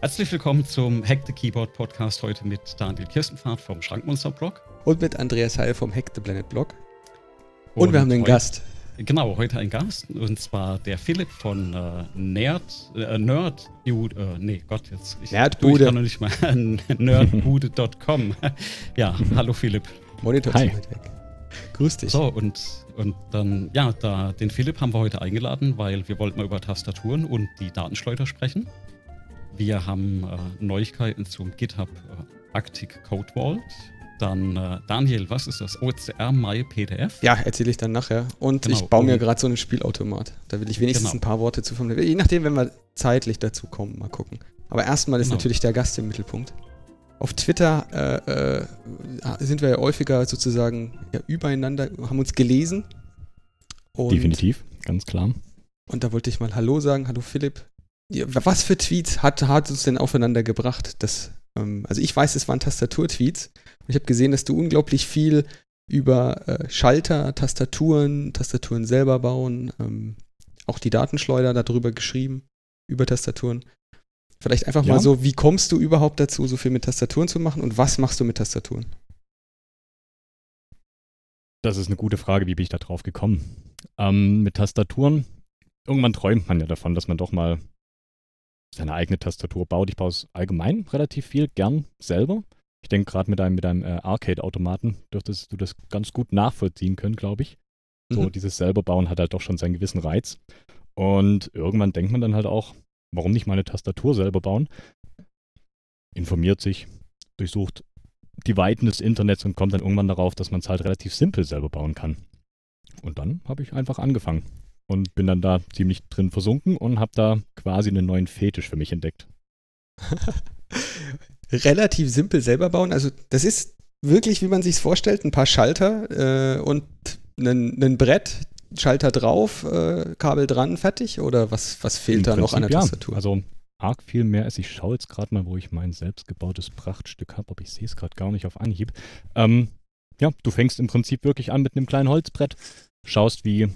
Herzlich willkommen zum Hack the Keyboard Podcast heute mit Daniel Kirstenpfad vom Schrankmonster-Blog. Und mit Andreas Heil vom Hack the Planet Blog. Und wir haben einen Gast. Genau, heute ein Gast, und zwar der Philipp von Nerdbude. Nerdbude. Ich kann noch nicht mal nerdbude.com. Ja, hallo Philipp. Monitor Hi. zu weit weg. Grüß dich. So, und dann, den Philipp haben wir heute eingeladen, weil wir wollten mal über Tastaturen und die Datenschleuder sprechen. Wir haben Neuigkeiten zum GitHub Arctic Code Vault. Dann, Daniel, was ist das? OCR MyPDF? Ja, erzähle ich dann nachher. Und Genau. ich baue mir gerade so einen Spielautomat. Da will ich wenigstens ein paar Worte zu vermitteln. Je nachdem, wenn wir zeitlich dazu kommen, mal gucken. Aber erstmal ist natürlich der Gast im Mittelpunkt. Auf Twitter sind wir ja häufiger sozusagen übereinander, haben uns gelesen. Und Definitiv, ganz klar. Und da wollte ich mal Hallo sagen. Hallo Philipp. Ja, was für Tweets hat uns denn aufeinander gebracht? Also ich weiß, es waren Tastaturtweets. Und ich habe gesehen, dass du unglaublich viel über Schalter, Tastaturen selber bauen, auch die Datenschleuder darüber geschrieben, über Tastaturen. Vielleicht einfach mal so, wie kommst du überhaupt dazu, so viel mit Tastaturen zu machen und was machst du mit Tastaturen? Das ist eine gute Frage, wie bin ich da drauf gekommen? Mit Tastaturen, irgendwann träumt man ja davon, dass man doch mal seine eigene Tastatur baut. Ich baue es allgemein relativ viel, gern selber. Ich denke, gerade mit einem Arcade-Automaten dürftest du das ganz gut nachvollziehen können, glaube ich. So, dieses selber bauen hat halt doch schon seinen gewissen Reiz. Und irgendwann denkt man dann halt auch, warum nicht mal eine Tastatur selber bauen? Informiert sich, durchsucht die Weiten des Internets und kommt dann irgendwann darauf, dass man es halt relativ simpel selber bauen kann. Und dann habe ich einfach angefangen und bin dann da ziemlich drin versunken und habe da quasi einen neuen Fetisch für mich entdeckt. Relativ simpel selber bauen, also das ist wirklich, wie man sich es vorstellt, ein paar Schalter und ein Brett, Schalter drauf, Kabel dran, fertig? Oder was fehlt da noch an der Tastatur? Also arg viel mehr ist. Ich schaue jetzt gerade mal, wo ich mein selbstgebautes Prachtstück habe, aber ich sehe es gerade gar nicht auf Anhieb. Du fängst im Prinzip wirklich an mit einem kleinen Holzbrett, schaust, wie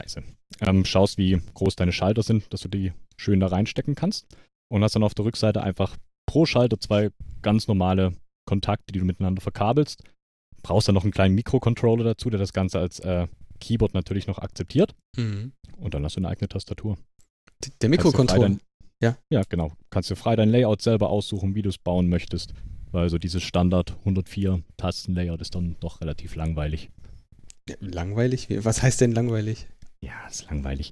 groß deine Schalter sind, dass du die schön da reinstecken kannst und hast dann auf der Rückseite einfach pro Schalter 2 ganz normale Kontakte, die du miteinander verkabelst. Brauchst dann noch einen kleinen Mikrocontroller dazu, der das Ganze als Keyboard natürlich noch akzeptiert. Und dann hast du eine eigene Tastatur. Der Mikrocontroller? Ja, genau. Kannst du frei dein Layout selber aussuchen, wie du es bauen möchtest. Weil so dieses Standard 104 Tasten-Layout ist dann doch relativ langweilig. Langweilig? Was heißt denn langweilig? Ja, ist langweilig.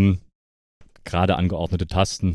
Gerade angeordnete Tasten.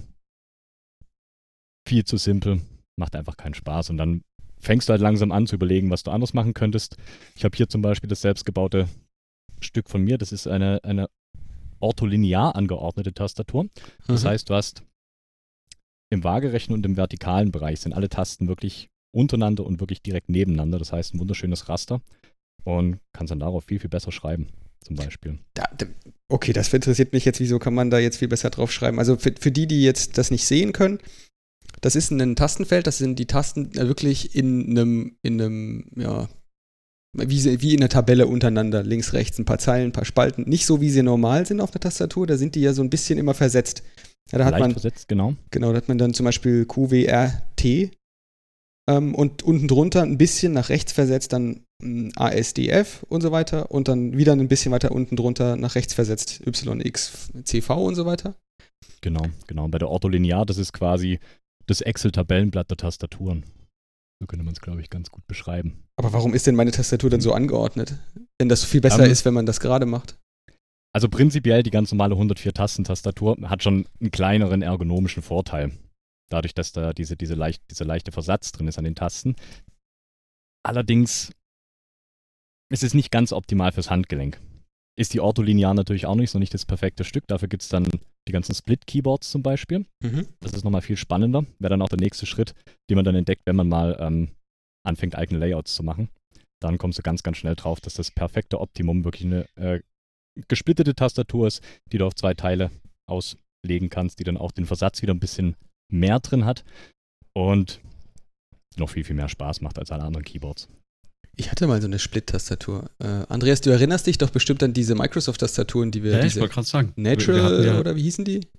Viel zu simpel. Macht einfach keinen Spaß. Und dann fängst du halt langsam an zu überlegen, was du anders machen könntest. Ich habe hier zum Beispiel das selbstgebaute Stück von mir. Das ist eine ortholinear angeordnete Tastatur. Das heißt, du hast im waagerechten und im vertikalen Bereich sind alle Tasten wirklich untereinander und wirklich direkt nebeneinander. Das heißt, ein wunderschönes Raster und kannst dann darauf viel, viel besser schreiben, zum Beispiel. Okay, das interessiert mich jetzt. Wieso kann man da jetzt viel besser drauf schreiben? Also für die jetzt das nicht sehen können, das ist ein Tastenfeld, das sind die Tasten wirklich in einem wie in einer Tabelle untereinander, links, rechts, ein paar Zeilen, ein paar Spalten. Nicht so, wie sie normal sind auf der Tastatur, da sind die ja so ein bisschen immer versetzt. Ja, da hat man versetzt, genau. Genau, da hat man dann zum Beispiel QWRT und unten drunter ein bisschen nach rechts versetzt dann ASDF und so weiter und dann wieder ein bisschen weiter unten drunter nach rechts versetzt YXCV und so weiter. Genau. Bei der Ortholinear, das ist quasi das Excel-Tabellenblatt der Tastaturen. So könnte man es, glaube ich, ganz gut beschreiben. Aber warum ist denn meine Tastatur dann so angeordnet? Wenn das viel besser ist, wenn man das gerade macht. Also prinzipiell die ganz normale 104-Tasten-Tastatur hat schon einen kleineren ergonomischen Vorteil. Dadurch, dass da dieser leichte Versatz drin ist an den Tasten. Allerdings ist es nicht ganz optimal fürs Handgelenk. Ist die Ortholinear natürlich auch nicht, so nicht das perfekte Stück. Dafür gibt es dann die ganzen Split-Keyboards zum Beispiel. Das ist nochmal viel spannender. Wäre dann auch der nächste Schritt, den man dann entdeckt, wenn man mal anfängt, eigene Layouts zu machen. Dann kommst du ganz, ganz schnell drauf, dass das perfekte Optimum wirklich eine gesplittete Tastatur ist, die du auf 2 Teile auslegen kannst, die dann auch den Versatz wieder ein bisschen mehr drin hat und noch viel, viel mehr Spaß macht als alle anderen Keyboards. Ich hatte mal so eine Split-Tastatur. Andreas, du erinnerst dich doch bestimmt an diese Microsoft-Tastaturen, die wir. Ja, ich wollte gerade sagen. Natural oder wie hießen die?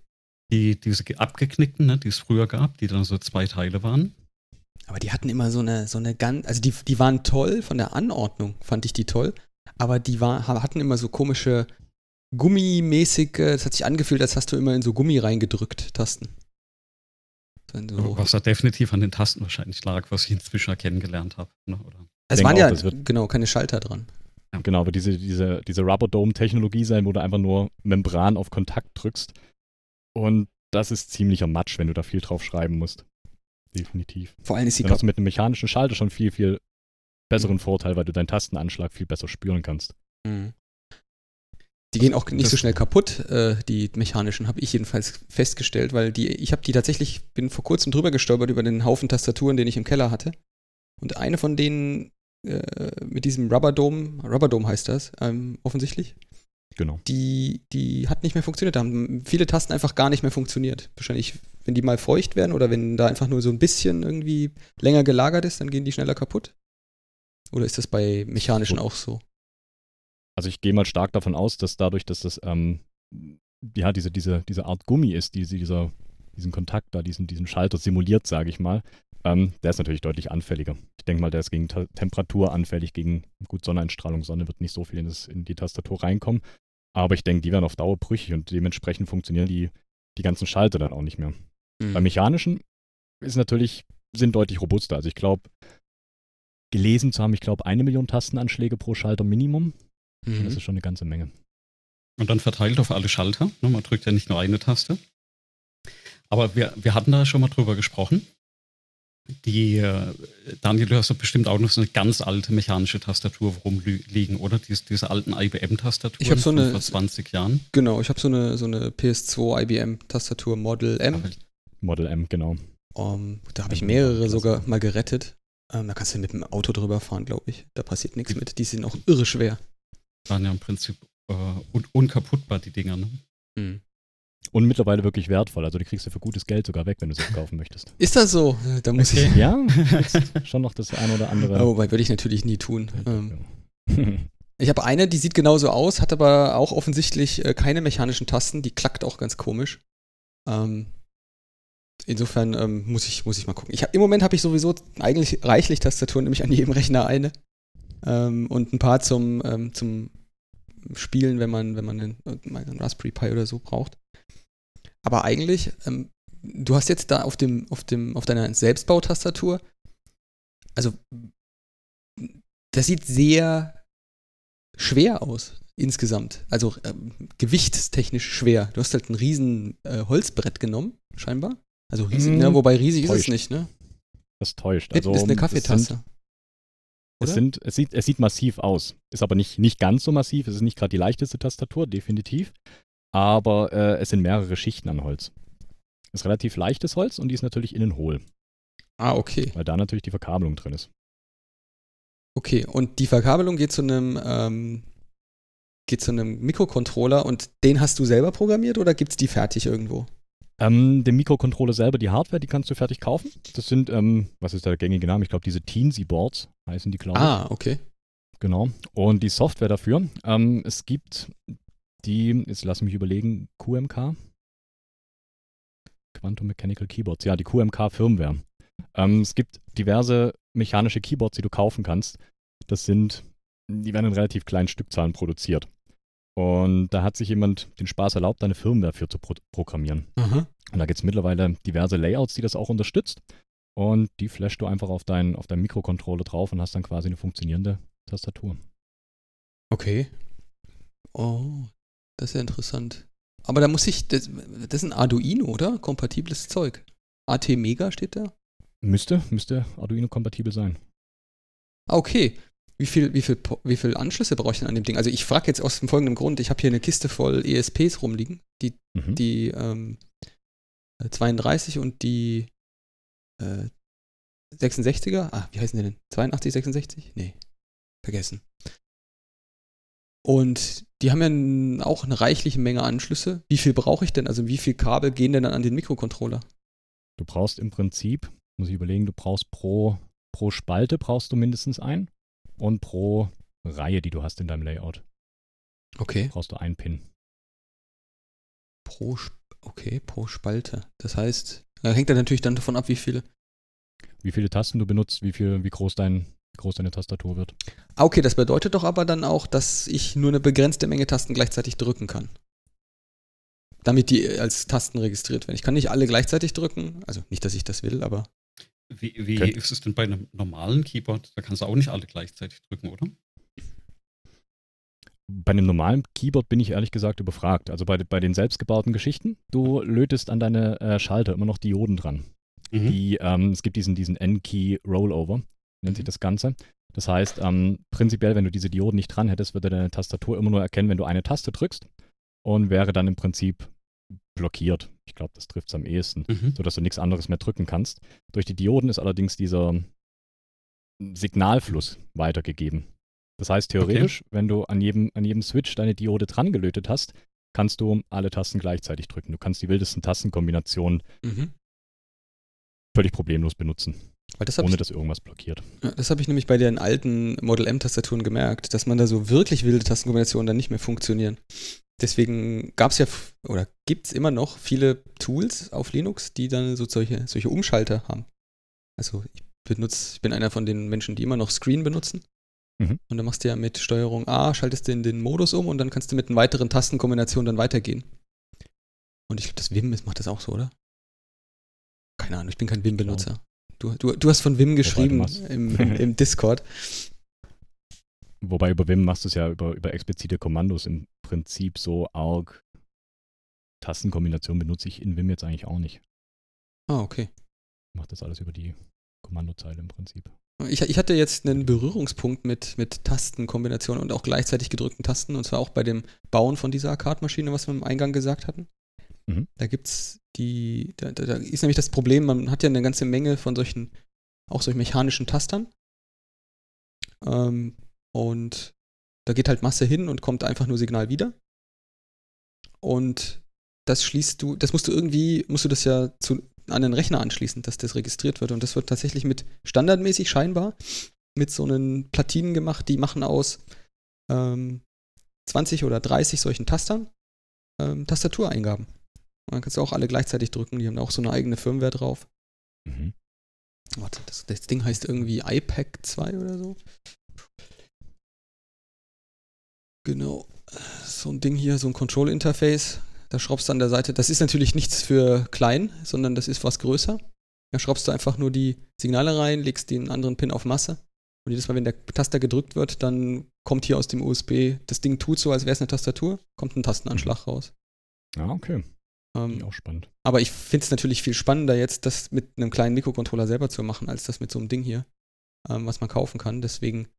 Diese abgeknickten, ne, die es früher gab, die dann so 2 Teile waren. Aber die hatten immer so eine ganz, also die waren toll, von der Anordnung fand ich die toll, aber hatten immer so komische gummimäßige, das hat sich angefühlt, als hast du immer in so Gummi reingedrückt, Tasten. So. Was da definitiv an den Tasten wahrscheinlich lag, was ich inzwischen kennengelernt habe. Ne, oder? Es waren ja, genau, keine Schalter dran. Ja. Genau, aber diese Rubber Dome-Technologie sein, wo du einfach nur Membran auf Kontakt drückst. Und das ist ziemlicher Matsch, wenn du da viel drauf schreiben musst. Definitiv. Vor allem ist sie Dann hast du mit einem mechanischen Schalter schon viel, viel besseren Vorteil, weil du deinen Tastenanschlag viel besser spüren kannst. Mhm. Die gehen auch nicht so schnell kaputt, die mechanischen, habe ich jedenfalls festgestellt, weil bin vor kurzem drüber gestolpert über den Haufen Tastaturen, den ich im Keller hatte. Und eine von denen mit diesem Rubber Dome heißt das, offensichtlich. Genau. Die hat nicht mehr funktioniert. Da haben viele Tasten einfach gar nicht mehr funktioniert. Wahrscheinlich, wenn die mal feucht werden oder wenn da einfach nur so ein bisschen irgendwie länger gelagert ist, dann gehen die schneller kaputt. Oder ist das bei mechanischen auch so? Also ich gehe mal stark davon aus, dass dadurch, dass das diese Art Gummi ist, diesen Kontakt da, diesen Schalter simuliert, sage ich mal, der ist natürlich deutlich anfälliger. Ich denke mal, der ist gegen Temperatur anfällig, gegen gut Sonneneinstrahlung. Sonne wird nicht so viel in die Tastatur reinkommen. Aber ich denke, die werden auf Dauer brüchig und dementsprechend funktionieren die ganzen Schalter dann auch nicht mehr. Mhm. Bei mechanischen sind deutlich robuster. Also ich glaube, gelesen zu haben, 1 Million Tastenanschläge pro Schalter Minimum. Mhm. Das ist schon eine ganze Menge. Und dann verteilt auf alle Schalter. Ne, man drückt ja nicht nur eine Taste. Aber wir hatten da schon mal drüber gesprochen. Daniel, du hast doch bestimmt auch noch so eine ganz alte mechanische Tastatur rumliegen, oder? Diese alten IBM-Tastaturen Ich habe so vor 20 Jahren. Genau, ich habe so eine PS2 IBM-Tastatur Model M. Model M, genau. Da habe ich mehrere sogar mal gerettet. Da kannst du mit dem Auto drüber fahren, glaube ich. Da passiert nichts mit. Die sind auch irre schwer. Waren ja im Prinzip unkaputtbar, die Dinger, ne? Mhm. Und mittlerweile wirklich wertvoll. Also die kriegst du für gutes Geld sogar weg, wenn du sie verkaufen möchtest. Ist das so? Da muss ich. Ja, schon noch das ein oder andere. Wobei würde ich natürlich nie tun. Ich habe eine, die sieht genauso aus, hat aber auch offensichtlich keine mechanischen Tasten. Die klackt auch ganz komisch. Insofern muss ich mal gucken. Im Moment habe ich sowieso eigentlich reichlich Tastaturen, nämlich an jedem Rechner eine. Und ein paar zum Spielen, wenn man einen Raspberry Pi oder so braucht. Aber eigentlich, du hast jetzt da auf deiner Selbstbautastatur, also das sieht sehr schwer aus insgesamt. Also gewichtstechnisch schwer. Du hast halt ein riesen Holzbrett genommen, scheinbar. Also riesig, ne? Wobei riesig ist es nicht, ne? Das täuscht. Also, ist eine Kaffeetasse. Es sieht massiv aus. Ist aber nicht ganz so massiv. Es ist nicht gerade die leichteste Tastatur, definitiv. Aber es sind mehrere Schichten an Holz. Es ist relativ leichtes Holz und die ist natürlich innen hohl. Ah, okay. Weil da natürlich die Verkabelung drin ist. Okay, und die Verkabelung geht zu einem Mikrocontroller und den hast du selber programmiert oder gibt es die fertig irgendwo? Den Mikrocontroller selber, die Hardware, die kannst du fertig kaufen. Das sind, was ist der gängige Name? Ich glaube, diese Teensy-Boards heißen die, glaube ich. Ah, okay. Genau. Und die Software dafür, es gibt jetzt lass mich überlegen, QMK? Quantum Mechanical Keyboards. Ja, die QMK-Firmware. Es gibt diverse mechanische Keyboards, die du kaufen kannst. Die werden in relativ kleinen Stückzahlen produziert. Und da hat sich jemand den Spaß erlaubt, eine Firmware für zu programmieren. Aha. Und da gibt es mittlerweile diverse Layouts, die das auch unterstützt. Und die flashst du einfach auf deinen Mikrocontroller drauf und hast dann quasi eine funktionierende Tastatur. Okay. Oh, das ist ja interessant. Aber da muss das ist ein Arduino, oder? Kompatibles Zeug. AT-Mega steht da? Müsste Arduino-kompatibel sein. Ah, okay. Wie viel Anschlüsse brauche ich denn an dem Ding? Also ich frage jetzt aus dem folgenden Grund. Ich habe hier eine Kiste voll ESPs rumliegen. Die 32 und die 66er. Ah, wie heißen die denn? 82, 66? Nee, vergessen. Und die haben ja auch eine reichliche Menge Anschlüsse. Wie viel brauche ich denn? Also wie viel Kabel gehen denn dann an den Mikrocontroller? Du brauchst im Prinzip, muss ich überlegen, du brauchst pro Spalte brauchst du mindestens einen. Und pro Reihe, die du hast in deinem Layout. Okay. Brauchst du einen Pin. pro Spalte. Das heißt, hängt dann natürlich dann davon ab, wie viele. Wie viele Tasten du benutzt, wie groß deine Tastatur wird. Okay, das bedeutet doch aber dann auch, dass ich nur eine begrenzte Menge Tasten gleichzeitig drücken kann. Damit die als Tasten registriert werden. Ich kann nicht alle gleichzeitig drücken. Also nicht, dass ich das will, aber. Wie ist es denn bei einem normalen Keyboard? Da kannst du auch nicht alle gleichzeitig drücken, oder? Bei einem normalen Keyboard bin ich ehrlich gesagt überfragt. Also bei den selbstgebauten Geschichten, du lötest an deine Schalter immer noch Dioden dran. Es gibt diesen N-Key-Rollover, nennt sich das Ganze. Das heißt, prinzipiell, wenn du diese Dioden nicht dran hättest, würde deine Tastatur immer nur erkennen, wenn du eine Taste drückst und wäre dann im Prinzip blockiert. Ich glaube, das trifft es am ehesten, sodass du nichts anderes mehr drücken kannst. Durch die Dioden ist allerdings dieser Signalfluss weitergegeben. Das heißt, theoretisch, wenn du an jedem Switch deine Diode dran gelötet hast, kannst du alle Tasten gleichzeitig drücken. Du kannst die wildesten Tastenkombinationen völlig problemlos benutzen, ohne dass irgendwas blockiert. Ja, das habe ich nämlich bei den alten Model M-Tastaturen gemerkt, dass man da so wirklich wilde Tastenkombinationen dann nicht mehr funktionieren. Deswegen gab es ja, oder gibt es immer noch viele Tools auf Linux, die dann so solche Umschalter haben. Also ich bin einer von den Menschen, die immer noch Screen benutzen. Und dann machst du ja mit Steuerung A, schaltest du in den Modus um und dann kannst du mit einer weiteren Tastenkombination dann weitergehen. Und ich glaube, das Vim macht das auch so, oder? Keine Ahnung, ich bin kein Vim-Benutzer. Du hast von Vim geschrieben im Discord. Wobei über Vim machst du es ja über explizite Kommandos im Prinzip so arg. Tastenkombination benutze ich in Vim jetzt eigentlich auch nicht. Ah, okay. Ich mache das alles über die Kommandozeile im Prinzip. Ich hatte jetzt einen Berührungspunkt mit Tastenkombinationen und auch gleichzeitig gedrückten Tasten, und zwar auch bei dem Bauen von dieser Arcade-Maschine, was wir im Eingang gesagt hatten. Da gibt's da ist nämlich das Problem, man hat ja eine ganze Menge von solchen mechanischen Tastern. Und da geht halt Masse hin und kommt einfach nur Signal wieder. Und musst du das ja an den Rechner anschließen, dass das registriert wird. Und das wird tatsächlich standardmäßig scheinbar mit so einen Platinen gemacht, die machen aus 20 oder 30 solchen Tastern Tastatureingaben. Und dann kannst du auch alle gleichzeitig drücken, die haben auch so eine eigene Firmware drauf. Warte, das Ding heißt irgendwie iPac 2 oder so. Genau. So ein Ding hier, so ein Control-Interface. Da schraubst du an der Seite, das ist natürlich nichts für klein, sondern das ist was größer. Da schraubst du einfach nur die Signale rein, legst den anderen Pin auf Masse. Und jedes Mal, wenn der Taster gedrückt wird, dann kommt hier aus dem USB, das Ding tut so, als wäre es eine Tastatur, kommt ein Tastenanschlag raus. Ja, okay. Auch spannend. Aber ich finde es natürlich viel spannender, jetzt das mit einem kleinen Mikrocontroller selber zu machen, als das mit so einem Ding hier, was man kaufen kann. Deswegen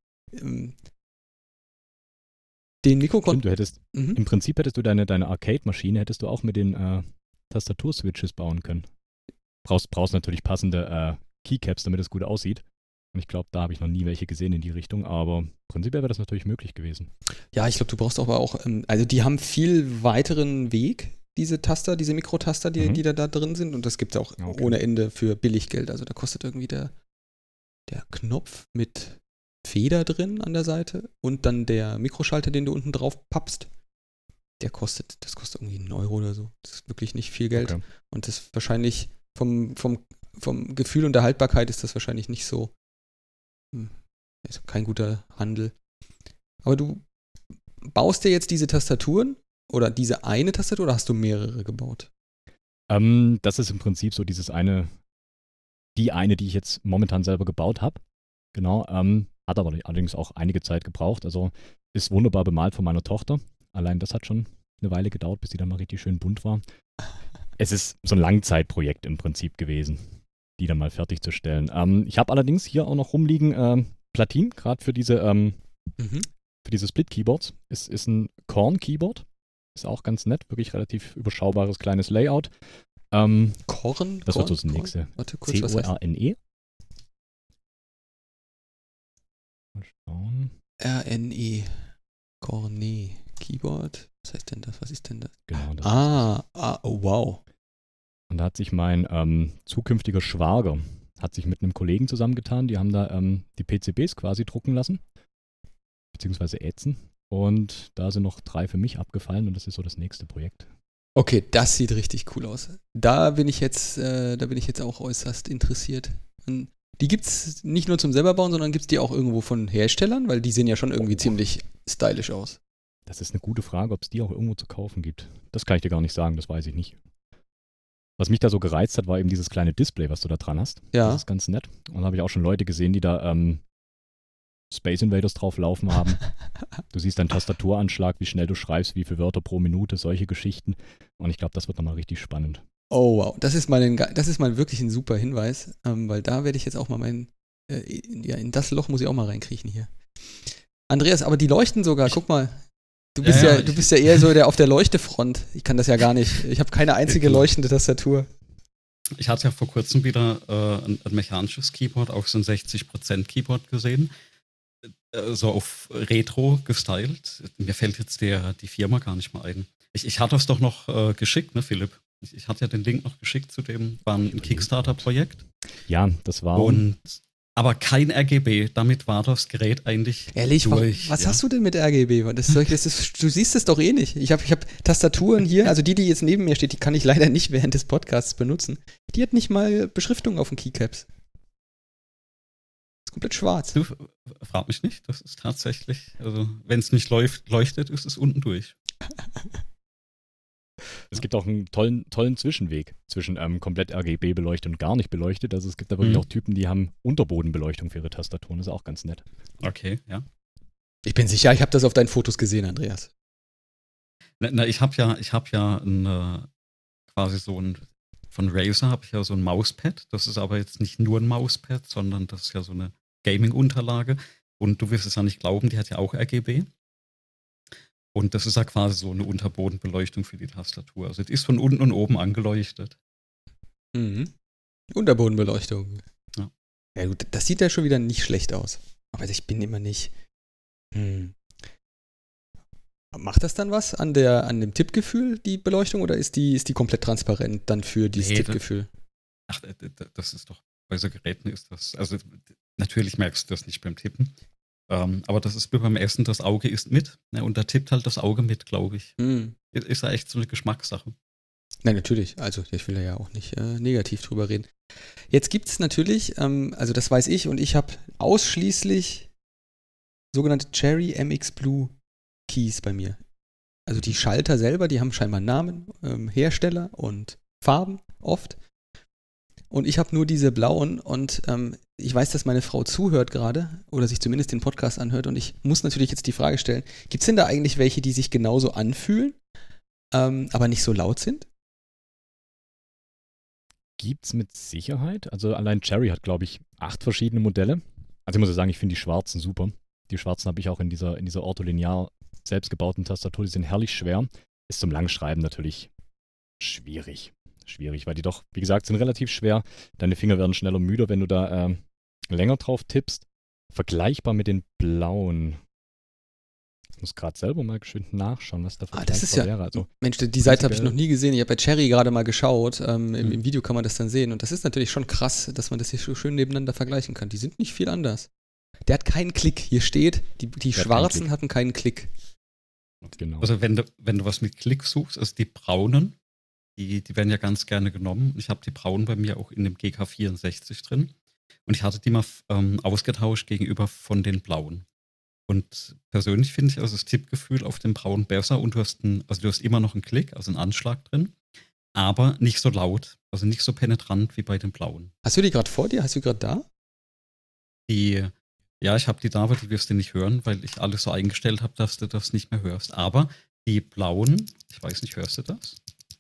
den Mikrocontroller. Im Prinzip hättest du deine Arcade-Maschine hättest du auch mit den Tastaturswitches bauen können. Brauchst natürlich passende Keycaps, damit es gut aussieht. Und ich glaube, da habe ich noch nie welche gesehen in die Richtung, aber prinzipiell wäre das natürlich möglich gewesen. Ja, ich glaube, du brauchst aber auch, also die haben viel weiteren Weg, diese Mikrotaster, die da drin sind. Und das gibt es auch ohne Ende für Billiggeld. Also da kostet irgendwie der Knopf mit Feder drin an der Seite und dann der Mikroschalter, den du unten drauf pappst, das kostet irgendwie 1 Euro oder so. Das ist wirklich nicht viel Geld. Okay. Und das ist wahrscheinlich vom Gefühl und der Haltbarkeit ist das wahrscheinlich nicht so, also kein guter Handel. Aber du baust dir jetzt diese Tastaturen oder diese eine Tastatur oder hast du mehrere gebaut? Das ist im Prinzip so die ich jetzt momentan selber gebaut habe. Genau, hat aber allerdings auch einige Zeit gebraucht. Also ist wunderbar bemalt von meiner Tochter. Allein das hat schon eine Weile gedauert, bis die dann mal richtig schön bunt war. Es ist so ein Langzeitprojekt im Prinzip gewesen, die dann mal fertigzustellen. Ich habe allerdings hier auch noch rumliegen Platinen, gerade für diese Split-Keyboards. Es ist ein Korn-Keyboard. Ist auch ganz nett, wirklich relativ überschaubares kleines Layout. Korn? Das wird so das nächste. Warte kurz, C-O-R-N-E. Mal schauen. R-N-E. Cornet. Keyboard. Was heißt denn das? Was ist denn das? Genau das. Oh, wow. Und da hat sich mein zukünftiger Schwager mit einem Kollegen zusammengetan. Die haben da die PCBs quasi drucken lassen. Beziehungsweise ätzen. Und da sind noch 3 für mich abgefallen und das ist so das nächste Projekt. Okay, das sieht richtig cool aus. Da bin ich jetzt auch äußerst interessiert. Und die gibt's nicht nur zum selber bauen, sondern gibt's die auch irgendwo von Herstellern, weil die sehen ja schon irgendwie ziemlich stylisch aus. Das ist eine gute Frage, ob es die auch irgendwo zu kaufen gibt. Das kann ich dir gar nicht sagen, das weiß ich nicht. Was mich da so gereizt hat, war eben dieses kleine Display, was du da dran hast. Ja. Das ist ganz nett. Und da habe ich auch schon Leute gesehen, die da Space Invaders drauf laufen haben. Du siehst deinen Tastaturanschlag, wie schnell du schreibst, wie viele Wörter pro Minute, solche Geschichten. Und ich glaube, das wird nochmal richtig spannend. Oh wow, das ist mal wirklich ein super Hinweis, weil da werde ich jetzt auch mal in das Loch muss ich auch mal reinkriechen hier. Andreas, aber die leuchten sogar, guck mal. Du bist ja eher so auf der Leuchtefront. Ich kann das ja gar nicht. Ich habe keine einzige leuchtende Tastatur. Ich hatte ja vor kurzem wieder ein mechanisches Keyboard, auch so ein 60% Keyboard gesehen. So auf Retro gestylt. Mir fällt jetzt die Firma gar nicht mehr ein. Ich hatte es doch noch geschickt, ne, Philipp? Ich hatte ja den Link noch geschickt zu dem, war ein Kickstarter-Projekt. Ja, das war. Aber kein RGB, damit war das Gerät eigentlich ehrlich, durch. Was hast du denn mit RGB? Du siehst es doch eh nicht. Ich hab Tastaturen hier, also die jetzt neben mir steht, die kann ich leider nicht während des Podcasts benutzen. Die hat nicht mal Beschriftung auf den Keycaps. Ist komplett schwarz. Du, frag mich nicht, das ist tatsächlich, also wenn es nicht leuchtet, ist es unten durch. Es gibt auch einen tollen Zwischenweg zwischen komplett RGB beleuchtet und gar nicht beleuchtet. Also es gibt da wirklich auch Typen, die haben Unterbodenbeleuchtung für ihre Tastaturen. Das ist auch ganz nett. Okay, ja. Ich bin sicher, ich habe das auf deinen Fotos gesehen, Andreas. Ich habe ja quasi so von Razer habe ich ja so ein Mauspad. Das ist aber jetzt nicht nur ein Mauspad, sondern das ist ja so eine Gaming-Unterlage. Und du wirst es ja nicht glauben, die hat ja auch RGB. Und das ist ja quasi so eine Unterbodenbeleuchtung für die Tastatur. Also die ist von unten und oben angeleuchtet. Mhm. Unterbodenbeleuchtung. Ja. Ja gut, das sieht ja schon wieder nicht schlecht aus. Aber ich bin immer nicht. Macht das dann was an dem Tippgefühl, die Beleuchtung, oder ist die komplett transparent dann für dieses Tippgefühl? Das ist doch, bei so Geräten ist das, also natürlich merkst du das nicht beim Tippen. Aber das ist wie beim Essen, das Auge isst mit. Ne, und da tippt halt das Auge mit, glaube ich. Ist ja echt so eine Geschmackssache. Nein, natürlich. Also ich will ja auch nicht negativ drüber reden. Jetzt gibt es natürlich, also das weiß ich, und ich habe ausschließlich sogenannte Cherry MX Blue Keys bei mir. Also die Schalter selber, die haben scheinbar Namen, Hersteller und Farben oft. Und ich habe nur diese blauen und ich weiß, dass meine Frau zuhört gerade oder sich zumindest den Podcast anhört und ich muss natürlich jetzt die Frage stellen, gibt es denn da eigentlich welche, die sich genauso anfühlen, aber nicht so laut sind? Gibt's mit Sicherheit. Also allein Cherry hat, glaube ich, 8 verschiedene Modelle. Also ich muss ja sagen, ich finde die schwarzen super. Die schwarzen habe ich auch in dieser ortholinear selbstgebauten Tastatur. Die sind herrlich schwer. Ist zum Langschreiben natürlich schwierig, weil die doch, wie gesagt, sind relativ schwer. Deine Finger werden schneller müde, wenn du da länger drauf tippst. Vergleichbar mit den blauen. Ich muss gerade selber mal geschwind nachschauen, was da vergleichbar wäre. Also, Mensch, die Seite habe ich noch nie gesehen. Ich habe bei Cherry gerade mal geschaut. Im Video kann man das dann sehen. Und das ist natürlich schon krass, dass man das hier so schön nebeneinander vergleichen kann. Die sind nicht viel anders. Der hat keinen Klick. Hier steht, die schwarzen hatten keinen Klick. Genau. Also wenn du was mit Klick suchst, also die braunen, die werden ja ganz gerne genommen. Ich habe die braunen bei mir auch in dem GK64 drin. Und ich hatte die mal ausgetauscht gegenüber von den blauen. Und persönlich finde ich also das Tippgefühl auf dem braunen besser und du hast immer noch einen Klick, also einen Anschlag drin, aber nicht so laut, also nicht so penetrant wie bei den blauen. Hast du die gerade vor dir? Hast du die gerade da? Ja, ich habe die da, aber die wirst du nicht hören, weil ich alles so eingestellt habe, dass du das nicht mehr hörst. Aber die blauen, ich weiß nicht, hörst du das?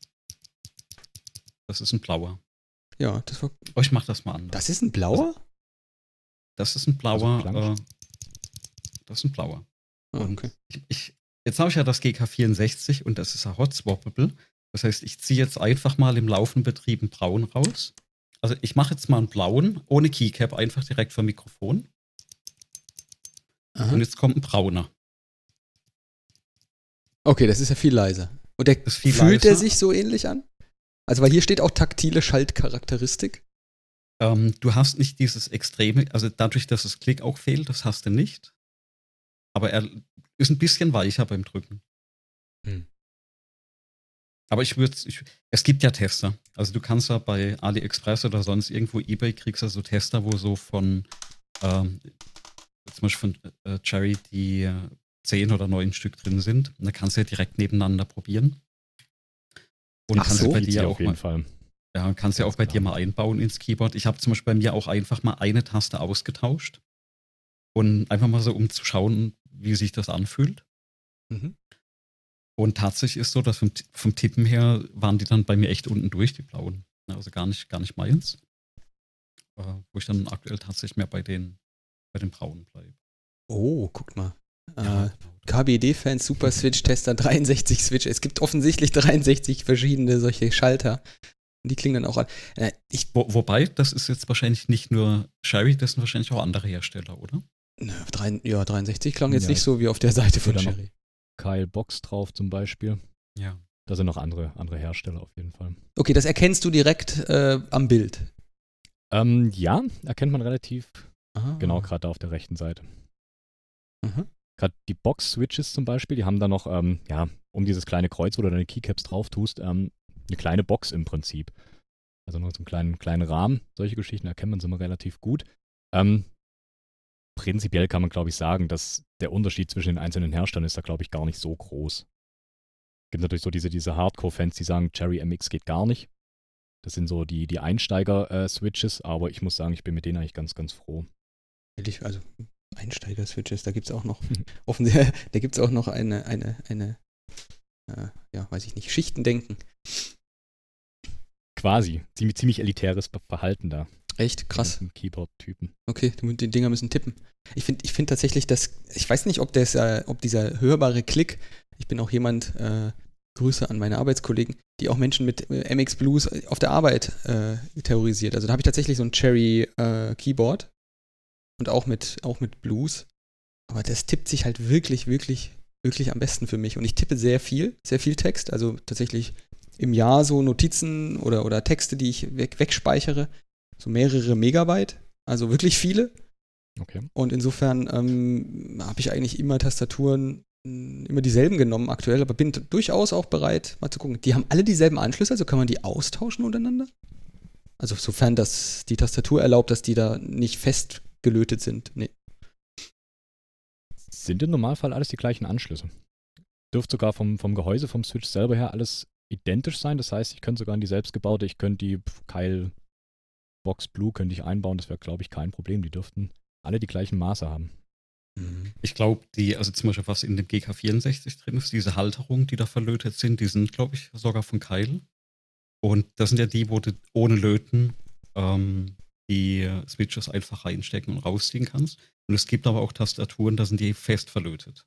Das ist ein blauer. Ja, das war. Oh, ich mach das mal an. Das ist ein blauer? Das ist ein blauer. Also das ist ein blauer. Okay. Jetzt habe ich ja das GK64 und das ist ein Hot Swappable. Das heißt, ich ziehe jetzt einfach mal im laufenden Betrieb einen braun raus. Also ich mache jetzt mal einen blauen, ohne Keycap, einfach direkt vom Mikrofon. Aha. Und jetzt kommt ein brauner. Okay, das ist ja viel leiser. Und fühlt der sich so ähnlich an? Also, weil hier steht auch taktile Schaltcharakteristik. Du hast nicht dieses extreme, also dadurch, dass das Klick auch fehlt, das hast du nicht. Aber er ist ein bisschen weicher beim Drücken. Aber es gibt ja Tester. Also du kannst ja bei AliExpress oder sonst irgendwo eBay kriegst du so Tester, wo so von zum Beispiel von Cherry die 10 oder 9 Stück drin sind. Und da kannst du ja direkt nebeneinander probieren. Und Ach kannst so, du bei dir auf auch jeden mal, Fall. ja, kannst ja auch bei dir mal einbauen ins Keyboard. Ich habe zum Beispiel bei mir auch einfach mal eine Taste ausgetauscht. Und einfach mal so, um zu schauen, wie sich das anfühlt. Mhm. Und tatsächlich ist so, dass vom Tippen her waren die dann bei mir echt unten durch, die blauen. Also gar nicht meins. Wo ich dann aktuell tatsächlich mehr bei den braunen bleibe. Oh, guck mal. Ja, genau. KBD-Fans, Super Switch-Tester, 63 Switch. Es gibt offensichtlich 63 verschiedene solche Schalter. Und die klingen dann auch an. Wobei, das ist jetzt wahrscheinlich nicht nur Cherry, das sind wahrscheinlich auch andere Hersteller, oder? 63 klang jetzt Ja, nicht so wie auf der Seite von steht da noch Cherry. Kyle Box drauf zum Beispiel. Ja. Da sind noch andere Hersteller auf jeden Fall. Okay, das erkennst du direkt am Bild. Ja, erkennt man relativ Ah. genau, gerade da auf der rechten Seite. Mhm. Gerade die Box-Switches zum Beispiel, die haben da noch, um dieses kleine Kreuz, wo du deine Keycaps drauf tust, eine kleine Box im Prinzip. Also noch so einen kleinen Rahmen. Solche Geschichten erkennt man immer relativ gut. Prinzipiell kann man, glaube ich, sagen, dass der Unterschied zwischen den einzelnen Herstellern ist da, glaube ich, gar nicht so groß. Es gibt natürlich so diese Hardcore-Fans, die sagen, Cherry MX geht gar nicht. Das sind so die Einsteiger-Switches, aber ich muss sagen, ich bin mit denen eigentlich ganz, ganz froh. Also Einsteiger-Switches, da gibt es auch noch offensichtlich, da gibt es auch noch weiß ich nicht, Schichtendenken. Quasi. Ziemlich elitäres Verhalten da. Echt? Krass. Keyboard-Typen. Okay, die Dinger müssen tippen. Ich find tatsächlich, ich weiß nicht, ob dieser hörbare Klick, ich bin auch jemand, Grüße an meine Arbeitskollegen, die auch Menschen mit MX Blues auf der Arbeit terrorisiert. Also da habe ich tatsächlich so ein Cherry Keyboard und auch mit Blues. Aber das tippt sich halt wirklich, wirklich, wirklich am besten für mich. Und ich tippe sehr viel Text, also tatsächlich im Jahr so Notizen oder Texte, die ich wegspeichere, so mehrere Megabyte, also wirklich viele. Okay. Und insofern habe ich eigentlich immer Tastaturen, immer dieselben genommen aktuell, aber bin durchaus auch bereit, mal zu gucken. Die haben alle dieselben Anschlüsse, also kann man die austauschen untereinander? Also sofern das die Tastatur erlaubt, dass die da nicht festgelötet sind. Nee. Sind im Normalfall alles die gleichen Anschlüsse. Dürfte sogar vom Gehäuse, vom Switch selber her alles identisch sein. Das heißt, ich könnte sogar in die selbstgebaute, ich könnte die Kyle Box Blue könnte ich einbauen, das wäre, glaube ich, kein Problem. Die dürften alle die gleichen Maße haben. Ich glaube, also zum Beispiel, was in dem GK64 drin ist, diese Halterungen, die da verlötet sind, die sind, glaube ich, sogar von Kyle. Und das sind ja die, wo du ohne Löten die Switches einfach reinstecken und rausziehen kannst. Und es gibt aber auch Tastaturen, da sind die fest verlötet.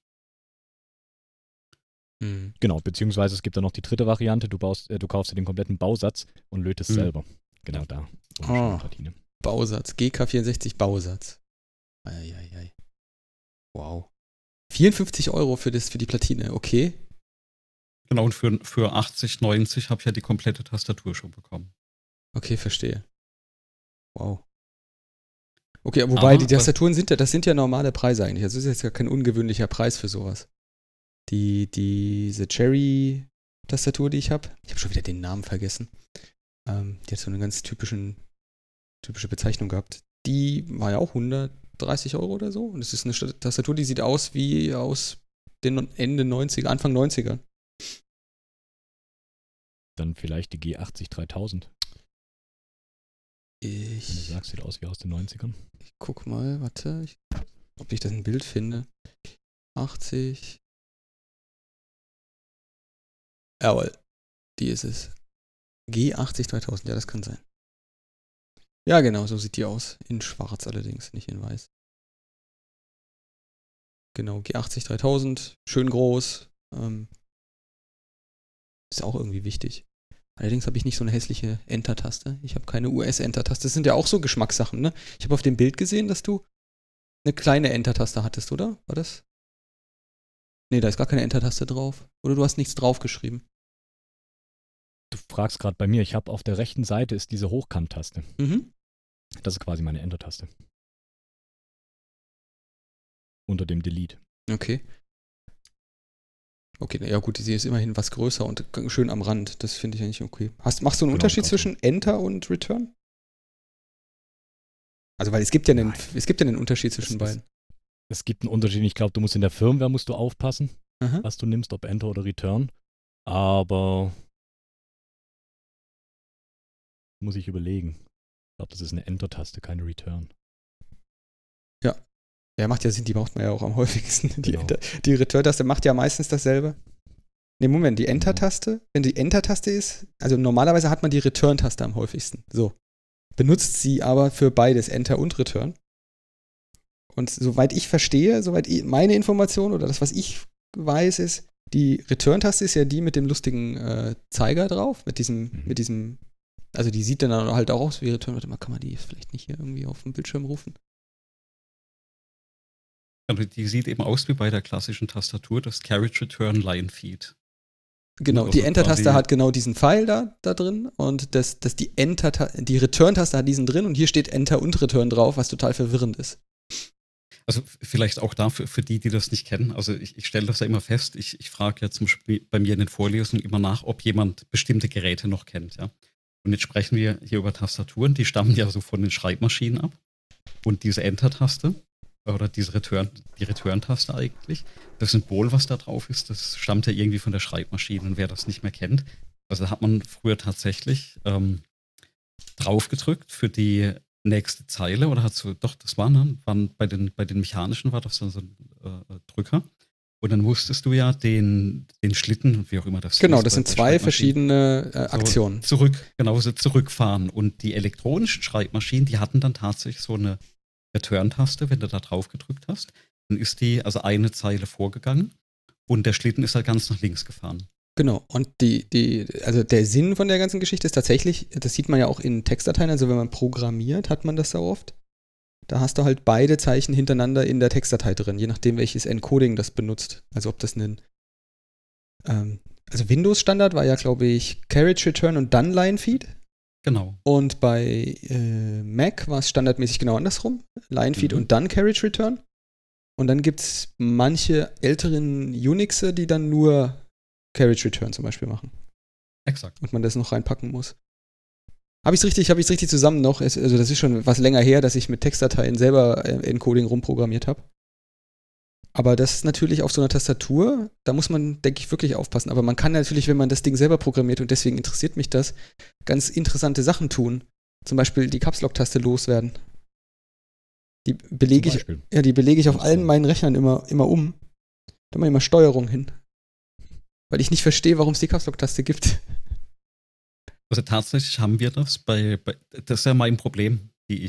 Genau, beziehungsweise es gibt dann noch die dritte Variante, du kaufst dir den kompletten Bausatz und lötest selber. Genau da. Platine. Bausatz, GK64 Bausatz. Eieiei. Wow. 54 € für die Platine, okay. Genau, und für 80, 90 habe ich ja die komplette Tastatur schon bekommen. Okay, verstehe. Wow. Okay, wobei die Tastaturen das sind ja normale Preise eigentlich. Das ist jetzt ja kein ungewöhnlicher Preis für sowas. Diese Cherry-Tastatur, die ich habe schon wieder den Namen vergessen. Die hat so eine ganz typische Bezeichnung gehabt. Die war ja auch 130 € oder so. Und es ist eine Tastatur, die sieht aus wie aus den Ende 90er, Anfang 90er. Dann vielleicht die G80 3000. Wenn du sagst, sieht aus wie aus den 90ern. Ich guck mal, warte, ob ich das ein Bild finde. 80. Jawohl, die ist es. G80 3000, ja, das kann sein. Ja, genau, so sieht die aus. In schwarz allerdings, nicht in weiß. Genau, G80 3000, schön groß. Ist auch irgendwie wichtig. Allerdings habe ich nicht so eine hässliche Enter-Taste. Ich habe keine US-Enter-Taste. Das sind ja auch so Geschmackssachen, ne? Ich habe auf dem Bild gesehen, dass du eine kleine Enter-Taste hattest, oder? War das? Nee, da ist gar keine Enter-Taste drauf. Oder du hast nichts draufgeschrieben. Du fragst gerade bei mir, ich habe auf der rechten Seite ist diese Hochkant-Taste. Mhm. Das ist quasi meine Enter-Taste. Unter dem Delete. Okay. Okay, ja gut, sie ist immerhin was größer und schön am Rand. Das finde ich eigentlich okay. Machst du einen Genau, Unterschied genau. zwischen Enter und Return? Also, weil es gibt ja einen Unterschied zwischen beiden. Es gibt einen Unterschied. Ich glaube, du musst in der Firmware musst du aufpassen, Aha. was du nimmst, ob Enter oder Return. Aber muss ich überlegen. Ich glaube, das ist eine Enter-Taste, keine Return. Ja, macht ja Sinn, die braucht man ja auch am häufigsten. Genau. Die Return-Taste macht ja meistens dasselbe. Ne, Moment, die Genau. Enter-Taste, wenn die Enter-Taste ist, also normalerweise hat man die Return-Taste am häufigsten. So. Benutzt sie aber für beides, Enter und Return. Und soweit ich verstehe, meine Information oder das, was ich weiß, ist, die Return-Taste ist ja die mit dem lustigen Zeiger drauf, mit diesem, also die sieht dann halt auch aus wie Return. Warte mal, kann man die vielleicht nicht hier irgendwie auf dem Bildschirm rufen? Also die sieht eben aus wie bei der klassischen Tastatur, das Carriage Return Line Feed. Genau, Also die Enter-Taste quasi- hat genau diesen Pfeil da drin und die Return-Taste hat diesen drin und hier steht Enter und Return drauf, was total verwirrend ist. Also vielleicht auch dafür, für die das nicht kennen. Also ich stelle das ja immer fest. Ich frage ja zum Beispiel bei mir in den Vorlesungen immer nach, ob jemand bestimmte Geräte noch kennt. Ja? Und jetzt sprechen wir hier über Tastaturen, die stammen ja so von den Schreibmaschinen ab. Und diese Enter-Taste oder die Return-Taste eigentlich, das Symbol, was da drauf ist, das stammt ja irgendwie von der Schreibmaschine. Und wer das nicht mehr kennt, also hat man früher tatsächlich drauf gedrückt für die nächste Zeile oder hat so, doch, das waren bei den mechanischen war das dann so ein Drücker. Und dann musstest du ja den Schlitten, wie auch immer das Genau, hieß, das bei sind zwei Schreibmaschinen, verschiedene Aktionen. zurückfahren. Und die elektronischen Schreibmaschinen, die hatten dann tatsächlich so eine Return-Taste, wenn du da drauf gedrückt hast. Dann ist die also eine Zeile vorgegangen und der Schlitten ist halt ganz nach links gefahren. Genau, und also der Sinn von der ganzen Geschichte ist tatsächlich, das sieht man ja auch in Textdateien, also wenn man programmiert, hat man das so oft. Da hast du halt beide Zeichen hintereinander in der Textdatei drin, je nachdem, welches Encoding das benutzt. Also ob das also Windows-Standard war ja, glaube ich, Carriage Return und dann Line Feed. Genau. Und bei Mac war es standardmäßig genau andersrum. Line Feed und dann Carriage Return. Und dann gibt es manche älteren Unixe, die dann nur Carriage Return zum Beispiel machen. Exakt. Und man das noch reinpacken muss. Habe ich es richtig zusammen noch? Also das ist schon was länger her, dass ich mit Textdateien selber Encoding rumprogrammiert habe. Aber das ist natürlich auf so einer Tastatur, da muss man, denke ich, wirklich aufpassen. Aber man kann natürlich, wenn man das Ding selber programmiert, und deswegen interessiert mich das, ganz interessante Sachen tun. Zum Beispiel die Caps-Lock-Taste loswerden. Die belege ich auf allen meinen Rechnern immer um. Da mache ich immer Steuerung hin. Weil ich nicht verstehe, warum es die Caps-Lock-Taste gibt. Also tatsächlich haben wir das das ist ja mein Problem,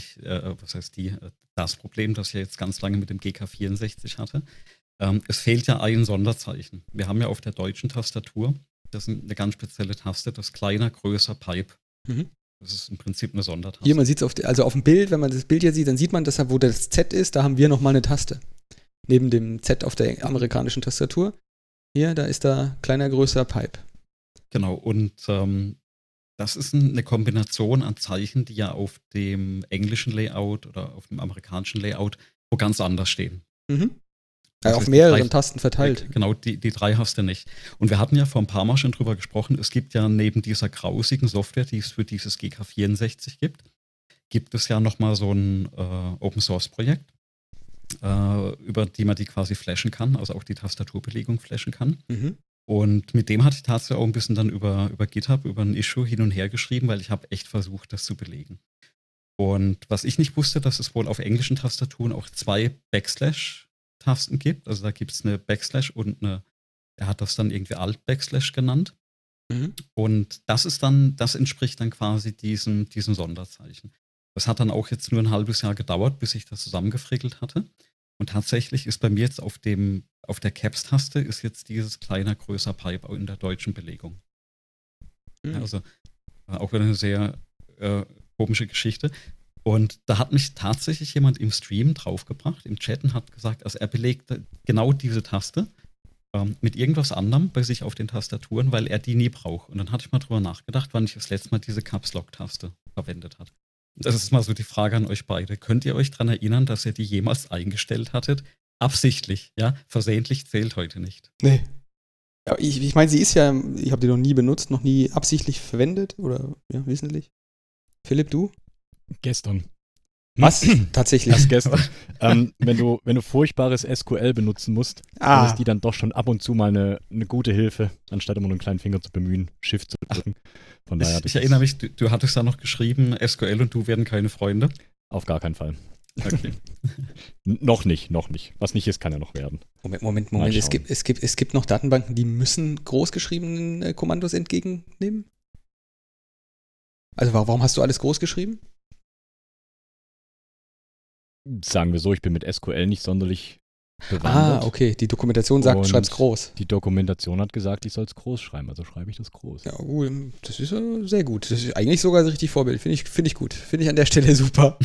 das Problem, das ich ja jetzt ganz lange mit dem GK64 hatte. Es fehlt ja ein Sonderzeichen. Wir haben ja auf der deutschen Tastatur, das ist eine ganz spezielle Taste, das kleiner, größer Pipe. Mhm. Das ist im Prinzip eine Sondertaste. Hier, man sieht es also auf dem Bild, wenn man das Bild hier sieht, dann sieht man, dass wo das Z ist, da haben wir nochmal eine Taste. Neben dem Z auf der amerikanischen Tastatur. Hier, da ist da kleiner, größer Pipe. Genau, und das ist eine Kombination an Zeichen, die ja auf dem englischen Layout oder auf dem amerikanischen Layout wo ganz anders stehen. Mhm. Das auf heißt, mehreren Tasten verteilt. Genau, die drei hast du nicht. Und wir hatten ja vor ein paar Mal schon drüber gesprochen, es gibt ja neben dieser grausigen Software, die es für dieses GK64 gibt es ja nochmal so ein Open-Source-Projekt, über die man die quasi flashen kann, also auch die Tastaturbelegung flashen kann. Mhm. Und mit dem hatte ich tatsächlich auch ein bisschen dann über GitHub, über ein Issue hin und her geschrieben, weil ich habe echt versucht, das zu belegen. Und was ich nicht wusste, dass es wohl auf englischen Tastaturen auch 2 Backslash-Tasten gibt. Also da gibt es eine Backslash und er hat das dann irgendwie Alt-Backslash genannt. Mhm. Und das entspricht dann quasi diesem Sonderzeichen. Das hat dann auch jetzt nur ein halbes Jahr gedauert, bis ich das zusammengefrickelt hatte. Und tatsächlich ist bei mir jetzt auf der Caps-Taste ist jetzt dieses kleiner, größer Pipe auch in der deutschen Belegung. Mhm. Also auch wieder eine sehr komische Geschichte. Und da hat mich tatsächlich jemand im Stream draufgebracht, im Chat, und hat gesagt, also er belegt genau diese Taste mit irgendwas anderem bei sich auf den Tastaturen, weil er die nie braucht. Und dann hatte ich mal drüber nachgedacht, wann ich das letzte Mal diese Caps-Lock-Taste verwendet habe. Das ist mal so die Frage an euch beide. Könnt ihr euch daran erinnern, dass ihr die jemals eingestellt hattet? Absichtlich, ja? Versehentlich zählt heute nicht. Nee. Ja, ich meine, sie ist ja, ich habe die noch nie benutzt, noch nie absichtlich verwendet oder ja, wissentlich. Philipp, du? Gestern. Was? Tatsächlich. Erst gestern. Wenn du furchtbares SQL benutzen musst, dann ist die dann doch schon ab und zu mal eine gute Hilfe, anstatt immer nur einen kleinen Finger zu bemühen, Shift zu drücken. Von daher, Ich erinnere mich, du hattest da noch geschrieben, SQL und du werden keine Freunde. Auf gar keinen Fall. Okay. Noch nicht. Was nicht ist, kann ja noch werden. Moment. Mal Es schauen. gibt noch Datenbanken, die müssen großgeschriebenen Kommandos entgegennehmen? Also warum hast du alles groß geschrieben? Sagen wir so, ich bin mit SQL nicht sonderlich bewandert. Okay. Die Dokumentation sagt, Und schreib's groß. Die Dokumentation hat gesagt, ich soll es groß schreiben, also schreibe ich das groß. Ja, gut, das ist sehr gut. Das ist eigentlich sogar richtig Vorbild. Finde ich gut. Finde ich an der Stelle super.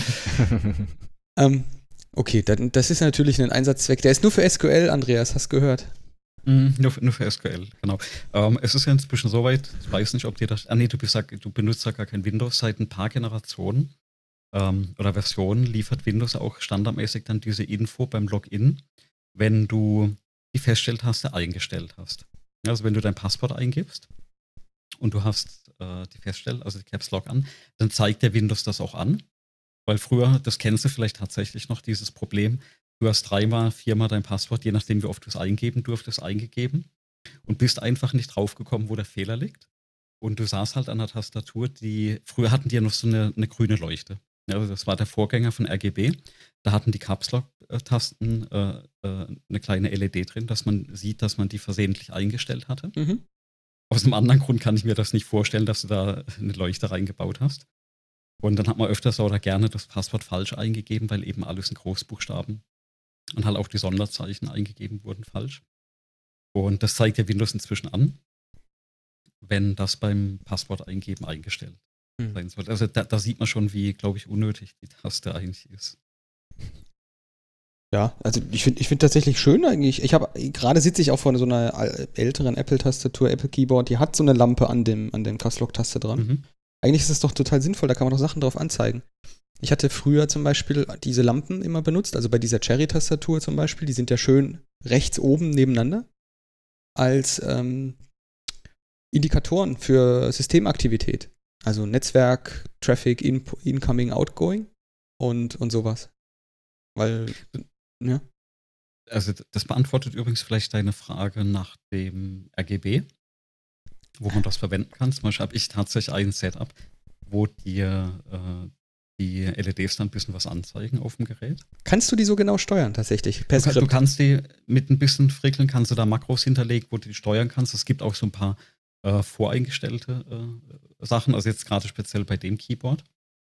Okay, das ist natürlich ein Einsatzzweck. Der ist nur für SQL, Andreas, hast gehört. Nur für SQL, genau. Es ist ja inzwischen soweit, ich weiß nicht, ob dir das. Du benutzt ja gar kein Windows seit ein paar Generationen oder Versionen, liefert Windows auch standardmäßig dann diese Info beim Login, wenn du die Feststelltaste eingestellt hast. Also wenn du dein Passwort eingibst und du hast also die Caps Lock an, dann zeigt der Windows das auch an. Weil früher, das kennst du vielleicht tatsächlich noch, dieses Problem, du hast 3-mal, 4-mal dein Passwort, je nachdem wie oft du es eingeben durftest, eingegeben und bist einfach nicht draufgekommen, wo der Fehler liegt. Und du saßt halt an der Tastatur, früher hatten die ja noch so eine grüne Leuchte. Ja, also das war der Vorgänger von RGB. Da hatten die Caps Lock-Tasten eine kleine LED drin, dass man sieht, dass man die versehentlich eingestellt hatte. Mhm. Aus einem anderen Grund kann ich mir das nicht vorstellen, dass du da eine Leuchte reingebaut hast. Und dann hat man öfters oder gerne das Passwort falsch eingegeben, weil eben alles in Großbuchstaben und halt auch die Sonderzeichen eingegeben wurden falsch. Und das zeigt der Windows inzwischen an, wenn das beim Passwort eingeben eingestellt sein soll. Also da sieht man schon, wie, glaube ich, unnötig die Taste eigentlich ist. Ja, also ich find tatsächlich schön eigentlich. Gerade sitze ich auch vor so einer älteren Apple-Tastatur, Apple-Keyboard, die hat so eine Lampe an dem Caps Lock-Taste dran. Mhm. Eigentlich ist das doch total sinnvoll, da kann man doch Sachen drauf anzeigen. Ich hatte früher zum Beispiel diese Lampen immer benutzt, also bei dieser Cherry-Tastatur zum Beispiel, die sind ja schön rechts oben nebeneinander, als Indikatoren für Systemaktivität. Also Netzwerk, Traffic, Incoming, Outgoing und sowas. Weil, ja. Also das beantwortet übrigens vielleicht deine Frage nach dem RGB, wo man das verwenden kann. Zum Beispiel habe ich tatsächlich ein Setup, wo dir die LEDs dann ein bisschen was anzeigen auf dem Gerät. Kannst du die so genau steuern tatsächlich? Per Du Skript? kannst die mit ein bisschen Frickeln, kannst du da Makros hinterlegen, wo du die steuern kannst. Es gibt auch so ein paar voreingestellte Sachen, also jetzt gerade speziell bei dem Keyboard.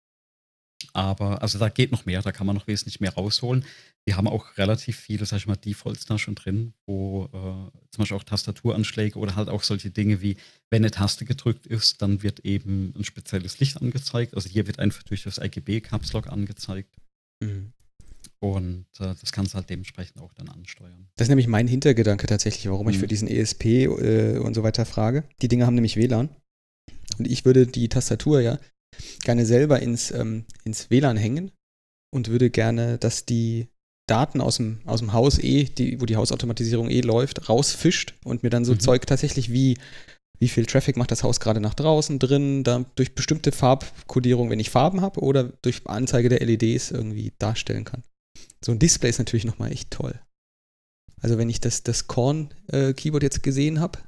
Aber also da geht noch mehr, da kann man noch wesentlich mehr rausholen. Die haben auch relativ viele, sag ich mal, Defaults da schon drin, wo zum Beispiel auch Tastaturanschläge oder halt auch solche Dinge wie, wenn eine Taste gedrückt ist, dann wird eben ein spezielles Licht angezeigt. Also hier wird einfach durch das RGB Caps Lock angezeigt. Mhm. Und das kannst du halt dementsprechend auch dann ansteuern. Das ist nämlich mein Hintergedanke tatsächlich, warum ich für diesen ESP und so weiter frage. Die Dinge haben nämlich WLAN. Und ich würde die Tastatur ja gerne selber ins WLAN hängen und würde gerne, dass die Daten aus dem Haus wo die Hausautomatisierung läuft, rausfischt und mir dann so Zeug tatsächlich wie viel Traffic macht das Haus gerade nach draußen drin, da durch bestimmte Farbkodierung, wenn ich Farben habe, oder durch Anzeige der LEDs irgendwie darstellen kann. So ein Display ist natürlich nochmal echt toll. Also wenn ich das Korn-Keyboard jetzt gesehen habe,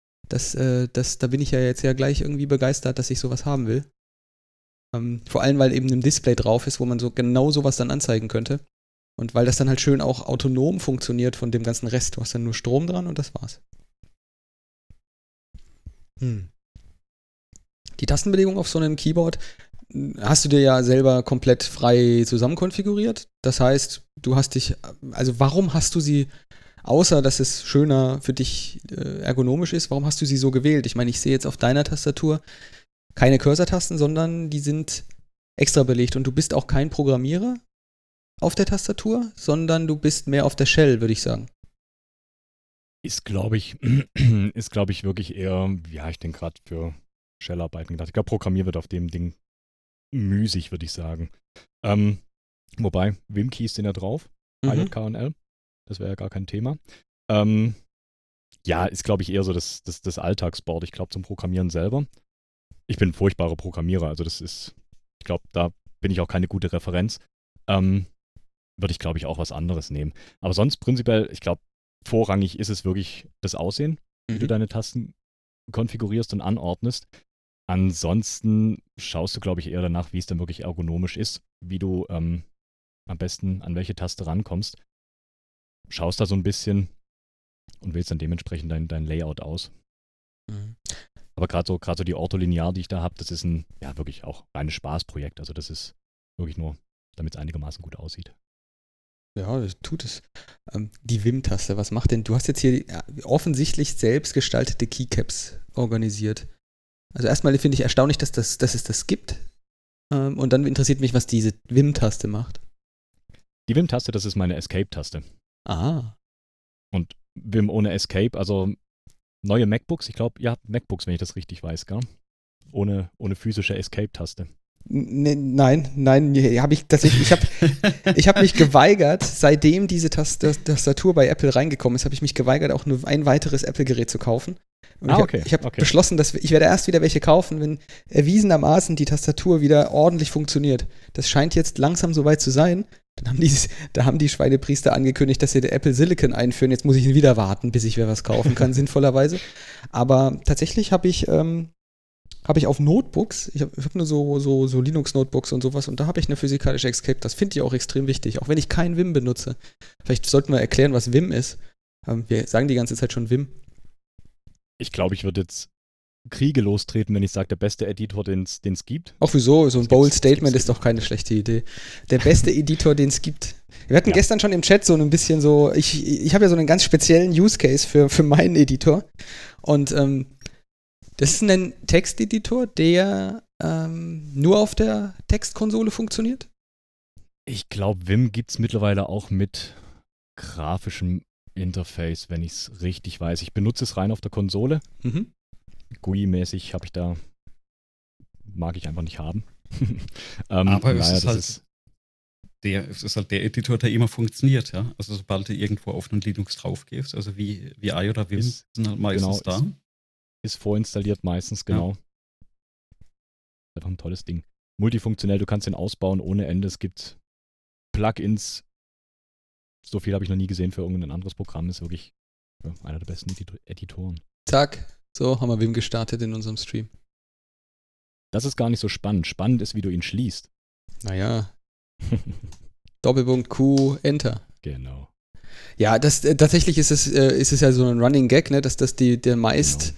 da bin ich ja jetzt ja gleich irgendwie begeistert, dass ich sowas haben will. Vor allem, weil eben ein Display drauf ist, wo man so genau sowas dann anzeigen könnte. Und weil das dann halt schön auch autonom funktioniert von dem ganzen Rest. Du hast dann nur Strom dran und das war's. Die Tastenbelegung auf so einem Keyboard hast du dir ja selber komplett frei zusammenkonfiguriert. Das heißt, warum hast du sie, außer dass es schöner für dich ergonomisch ist, warum hast du sie so gewählt? Ich meine, ich sehe jetzt auf deiner Tastatur keine Cursor-Tasten, sondern die sind extra belegt und du bist auch kein Programmierer auf der Tastatur, sondern du bist mehr auf der Shell, würde ich sagen. Ist, glaube ich, wirklich eher, ja, ich denke gerade für Shell-Arbeiten gedacht. Ich glaube, Programmier wird auf dem Ding müßig, würde ich sagen. Wobei, Wim-Keys sind ja drauf, IJK und L. Das wäre ja gar kein Thema. Ja, ist, glaube ich, eher so das Alltagsboard. Ich glaube, zum Programmieren selber. Ich bin ein furchtbarer Programmierer, also ich glaube, da bin ich auch keine gute Referenz. Würde ich, glaube ich, auch was anderes nehmen. Aber sonst prinzipiell, ich glaube, vorrangig ist es wirklich das Aussehen, wie du deine Tasten konfigurierst und anordnest. Ansonsten schaust du, glaube ich, eher danach, wie es dann wirklich ergonomisch ist, wie du am besten an welche Taste rankommst. Schaust da so ein bisschen und wählst dann dementsprechend dein Layout aus. Mhm. Aber gerade so die Ortholinear, die ich da habe, das ist ein, ja, wirklich auch reines Spaßprojekt. Also das ist wirklich nur, damit es einigermaßen gut aussieht. Ja, das tut es. Die Vim-Taste, was macht denn? Du hast jetzt hier offensichtlich selbst gestaltete Keycaps organisiert. Also erstmal finde ich erstaunlich, dass es das gibt. Und dann interessiert mich, was diese Vim-Taste macht. Die Vim-Taste, das ist meine Escape-Taste. Ah. Und Vim ohne Escape, also neue MacBooks, ich glaube, ja, MacBooks, wenn ich das richtig weiß, gell? Ohne physische Escape-Taste. Nein, habe ich tatsächlich. Ich habe mich geweigert, seitdem diese Tastatur bei Apple reingekommen ist, habe ich mich geweigert, auch nur ein weiteres Apple-Gerät zu kaufen. Und ich habe beschlossen, dass ich werde erst wieder welche kaufen, wenn erwiesenermaßen die Tastatur wieder ordentlich funktioniert. Das scheint jetzt langsam soweit zu sein. Da haben die Schweinepriester angekündigt, dass sie der Apple Silicon einführen. Jetzt muss ich wieder warten, bis ich wieder was kaufen kann, sinnvollerweise. Aber tatsächlich habe ich auf Notebooks, ich habe nur so Linux-Notebooks und sowas, und da habe ich eine physikalische Escape. Das finde ich auch extrem wichtig, auch wenn ich kein Vim benutze. Vielleicht sollten wir erklären, was Vim ist. Wir sagen die ganze Zeit schon Vim. Ich glaube, ich würde jetzt Kriege lostreten, wenn ich sage, der beste Editor, den es gibt. Auch wieso? So ein bold Statement ist doch keine schlechte Idee. Der beste Editor, den es gibt. Wir hatten gestern schon im Chat so ein bisschen so, ich habe ja so einen ganz speziellen Use Case für meinen Editor. Und das ist ein Texteditor, der nur auf der Textkonsole funktioniert? Ich glaube, Vim gibt es mittlerweile auch mit grafischem Interface, wenn ich es richtig weiß. Ich benutze es rein auf der Konsole. Mhm. GUI-mäßig mag ich einfach nicht haben. Aber es ist halt der Editor, der immer funktioniert, ja. Also sobald du irgendwo auf einen Linux drauf gehst, also wie I oder Vim sind halt meistens da. Ist vorinstalliert meistens, genau. Ja. Einfach ein tolles Ding. Multifunktionell, du kannst den ausbauen ohne Ende. Es gibt Plugins. So viel habe ich noch nie gesehen für irgendein anderes Programm. Ist wirklich einer der besten Editoren. Zack, so haben wir Vim gestartet in unserem Stream. Das ist gar nicht so spannend. Spannend ist, wie du ihn schließt. Naja. Doppelpunkt Q, Enter. Genau. Ja, tatsächlich ist es ja so ein Running Gag, ne, dass das der meist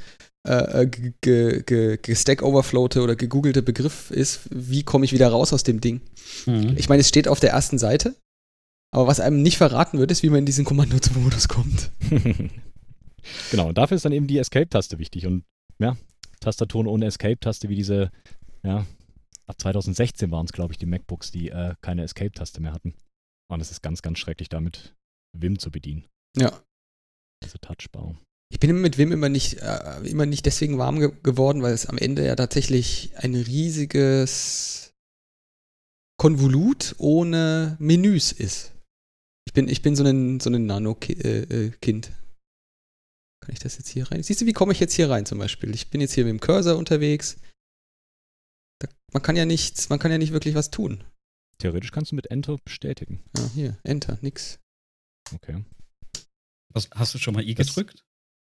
Stack Overflowte oder gegoogelte Begriff ist, wie komme ich wieder raus aus dem Ding. Mhm. Ich meine, es steht auf der ersten Seite, aber was einem nicht verraten wird, ist, wie man in diesen Kommandozmodus kommt. Genau, und dafür ist dann eben die Escape-Taste wichtig. Und ja, Tastaturen ohne Escape-Taste wie diese, ja, ab 2016 waren es, glaube ich, die MacBooks, die keine Escape-Taste mehr hatten. Und es ist ganz, ganz schrecklich, damit Vim zu bedienen. Ja. Diese Touchbar. Ich bin mit Vim immer nicht deswegen warm geworden, weil es am Ende ja tatsächlich ein riesiges Konvolut ohne Menüs ist. Ich bin so ein Nano-Kind. Kann ich das jetzt hier rein? Siehst du, wie komme ich jetzt hier rein zum Beispiel? Ich bin jetzt hier mit dem Cursor unterwegs. Man kann ja nicht wirklich was tun. Theoretisch kannst du mit Enter bestätigen. Ja, hier, Enter, nix. Okay. Hast du schon mal I gedrückt?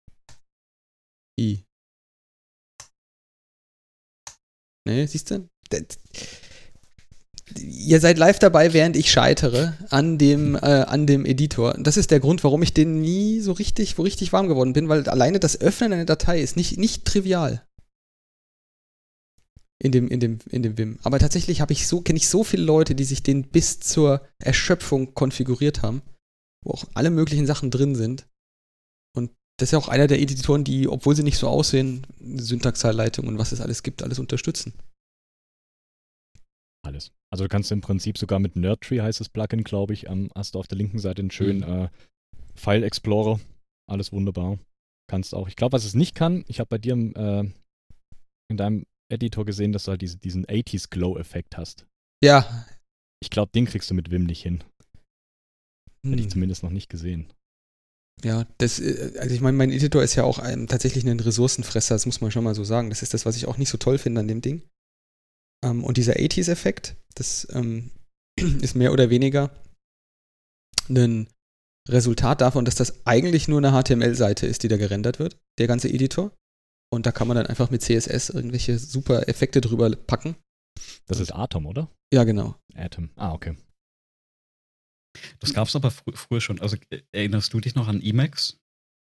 I. Ne, siehst du? Ihr seid live dabei, während ich scheitere an dem Editor. Das ist der Grund, warum ich den nie so richtig warm geworden bin, weil alleine das Öffnen einer Datei ist nicht trivial. In dem Vim. Aber tatsächlich kenne ich so viele Leute, die sich den bis zur Erschöpfung konfiguriert haben, wo auch alle möglichen Sachen drin sind. Und das ist ja auch einer der Editoren, die, obwohl sie nicht so aussehen, Syntaxhighlighting und was es alles gibt, alles unterstützen. Alles. Also du kannst im Prinzip sogar mit Nerdtree, heißt das Plugin, glaube ich, hast du auf der linken Seite einen schönen File Explorer. Alles wunderbar. Kannst auch. Ich glaube, was es nicht kann, ich habe bei dir in deinem Editor gesehen, dass du halt diesen 80s Glow-Effekt hast. Ja. Ich glaube, den kriegst du mit Vim nicht hin. Hätte ich zumindest noch nicht gesehen. Ja, also ich meine, mein Editor ist ja auch tatsächlich ein Ressourcenfresser, das muss man schon mal so sagen. Das ist das, was ich auch nicht so toll finde an dem Ding. Und dieser 80s-Effekt, das ist mehr oder weniger ein Resultat davon, dass das eigentlich nur eine HTML-Seite ist, die da gerendert wird, der ganze Editor. Und da kann man dann einfach mit CSS irgendwelche super Effekte drüber packen. Das ist Atom, oder? Ja, genau. Atom. Ah, okay. Das gab es aber früher schon. Also erinnerst du dich noch an Emacs?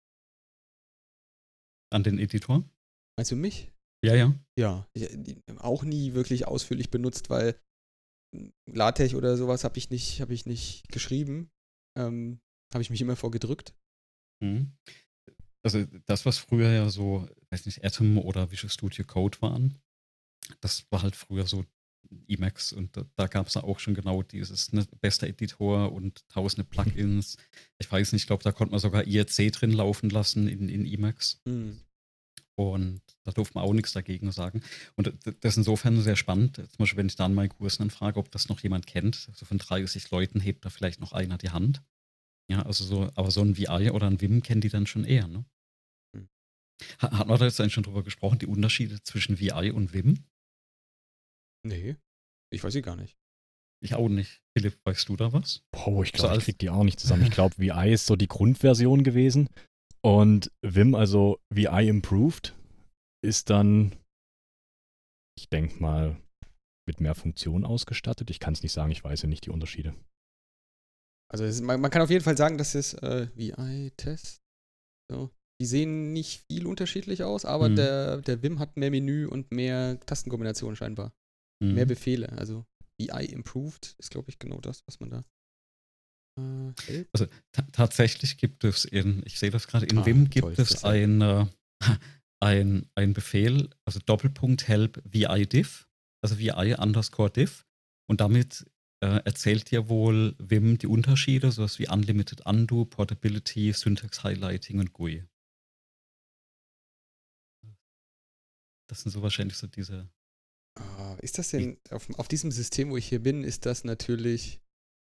An den Editor? Meinst du mich? Ja, ja. Ja, auch nie wirklich ausführlich benutzt, weil LaTeX oder sowas habe ich nicht geschrieben. Habe ich mich immer vorgedrückt. Mhm. Also das, was früher ja so, weiß nicht, Atom oder Visual Studio Code waren, das war halt früher so Emacs und da gab es ja auch schon genau dieses bester Editor und tausende Plugins. Ich weiß nicht, ich glaube, da konnte man sogar IRC drin laufen lassen in Emacs. Mhm. Und da durfte man auch nichts dagegen sagen. Und das ist insofern sehr spannend. Zum Beispiel, wenn ich da an meinen Kursen dann frage, ob das noch jemand kennt, so von 30 Leuten hebt da vielleicht noch einer die Hand. Ja, also so, aber so ein VI oder ein Vim kennen die dann schon eher, ne? Mhm. Hat man da jetzt eigentlich schon drüber gesprochen, die Unterschiede zwischen VI und Vim? Nee, ich weiß sie gar nicht. Ich auch nicht. Philipp, weißt du da was? Oh, ich glaube, So ich krieg die auch nicht zusammen. Ich glaube, VI ist so die Grundversion gewesen. Und Vim, also VI Improved, ist dann, ich denke mal, mit mehr Funktionen ausgestattet. Ich kann es nicht sagen, ich weiß ja nicht die Unterschiede. Also man kann auf jeden Fall sagen, dass es VI-Test, so, die sehen nicht viel unterschiedlich aus, aber der Vim hat mehr Menü und mehr Tastenkombinationen scheinbar. Mehr Befehle. Also VI Improved ist, glaube ich, genau das, was man da hält. Also tatsächlich gibt es ich sehe das gerade, in Vim gibt es ein Befehl, also Doppelpunkt help VI diff, also VI underscore diff. Und damit erzählt dir wohl Vim die Unterschiede, sowas wie Unlimited Undo, Portability, Syntax Highlighting und GUI. Das sind so wahrscheinlich so diese. Ist das denn, auf diesem System, wo ich hier bin, ist das natürlich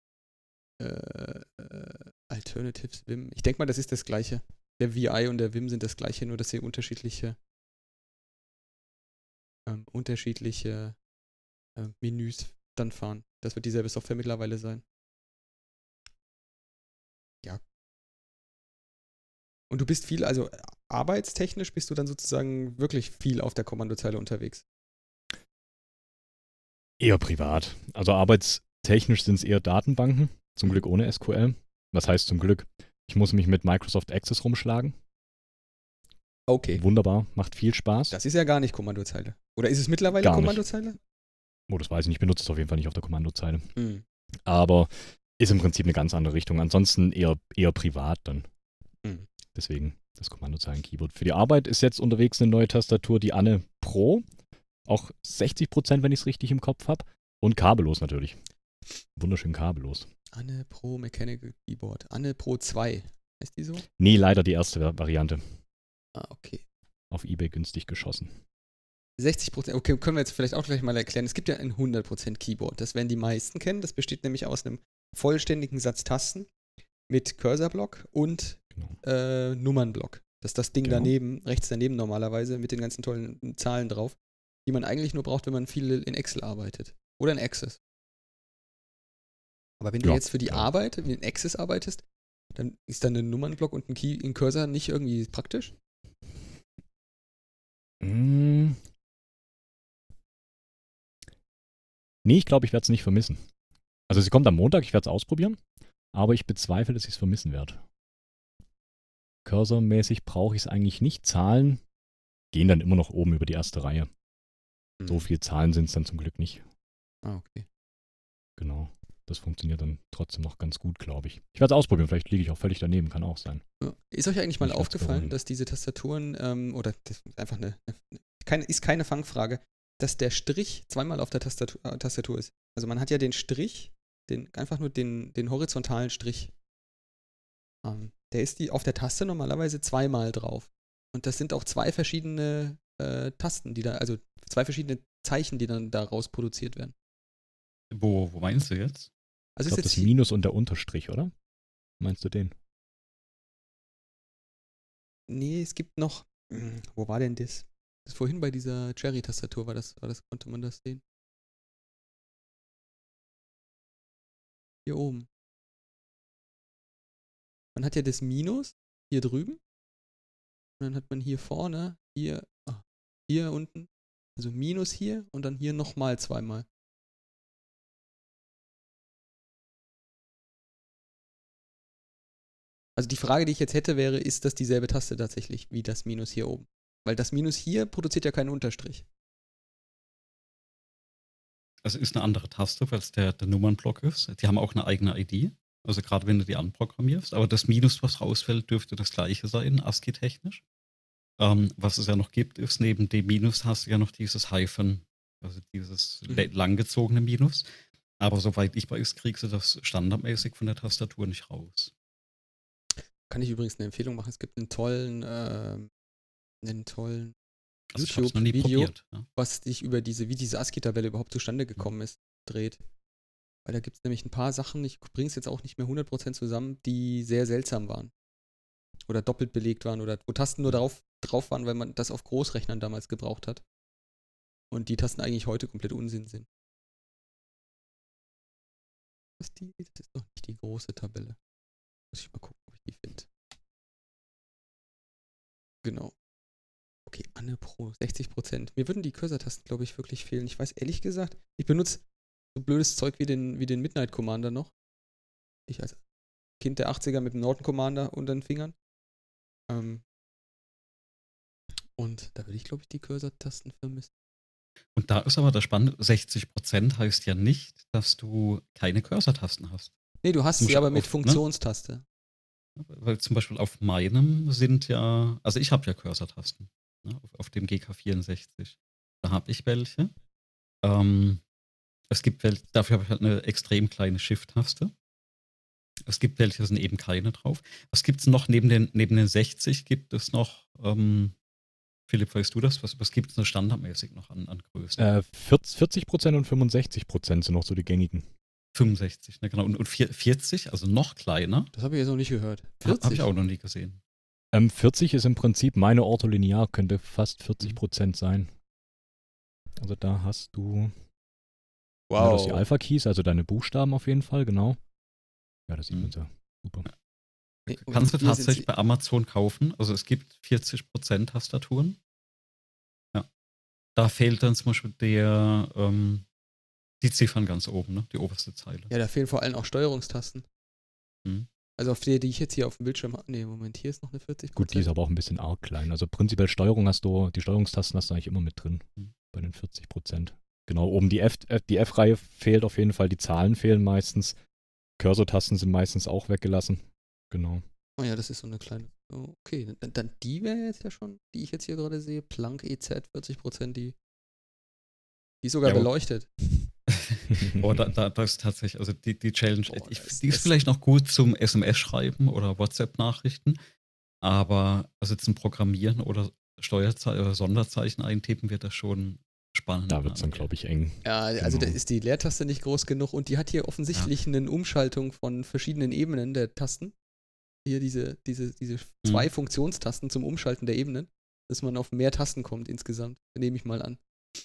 Alternatives Vim. Ich denke mal, das ist das gleiche. Der VI und der Vim sind das gleiche, nur dass sie unterschiedliche Menüs dann fahren. Das wird dieselbe Software mittlerweile sein. Ja. Und du bist viel, also arbeitstechnisch bist du dann sozusagen wirklich viel auf der Kommandozeile unterwegs. Eher privat. Also arbeitstechnisch sind es eher Datenbanken, zum Glück ohne SQL. Was heißt zum Glück? Ich muss mich mit Microsoft Access rumschlagen. Okay. Wunderbar, macht viel Spaß. Das ist ja gar nicht Kommandozeile. Oder ist es mittlerweile Gar nicht. Kommandozeile? Oh, das weiß ich nicht. Ich benutze es auf jeden Fall nicht auf der Kommandozeile. Mhm. Aber ist im Prinzip eine ganz andere Richtung. Ansonsten eher privat dann. Mhm. Deswegen das Kommandozeilen-Keyboard. Für die Arbeit ist jetzt unterwegs eine neue Tastatur, die Anne Pro. Auch 60%, wenn ich es richtig im Kopf habe. Und kabellos natürlich. Wunderschön kabellos. Anne Pro Mechanical Keyboard. Anne Pro 2. Heißt die so? Nee, leider die erste Variante. Ah, okay. Auf eBay günstig geschossen. 60%, okay, können wir jetzt vielleicht auch gleich mal erklären. Es gibt ja ein 100% Keyboard. Das werden die meisten kennen. Das besteht nämlich aus einem vollständigen Satz Tasten mit Cursorblock und Nummernblock. Das ist das Ding daneben, rechts daneben normalerweise, mit den ganzen tollen Zahlen drauf, die man eigentlich nur braucht, wenn man viel in Excel arbeitet. Oder in Access. Aber wenn du jetzt für die Arbeit in Access arbeitest, dann ist dann ein Nummernblock und ein Cursor nicht irgendwie praktisch? Nee, ich glaube, ich werde es nicht vermissen. Also sie kommt am Montag, ich werde es ausprobieren, aber ich bezweifle, dass ich es vermissen werde. Cursor-mäßig brauche ich es eigentlich nicht. Zahlen gehen dann immer noch oben über die erste Reihe. So viele Zahlen sind es dann zum Glück nicht. Ah, okay. Genau. Das funktioniert dann trotzdem noch ganz gut, glaube ich. Ich werde es ausprobieren, vielleicht liege ich auch völlig daneben, kann auch sein. Ist euch eigentlich mal aufgefallen, dass diese Tastaturen, oder das ist einfach ist keine Fangfrage, dass der Strich zweimal auf der Tastatur ist. Also man hat ja den Strich, einfach nur den horizontalen Strich. Der ist auf der Taste normalerweise zweimal drauf. Und das sind auch zwei verschiedene Tasten, also zwei verschiedene Zeichen, die dann daraus produziert werden. Wo meinst du jetzt? Also ich glaube, das Minus und der Unterstrich, oder? Meinst du den? Nee, es gibt noch. Wo war denn das? Das vorhin bei dieser Cherry-Tastatur konnte man das sehen. Hier oben. Man hat ja das Minus hier drüben. Und dann hat man hier vorne, hier unten, also Minus hier und dann hier nochmal zweimal. Also die Frage, die ich jetzt hätte, wäre, ist das dieselbe Taste tatsächlich wie das Minus hier oben? Weil das Minus hier produziert ja keinen Unterstrich. Also ist eine andere Taste, weil es der Nummernblock ist. Die haben auch eine eigene ID. Also gerade wenn du die anprogrammierst. Aber das Minus, was rausfällt, dürfte das gleiche sein, ASCII-technisch. Was es ja noch gibt, ist neben dem Minus hast du ja noch dieses Hyphen, also dieses langgezogene Minus. Aber soweit ich weiß, kriegst du das standardmäßig von der Tastatur nicht raus. Kann ich übrigens eine Empfehlung machen. Es gibt einen tollen Also ich habe es noch nie YouTube-Video, probiert. Ja. was dich über wie diese ASCII-Tabelle überhaupt zustande gekommen ist, dreht. Weil da gibt es nämlich ein paar Sachen, ich bringe es jetzt auch nicht mehr 100% zusammen, die sehr seltsam waren. Oder doppelt belegt waren oder wo Tasten nur drauf waren, weil man das auf Großrechnern damals gebraucht hat. Und die Tasten eigentlich heute komplett Unsinn sind. Das ist doch nicht die große Tabelle. Muss ich mal gucken, ob ich die finde. Genau. Okay, Anne Pro, 60%. Mir würden die Cursor-Tasten, glaube ich, wirklich fehlen. Ich weiß ehrlich gesagt, ich benutze so blödes Zeug wie den Midnight Commander noch. Ich als Kind der 80er mit dem Norton Commander unter den Fingern. Und da würde ich, glaube ich, die Cursor-Tasten vermissen. Und da ist aber das Spannende, 60% heißt ja nicht, dass du keine Cursor-Tasten hast. Nee, du hast sie aber mit ne? Funktionstaste. Weil zum Beispiel auf meinem sind ja, also ich habe ja Cursor-Tasten, ne, auf dem GK64. Da habe ich welche. Es gibt welche, dafür habe ich halt eine extrem kleine Shift-Taste. Es gibt welche, da sind eben keine drauf. Was gibt es noch neben den 60? Gibt es noch, Philipp, weißt du das? Was gibt es da standardmäßig noch an Größen? 40% und 65% sind noch so die gängigen. 65, ne, genau. Und 40, also noch kleiner. Das habe ich jetzt noch nicht gehört. 40? Habe ich auch noch nie gesehen. 40 ist im Prinzip meine Ortholinear, könnte fast 40% sein. Also da hast du das die Alpha-Keys, also deine Buchstaben auf jeden Fall, genau. Ja, das sieht man so. Super. Nee, kannst du tatsächlich bei Amazon kaufen. Also es gibt 40% Tastaturen. Ja. Da fehlt dann zum Beispiel die Ziffern ganz oben, ne? Die oberste Zeile. Ja, da fehlen vor allem auch Steuerungstasten. Also auf die ich jetzt hier auf dem Bildschirm habe. Nee, Moment, hier ist noch eine 40%. Gut, die ist aber auch ein bisschen arg klein. Also prinzipiell die Steuerungstasten hast du eigentlich immer mit drin. Bei den 40%. Genau, oben die F-Reihe fehlt auf jeden Fall, die Zahlen fehlen meistens. Cursor-Tasten sind meistens auch weggelassen. Genau. Oh ja, das ist so eine kleine. Oh, okay, dann die wäre jetzt ja schon, die ich jetzt hier gerade sehe. Planck EZ 40%, die ist sogar beleuchtet. Oh, da ist tatsächlich, also die Challenge, die ist vielleicht noch gut zum SMS-Schreiben oder WhatsApp-Nachrichten, aber also zum Programmieren oder Sonderzeichen eintippen wird das schon spannend. Da wird es dann, glaube ich, eng. Ja, also da ist die Leertaste nicht groß genug und die hat hier offensichtlich eine Umschaltung von verschiedenen Ebenen der Tasten. Hier diese 2 Funktionstasten zum Umschalten der Ebenen, dass man auf mehr Tasten kommt insgesamt, nehme ich mal an.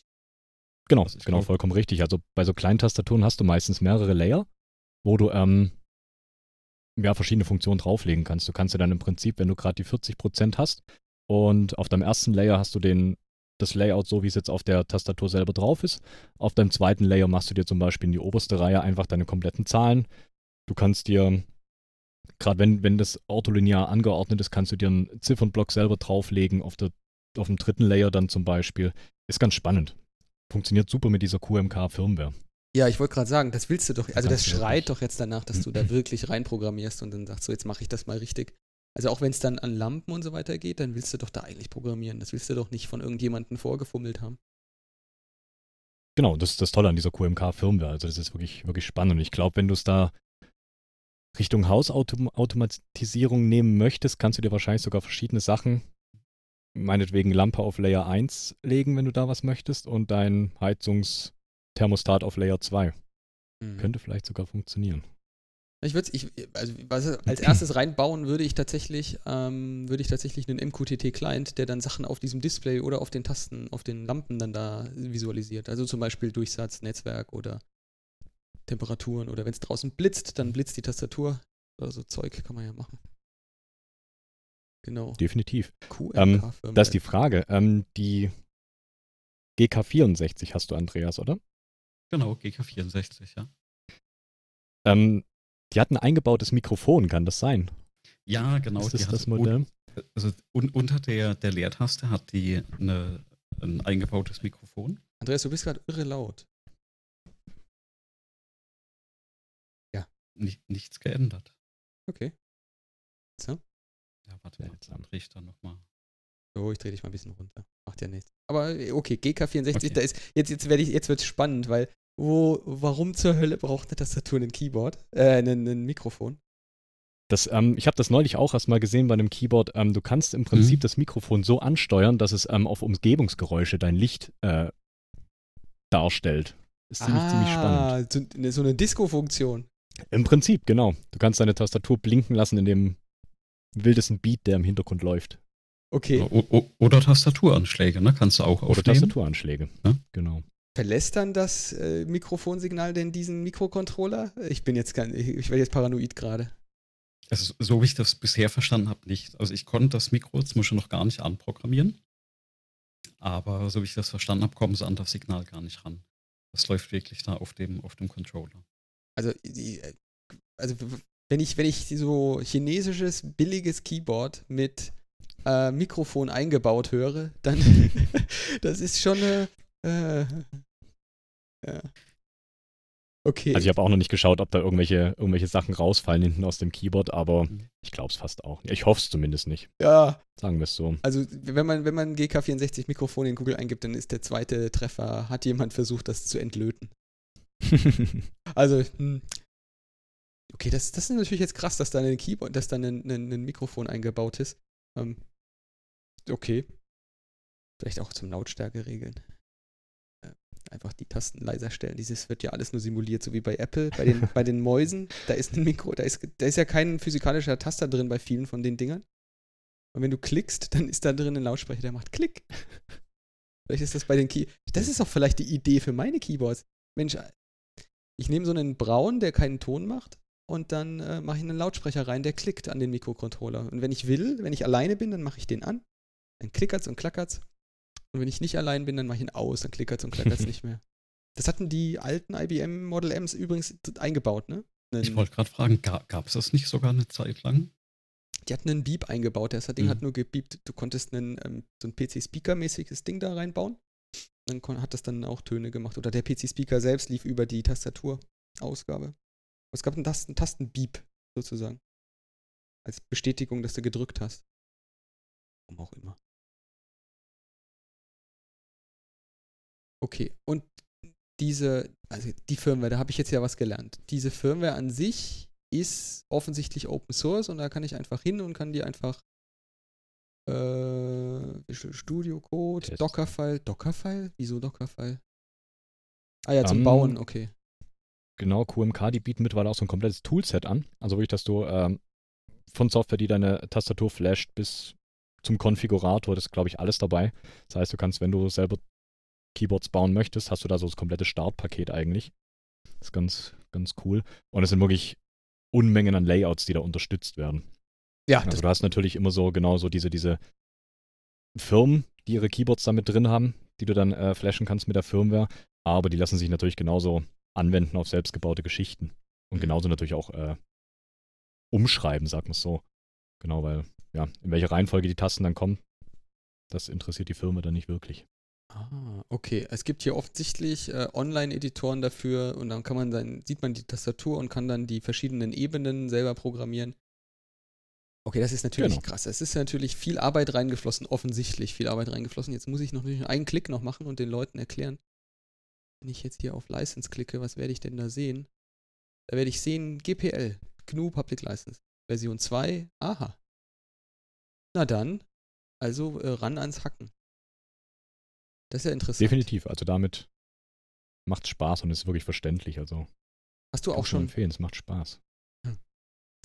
Genau, vollkommen richtig. Also bei so kleinen Tastaturen hast du meistens mehrere Layer, wo du verschiedene Funktionen drauflegen kannst. Du kannst dir dann im Prinzip, wenn du gerade die 40% hast und auf deinem ersten Layer hast du das Layout so, wie es jetzt auf der Tastatur selber drauf ist. Auf deinem zweiten Layer machst du dir zum Beispiel in die oberste Reihe einfach deine kompletten Zahlen. Du kannst dir, gerade wenn das ortholinear angeordnet ist, kannst du dir einen Ziffernblock selber drauflegen, auf dem dritten Layer dann zum Beispiel. Ist ganz spannend. Funktioniert super mit dieser QMK-Firmware. Ja, ich wollte gerade sagen, das willst du doch, also das schreit doch jetzt danach, dass du da wirklich reinprogrammierst und dann sagst so, jetzt mache ich das mal richtig. Also auch wenn es dann an Lampen und so weiter geht, dann willst du doch da eigentlich programmieren. Das willst du doch nicht von irgendjemandem vorgefummelt haben. Genau, das ist das Tolle an dieser QMK-Firmware. Also das ist wirklich, wirklich spannend. Und ich glaube, wenn du es da Richtung Hausautomatisierung nehmen möchtest, kannst du dir wahrscheinlich sogar verschiedene Sachen, meinetwegen Lampe auf Layer 1 legen, wenn du da was möchtest, und dein Heizungsthermostat auf Layer 2. Könnte vielleicht sogar funktionieren. Als erstes reinbauen würde ich tatsächlich einen MQTT-Client, der dann Sachen auf diesem Display oder auf den Tasten, auf den Lampen dann da visualisiert. Also zum Beispiel Durchsatz, Netzwerk oder Temperaturen oder wenn es draußen blitzt, dann blitzt die Tastatur. Oder so Zeug kann man ja machen. Genau. Definitiv. QMK-Firmware. Das ist die Frage. Die GK64 hast du, Andreas, oder? Genau, GK64, ja. Die hat ein eingebautes Mikrofon, kann das sein? Ja, genau. Ist das die das hat Modell? Unter der Leertaste hat die ein eingebautes Mikrofon. Andreas, du bist gerade irre laut. Ja. Nichts geändert. Okay. So. Ja, warte mal, dann drehe ich da nochmal. So, ich drehe dich mal ein bisschen runter. Macht ja nichts. Aber okay, GK64, Okay. da ist, jetzt wird es spannend, weil warum zur Hölle braucht eine Tastatur ein Keyboard? Ein Mikrofon? Ich habe das neulich auch erst mal gesehen bei einem Keyboard. Du kannst im Prinzip das Mikrofon so ansteuern, dass es auf Umgebungsgeräusche dein Licht darstellt. Ist ziemlich spannend. So eine Disco-Funktion. Im Prinzip, genau. Du kannst deine Tastatur blinken lassen in dem wildesten Beat, der im Hintergrund läuft. Okay. Oder Tastaturanschläge, ne? Kannst du auch aufnehmen. Oder Tastaturanschläge, ja? Genau. Verlässt dann das Mikrofonsignal denn diesen Mikrocontroller? Ich werde jetzt paranoid gerade. Also, so wie ich das bisher verstanden habe, nicht. Also ich konnte das Mikro jetzt noch gar nicht anprogrammieren. Aber so wie ich das verstanden habe, kommen sie an das Signal gar nicht ran. Das läuft wirklich da auf dem Controller. Also wenn ich so chinesisches, billiges Keyboard mit Mikrofon eingebaut höre, dann das ist schon ja. Okay. Also ich habe auch noch nicht geschaut, ob da irgendwelche Sachen rausfallen hinten aus dem Keyboard, aber ich glaube es fast auch. Ich hoffe es zumindest nicht. Ja. Sagen wir es so. Also wenn man GK64 Mikrofon in Google eingibt, dann ist der zweite Treffer, hat jemand versucht, das zu entlöten. Also, okay, das ist natürlich jetzt krass, dass da ein Keyboard, dass da ein Mikrofon eingebaut ist. Okay. Vielleicht auch zum Lautstärke regeln. Einfach die Tasten leiser stellen. Dieses wird ja alles nur simuliert, so wie bei Apple. Bei den Mäusen, da ist ein Mikro, da ist ja kein physikalischer Taster drin bei vielen von den Dingern. Und wenn du klickst, dann ist da drin ein Lautsprecher, der macht Klick. Vielleicht ist das bei den Das ist auch vielleicht die Idee für meine Keyboards. Mensch, ich nehme so einen Braun, der keinen Ton macht, und dann mache ich einen Lautsprecher rein, der klickt an den Mikrocontroller. Und wenn ich alleine bin, dann mache ich den an. Dann klickert's und klackert's. Und wenn ich nicht allein bin, dann mache ich ihn aus, dann klickert's und klackert's nicht mehr. Das hatten die alten IBM Model Ms übrigens eingebaut, ne? Ich wollte gerade fragen, gab es das nicht sogar eine Zeit lang? Die hatten einen Beep eingebaut, das Ding hat nur gebiept. Du konntest so ein PC-Speaker-mäßiges Ding da reinbauen. Dann hat das dann auch Töne gemacht. Oder der PC-Speaker selbst lief über die Tastaturausgabe. Es gab einen Tastenbeep sozusagen. Als Bestätigung, dass du gedrückt hast. Warum auch immer. Okay, und die Firmware, da habe ich jetzt ja was gelernt. Diese Firmware an sich ist offensichtlich Open Source und da kann ich einfach hin und kann die einfach Studio Code, Dockerfile? Wieso Dockerfile? Ah ja, zum Bauen, okay. Genau, QMK, die bieten mittlerweile auch so ein komplettes Toolset an. Also wirklich, dass du von Software, die deine Tastatur flasht, bis zum Konfigurator, das ist, glaube ich, alles dabei. Das heißt, du kannst, wenn du selber Keyboards bauen möchtest, hast du da so das komplette Startpaket eigentlich. Das ist ganz, ganz cool. Und es sind wirklich Unmengen an Layouts, die da unterstützt werden. Ja, also du hast natürlich immer so genauso diese Firmen, die ihre Keyboards da mit drin haben, die du dann flashen kannst mit der Firmware, aber die lassen sich natürlich genauso anwenden auf selbstgebaute Geschichten. Und genauso natürlich auch umschreiben, sagt man es so. Genau, weil, ja, in welcher Reihenfolge die Tasten dann kommen, das interessiert die Firma dann nicht wirklich. Ah, okay. Es gibt hier offensichtlich Online-Editoren dafür und dann sieht man die Tastatur und kann dann die verschiedenen Ebenen selber programmieren. Okay, das ist natürlich krass. Es ist natürlich viel Arbeit reingeflossen, offensichtlich viel Arbeit reingeflossen. Jetzt muss ich noch einen Klick noch machen und den Leuten erklären. Wenn ich jetzt hier auf License klicke, was werde ich denn da sehen? Da werde ich sehen GPL, GNU Public License, Version 2. Aha. Na dann, also ran ans Hacken. Das ist ja interessant. Definitiv, also damit macht es Spaß und ist wirklich verständlich. Also hast du auch schon empfehlen, es macht Spaß.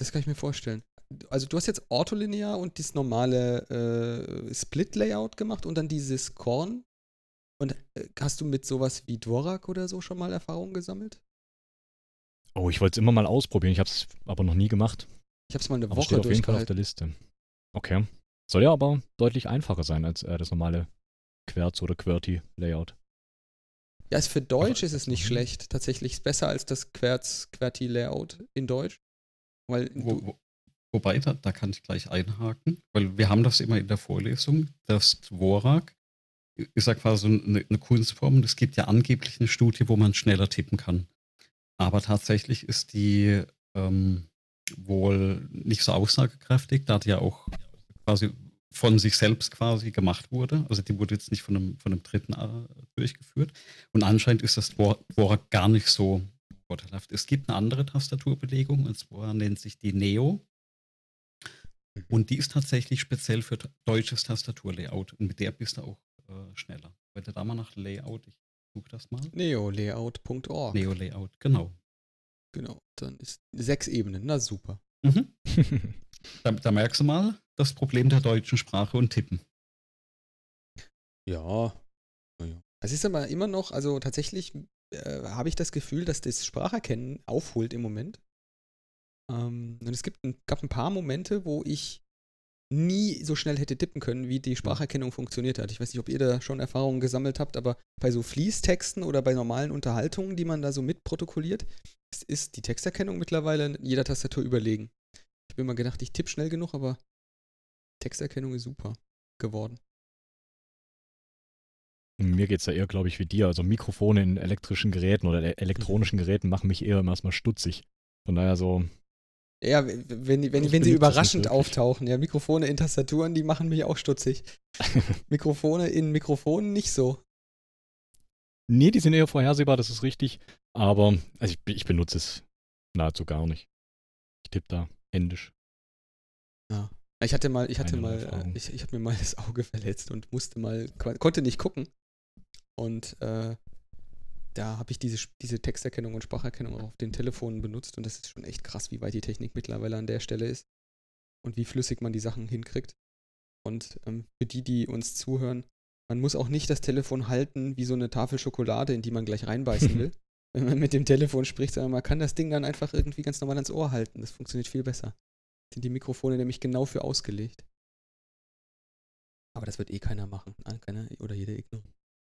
Das kann ich mir vorstellen. Also du hast jetzt ortholinear und das normale Split-Layout gemacht und dann dieses Korn. Und hast du mit sowas wie Dvorak oder so schon mal Erfahrungen gesammelt? Oh, ich wollte es immer mal ausprobieren, ich habe es aber noch nie gemacht. Ich habe es mal eine Aber Woche steht auf jeden Fall auf durchgehalten. der Liste. Okay. Soll ja aber deutlich einfacher sein als das normale Querz- oder QWERTY-Layout. Ja, für Deutsch Also, ist es nicht schlecht. Tatsächlich ist es besser als das QWERTY-Layout in Deutsch. Weil du, Wobei, da kann ich gleich einhaken, weil wir haben das immer in der Vorlesung. Das Dvorak ist ja quasi eine Kunstform und es gibt ja angeblich eine Studie, wo man schneller tippen kann. Aber tatsächlich ist die wohl nicht so aussagekräftig, da die ja auch quasi von sich selbst quasi gemacht wurde. Also die wurde jetzt nicht von einem Dritten durchgeführt. Und anscheinend ist das Dvorak gar nicht so vorteilhaft. Es gibt eine andere Tastaturbelegung, und zwar nennt sich die Neo. Und die ist tatsächlich speziell für deutsches Tastaturlayout. Und mit der bist du auch schneller. Wenn du da mal nach Layout, ich suche das mal. neolayout.org. Neo-Layout, genau. Genau. Dann ist 6 Ebenen. Na super. Mhm. Da merkst du mal das Problem der deutschen Sprache und Tippen. Ja. Naja. Es ist aber immer noch, also tatsächlich habe ich das Gefühl, dass das Spracherkennen aufholt im Moment. Und es gab ein paar Momente, wo ich nie so schnell hätte tippen können, wie die Spracherkennung funktioniert hat. Ich weiß nicht, ob ihr da schon Erfahrungen gesammelt habt, aber bei so Fließtexten oder bei normalen Unterhaltungen, die man da so mitprotokolliert, ist die Texterkennung mittlerweile jeder Tastatur überlegen. Ich habe immer gedacht, ich tippe schnell genug, aber Texterkennung ist super geworden. Mir geht es da eher, glaube ich, wie dir. Also Mikrofone in elektrischen Geräten oder elektronischen Geräten machen mich eher erstmal stutzig. Von daher so. Ja, wenn sie benutze das überraschend nicht wirklich. auftauchen. Ja, Mikrofone in Tastaturen, die machen mich auch stutzig. Mikrofone in Mikrofonen nicht so. Nee, die sind eher vorhersehbar, das ist richtig. Aber also ich benutze es nahezu gar nicht. Ich tippe da händisch. Ja. Ich habe Erfahrung. mir mal das Auge verletzt und konnte nicht gucken. Und da habe ich diese Texterkennung und Spracherkennung auch auf den Telefonen benutzt. Und das ist schon echt krass, wie weit die Technik mittlerweile an der Stelle ist. Und wie flüssig man die Sachen hinkriegt. Und für die uns zuhören, man muss auch nicht das Telefon halten wie so eine Tafel Schokolade, in die man gleich reinbeißen will. Wenn man mit dem Telefon spricht, sondern man kann das Ding dann einfach irgendwie ganz normal ans Ohr halten. Das funktioniert viel besser. Sind die Mikrofone nämlich genau für ausgelegt. Aber das wird eh keiner machen. Keiner oder jeder ignoriert.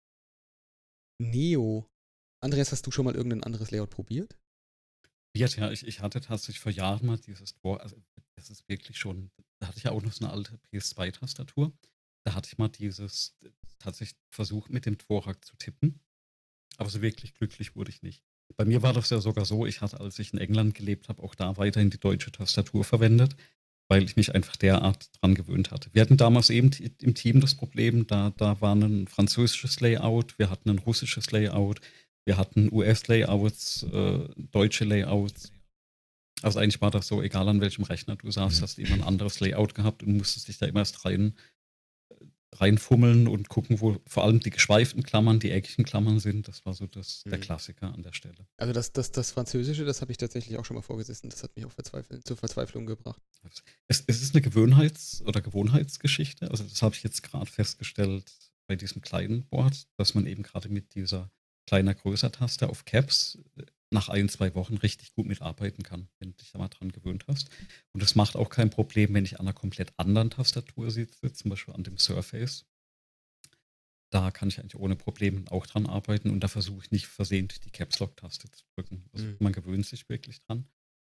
Neo. Andreas, hast du schon mal irgendein anderes Layout probiert? Ja, ich hatte tatsächlich vor Jahren mal dieses Dvorak, also das ist wirklich schon, da hatte ich ja auch noch so eine alte PS2-Tastatur. Da hatte ich mal dieses tatsächlich versucht, mit dem Dvorak zu tippen. Aber so wirklich glücklich wurde ich nicht. Bei mir war das ja sogar so, ich hatte, als ich in England gelebt habe, auch da weiterhin die deutsche Tastatur verwendet, weil ich mich einfach derart dran gewöhnt hatte. Wir hatten damals eben im Team das Problem, da war ein französisches Layout, wir hatten ein russisches Layout, wir hatten US-Layouts, deutsche Layouts. Also eigentlich war das so, egal an welchem Rechner du saßt, hast du immer ein anderes Layout gehabt und musstest dich da immer erst reinfummeln und gucken, wo vor allem die geschweiften Klammern, die eckigen Klammern sind. Das war so der Klassiker an der Stelle. Also das Französische, das habe ich tatsächlich auch schon mal vorgesessen. Das hat mich auch zur Verzweiflung gebracht. Es ist eine Gewohnheitsgeschichte. Also das habe ich jetzt gerade festgestellt bei diesem kleinen Board, dass man eben gerade mit dieser kleiner-größer-Taste auf Caps nach 1-2 Wochen richtig gut mitarbeiten kann, wenn du dich da mal dran gewöhnt hast. Und es macht auch kein Problem, wenn ich an einer komplett anderen Tastatur sitze, zum Beispiel an dem Surface. Da kann ich eigentlich ohne Probleme auch dran arbeiten und da versuche ich nicht versehentlich die Caps-Lock-Taste zu drücken. Also man gewöhnt sich wirklich dran.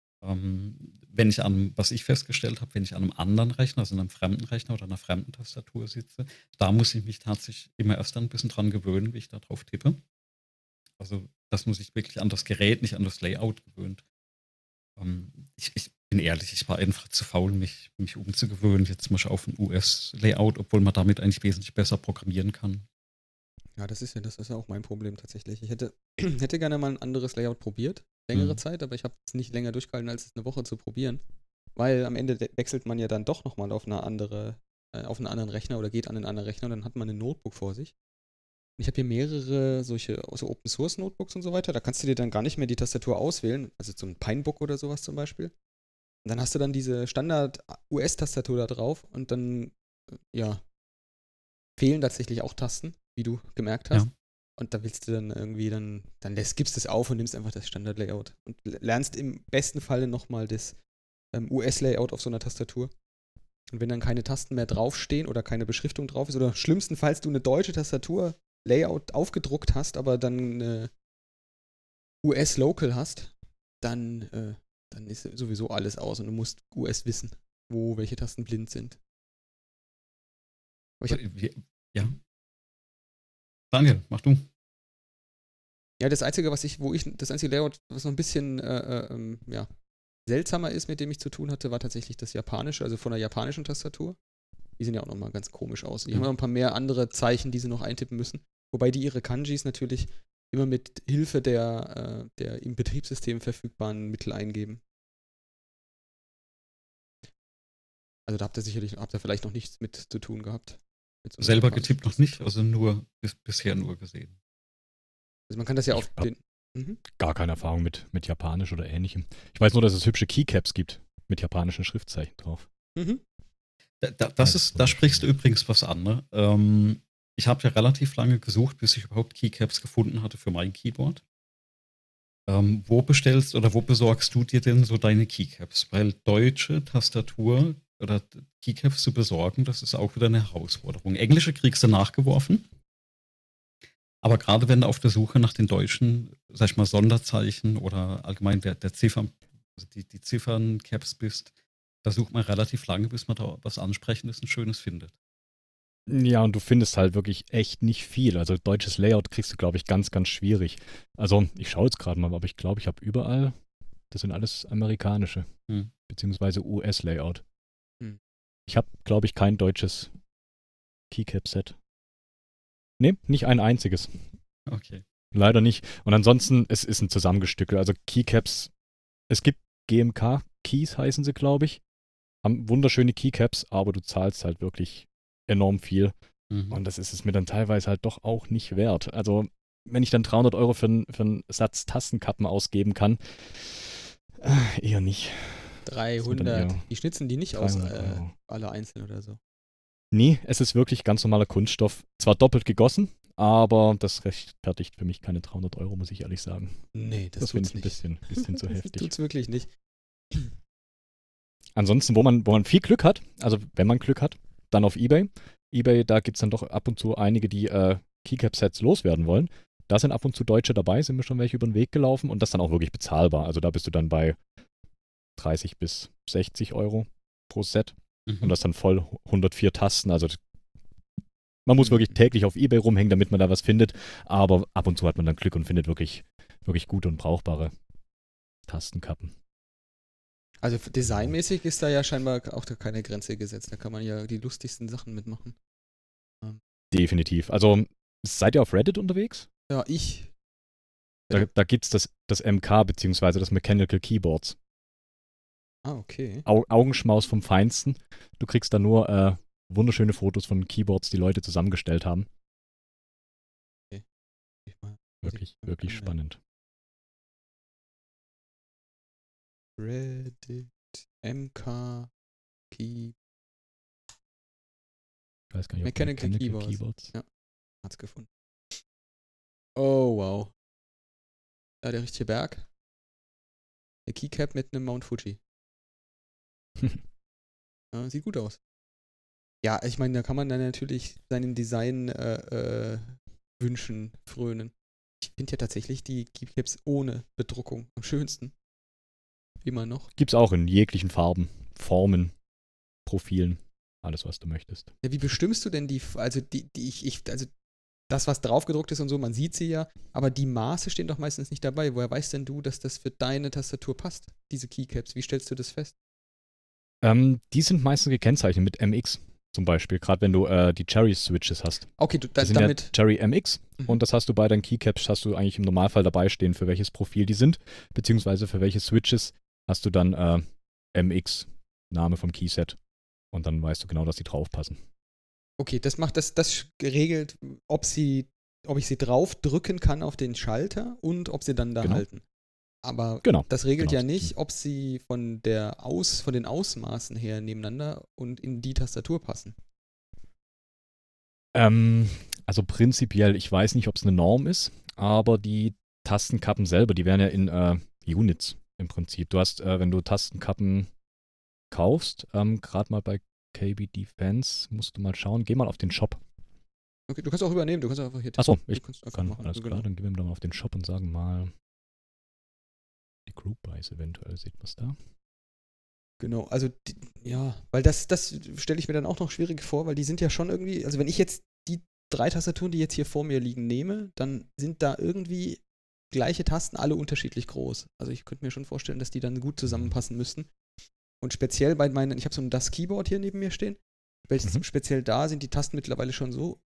Was ich festgestellt habe, wenn ich an einem anderen Rechner, also einem fremden Rechner oder einer fremden Tastatur sitze, da muss ich mich tatsächlich immer erst dann ein bisschen dran gewöhnen, wie ich da drauf tippe. Also das muss ich wirklich an das Gerät, nicht an das Layout gewöhnt. Ich bin ehrlich, ich war einfach zu faul, mich umzugewöhnen, jetzt zum Beispiel auf ein US-Layout, obwohl man damit eigentlich wesentlich besser programmieren kann. Ja, das ist ja auch mein Problem tatsächlich. Ich hätte gerne mal ein anderes Layout probiert, längere Zeit, aber ich habe es nicht länger durchgehalten, als es eine Woche zu probieren. Weil am Ende wechselt man ja dann doch nochmal auf einen anderen Rechner oder geht an einen anderen Rechner und dann hat man ein Notebook vor sich. Und ich habe hier mehrere solche Open-Source-Notebooks und so weiter. Da kannst du dir dann gar nicht mehr die Tastatur auswählen. Also so ein Pinebook oder sowas zum Beispiel. Und dann hast du dann diese Standard-US-Tastatur da drauf und dann, fehlen tatsächlich auch Tasten, wie du gemerkt hast. Ja. Und da willst du dann irgendwie, dann gibst du es auf und nimmst einfach das Standard-Layout und lernst im besten Falle nochmal das US-Layout auf so einer Tastatur. Und wenn dann keine Tasten mehr draufstehen oder keine Beschriftung drauf ist, oder schlimmstenfalls du eine deutsche Tastatur-Layout aufgedruckt hast, aber dann eine US-Local hast, dann ist sowieso alles aus und du musst US wissen, wo welche Tasten blind sind. Aber Ja. Daniel, mach du. ja, das einzige Layout, was noch ein bisschen seltsamer ist, mit dem ich zu tun hatte, war tatsächlich das japanische, also von der japanischen Tastatur. Die sehen ja auch nochmal ganz komisch aus. Die haben ja ein paar mehr andere Zeichen, die sie noch eintippen müssen. Wobei die ihre Kanjis natürlich immer mit Hilfe der im Betriebssystem verfügbaren Mittel eingeben. Also da habt ihr vielleicht noch nichts mit zu tun gehabt. So Selber getippt noch nicht, also bisher nur gesehen. Also man kann das ja Ich auf hab den... Gar keine Erfahrung mit Japanisch oder Ähnlichem. Ich weiß nur, dass es hübsche Keycaps gibt mit japanischen Schriftzeichen drauf. Mhm. Da sprichst du übrigens was an, ne? Ich habe ja relativ lange gesucht, bis ich überhaupt Keycaps gefunden hatte für mein Keyboard. Wo besorgst du dir denn so deine Keycaps? Weil deutsche Tastatur oder Keycaps zu besorgen, das ist auch wieder eine Herausforderung. Englische kriegst du nachgeworfen. Aber gerade wenn du auf der Suche nach den deutschen, sag ich mal, Sonderzeichen oder allgemein der Ziffern, also die Ziffern-Caps bist, da sucht man relativ lange, bis man da was Ansprechendes und Schönes findet. Ja, und du findest halt wirklich echt nicht viel. Also deutsches Layout kriegst du, glaube ich, ganz, ganz schwierig. Also ich schaue jetzt gerade mal, aber ich glaube, ich habe überall, das sind alles amerikanische, beziehungsweise US-Layout. Ich habe, glaube ich, kein deutsches Keycap-Set. Nee, nicht ein einziges. Okay. Leider nicht. Und ansonsten, es ist ein Zusammengestückel. Also Keycaps, es gibt GMK-Keys, heißen sie, glaube ich. Haben wunderschöne Keycaps, aber du zahlst halt wirklich enorm viel. Und das ist es mir dann teilweise halt doch auch nicht wert. Also, wenn ich dann 300 € für einen Satz Tastenkappen ausgeben kann, eher nicht. 300. Die schnitzen die nicht aus, 300 €. alle einzeln oder so. Nee, es ist wirklich ganz normaler Kunststoff. Zwar doppelt gegossen, aber das rechtfertigt für mich keine 300 €, muss ich ehrlich sagen. Nee, das finde tut's ich ein bisschen zu heftig. Das tut's wirklich nicht. Ansonsten, wo man viel Glück hat, also wenn man Glück hat, dann auf eBay. eBay, da gibt es dann doch ab und zu einige, die Keycap-Sets loswerden wollen. Da sind ab und zu Deutsche dabei, sind mir schon welche über den Weg gelaufen und das dann auch wirklich bezahlbar. Also da bist du dann bei 30 bis 60 € pro Set. Und das dann voll 104 Tasten. Also man muss wirklich täglich auf eBay rumhängen, damit man da was findet. Aber ab und zu hat man dann Glück und findet wirklich, wirklich gute und brauchbare Tastenkappen. Also designmäßig ist da ja scheinbar auch keine Grenze gesetzt. Da kann man ja die lustigsten Sachen mitmachen. Definitiv. Also seid ihr auf Reddit unterwegs? Ja, ich. Da gibt es das MK bzw. das Mechanical Keyboards. Ah, okay. Augenschmaus vom Feinsten. Du kriegst da nur wunderschöne Fotos von Keyboards, die Leute zusammengestellt haben. Okay. Wirklich, wirklich spannend. Reddit, MK, Key. Ich weiß gar nicht, Mechanical Keyboards. Ja, hat's gefunden. Oh, wow. Ja, der richtige Berg. Eine Keycap mit einem Mount Fuji. Ja, sieht gut aus. Ja, ich meine, da kann man dann natürlich seinen Design-Wünschen frönen. Ich finde ja tatsächlich die Keycaps ohne Bedruckung am schönsten. Immer noch. Gibt's auch in jeglichen Farben, Formen, Profilen, alles, was du möchtest. Ja, wie bestimmst du denn also das, was draufgedruckt ist und so, man sieht sie ja, aber die Maße stehen doch meistens nicht dabei. Woher weißt denn du, dass das für deine Tastatur passt, diese Keycaps? Wie stellst du das fest? Die sind meistens gekennzeichnet mit MX zum Beispiel, gerade wenn du die Cherry-Switches hast. Okay, das sind damit ja Cherry MX und das hast du bei deinen Keycaps, hast du eigentlich im Normalfall dabei stehen, für welches Profil die sind, beziehungsweise für welche Switches hast du dann MX, Name vom Keyset, und dann weißt du genau, dass die draufpassen. Okay, das regelt, ob ich sie drauf drücken kann auf den Schalter und ob sie dann da halten. Aber Genau. das regelt Genau. ja nicht, ob sie von den Ausmaßen her nebeneinander und in die Tastatur passen. Also prinzipiell, ich weiß nicht, ob es eine Norm ist, aber die Tastenkappen selber, die werden ja in Units im Prinzip. Du hast, wenn du Tastenkappen kaufst, gerade mal bei KB Defense, musst du mal schauen, geh mal auf den Shop. Okay, du kannst auch übernehmen, du kannst einfach hier Achso, du ich kannst einfach kann, machen. alles klar, dann gehen wir mal auf den Shop und sagen mal die Group Buys eventuell, sieht man es da? Genau, also weil das stelle ich mir dann auch noch schwierig vor, weil die sind ja schon irgendwie, also wenn ich jetzt die 3 Tastaturen, die jetzt hier vor mir liegen, nehme, dann sind da irgendwie gleiche Tasten, alle unterschiedlich groß. Also ich könnte mir schon vorstellen, dass die dann gut zusammenpassen müssten. Und speziell bei ich habe so ein Das Keyboard hier neben mir stehen, speziell da sind die Tasten mittlerweile schon so,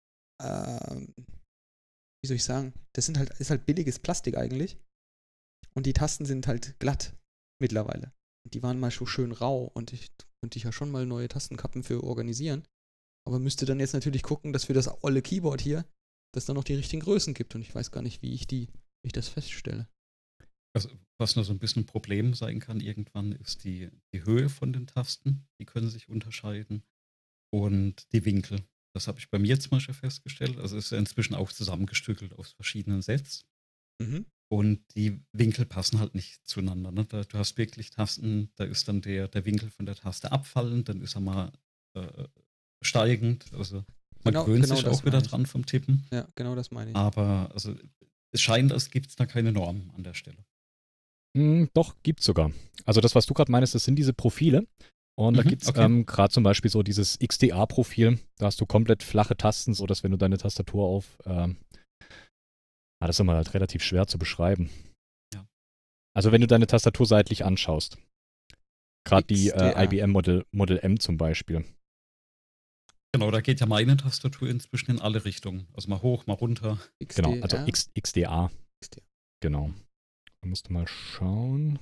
wie soll ich sagen, ist halt billiges Plastik eigentlich. Und die Tasten sind halt glatt mittlerweile. Die waren mal so schön rau und ich könnte ja schon mal neue Tastenkappen für organisieren. Aber müsste dann jetzt natürlich gucken, dass für das olle Keyboard hier, dass da noch die richtigen Größen gibt. Und ich weiß gar nicht, wie ich das feststelle. Also, was noch so ein bisschen ein Problem sein kann irgendwann, ist die Höhe von den Tasten. Die können sich unterscheiden. Und die Winkel. Das habe ich bei mir zum Beispiel festgestellt. Also es ist ja inzwischen auch zusammengestückelt aus verschiedenen Sets. Mhm. Und die Winkel passen halt nicht zueinander. Ne? Du hast wirklich Tasten, da ist dann der Winkel von der Taste abfallend, dann ist er mal steigend. Also man gewöhnt sich das auch wieder meine ich. dran vom Tippen. Ja, genau das meine ich. Aber also, es scheint, als gibt es da keine Norm an der Stelle. Doch, gibt's sogar. Also das, was du gerade meinst, das sind diese Profile. Und da gibt's okay. gerade zum Beispiel so dieses XDA-Profil. Da hast du komplett flache Tasten, sodass wenn du deine Tastatur auf das ist immer halt relativ schwer zu beschreiben. Ja. Also wenn du deine Tastatur seitlich anschaust, gerade die XDR. IBM Model M zum Beispiel. Genau, da geht ja meine Tastatur inzwischen in alle Richtungen. Also mal hoch, mal runter. Genau, also XDA. XDR. Genau. Da musst du mal schauen.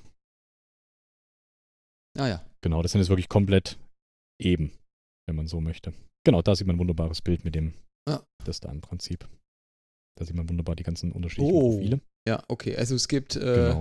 Ah ja. Genau, das sind jetzt wirklich komplett eben, wenn man so möchte. Genau, da sieht man ein wunderbares Bild mit dem, das da im Prinzip. Da sieht man wunderbar die ganzen unterschiedlichen Profile. Ja, okay. Also es gibt Genau.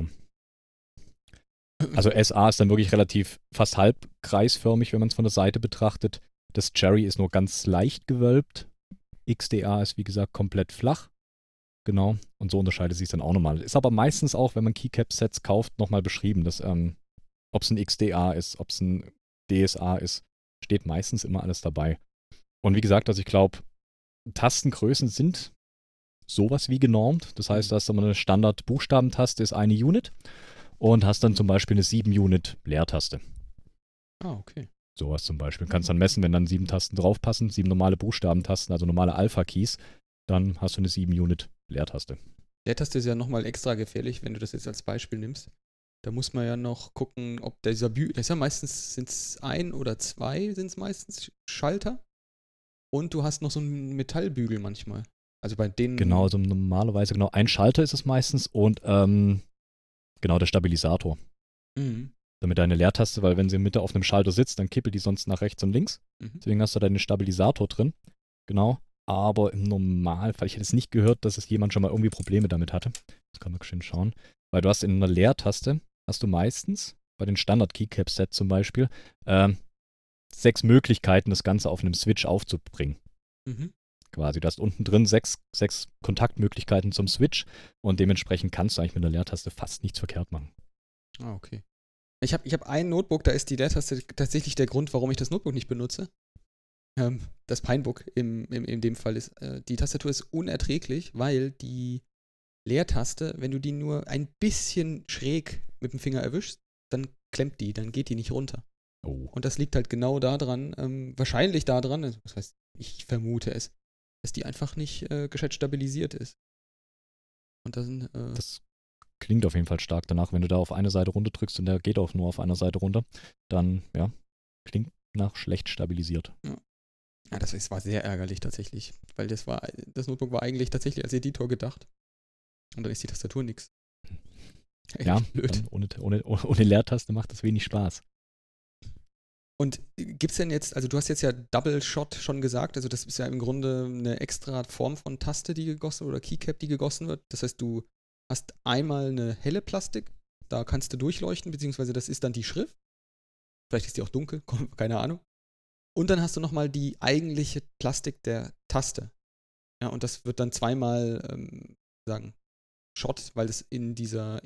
Also SA ist dann wirklich relativ fast halb kreisförmig, wenn man es von der Seite betrachtet. Das Cherry ist nur ganz leicht gewölbt. XDA ist wie gesagt komplett flach. Genau. Und so unterscheidet sich dann auch nochmal. Ist aber meistens auch, wenn man Keycap-Sets kauft, nochmal beschrieben, dass ob es ein XDA ist, ob es ein DSA ist, steht meistens immer alles dabei. Und wie gesagt, also ich glaube, Tastengrößen sind sowas wie genormt. Das heißt, da hast du mal eine Standard-Buchstabentaste, ist eine Unit und hast dann zum Beispiel eine 7-Unit-Leertaste. Ah, okay. Sowas zum Beispiel. Du kannst dann messen, wenn dann 7 Tasten draufpassen, 7 normale Buchstabentasten, also normale Alpha-Keys, dann hast du eine 7-Unit-Leertaste. Leertaste ist ja nochmal extra gefährlich, wenn du das jetzt als Beispiel nimmst. Da muss man ja noch gucken, ob das ist ja meistens, sind es 1 oder 2 sind es meistens Schalter. Und du hast noch so einen Metallbügel manchmal. Also bei denen. Genau, also normalerweise genau ein Schalter ist es meistens und genau der Stabilisator. Mhm. Damit deine Leertaste, weil wenn sie in Mitte auf einem Schalter sitzt, dann kippelt die sonst nach rechts und links. Deswegen hast du deinen Stabilisator drin. Genau. Aber im Normalfall, ich hätte es nicht gehört, dass es jemand schon mal irgendwie Probleme damit hatte. Das kann man schön schauen. Weil du hast in einer Leertaste, hast du meistens, bei den Standard-Keycap-Set zum Beispiel, 6 Möglichkeiten, das Ganze auf einem Switch aufzubringen. Mhm. Quasi. Du hast unten drin 6 Kontaktmöglichkeiten zum Switch und dementsprechend kannst du eigentlich mit einer Leertaste fast nichts verkehrt machen. Ah, okay. Ich hab ein Notebook, da ist die Leertaste tatsächlich der Grund, warum ich das Notebook nicht benutze. Das Pinebook in dem Fall ist, die Tastatur ist unerträglich, weil die Leertaste, wenn du die nur ein bisschen schräg mit dem Finger erwischst, dann klemmt die, dann geht die nicht runter. Oh. Und das liegt halt genau daran, wahrscheinlich daran, also das heißt, ich vermute es, dass die einfach nicht gescheit stabilisiert ist. Und dann, das klingt auf jeden Fall stark danach, wenn du da auf eine Seite runterdrückst und der geht auch nur auf einer Seite runter, dann, ja, klingt nach schlecht stabilisiert. Ja, das war sehr ärgerlich tatsächlich, weil das Notebook war eigentlich tatsächlich als Editor gedacht. Und dann ist die Tastatur nix. Ja, blöd. Ohne Leertaste macht das wenig Spaß. Und gibt's denn jetzt, also du hast jetzt ja Double Shot schon gesagt, also das ist ja im Grunde eine extra Form von Taste, die gegossen oder Keycap, die gegossen wird. Das heißt, du hast einmal eine helle Plastik Da kannst du durchleuchten, beziehungsweise das ist dann die Schrift. Vielleicht ist die auch dunkel, keine Ahnung. Und dann hast du nochmal die eigentliche Plastik der Taste. Ja, und das wird dann zweimal, Shot, weil es in dieser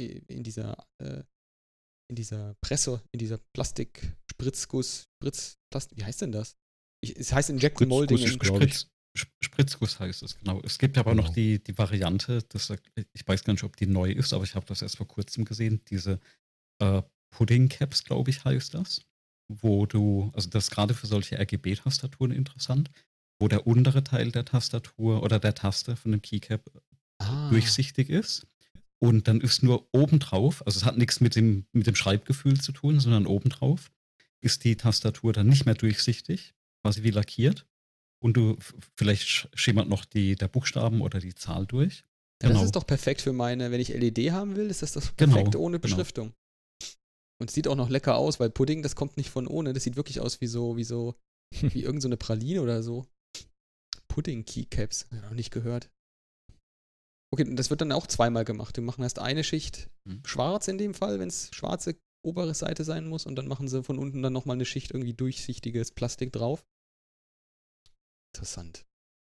Presse, in dieser Plastik-Spritzguss, wie heißt denn das? Es heißt Injection Molding. Spritzguss heißt es, genau. Es gibt aber noch die Variante, ich weiß gar nicht, ob die neu ist, aber ich habe das erst vor kurzem gesehen, diese Pudding Caps, glaube ich, heißt das. Also das ist gerade für solche RGB-Tastaturen interessant, wo der untere Teil der Tastatur oder der Taste von dem Keycap durchsichtig ist. Und dann ist nur obendrauf, also es hat nichts mit dem Schreibgefühl zu tun, sondern obendrauf ist die Tastatur dann nicht mehr durchsichtig, quasi wie lackiert. Und vielleicht schimmert noch der Buchstaben oder die Zahl durch. Ja, das ist doch perfekt für wenn ich LED haben will, ist das perfekt ohne Beschriftung. Und es sieht auch noch lecker aus, weil Pudding, das kommt nicht von ohne, das sieht wirklich aus wie irgend so eine Praline oder so. Pudding-Keycaps, habe ich noch nicht gehört. Okay, und das wird dann auch zweimal gemacht. Wir machen erst eine Schicht schwarz in dem Fall, wenn es schwarze obere Seite sein muss, und dann machen sie von unten dann nochmal eine Schicht irgendwie durchsichtiges Plastik drauf. Interessant.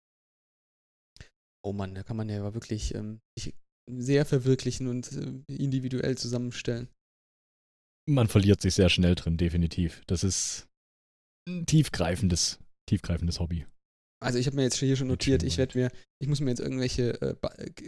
Oh Mann, da kann man ja wirklich sich sehr verwirklichen und individuell zusammenstellen. Man verliert sich sehr schnell drin, definitiv. Das ist ein tiefgreifendes Hobby. Also ich habe mir jetzt hier schon notiert, ich muss mir jetzt irgendwelche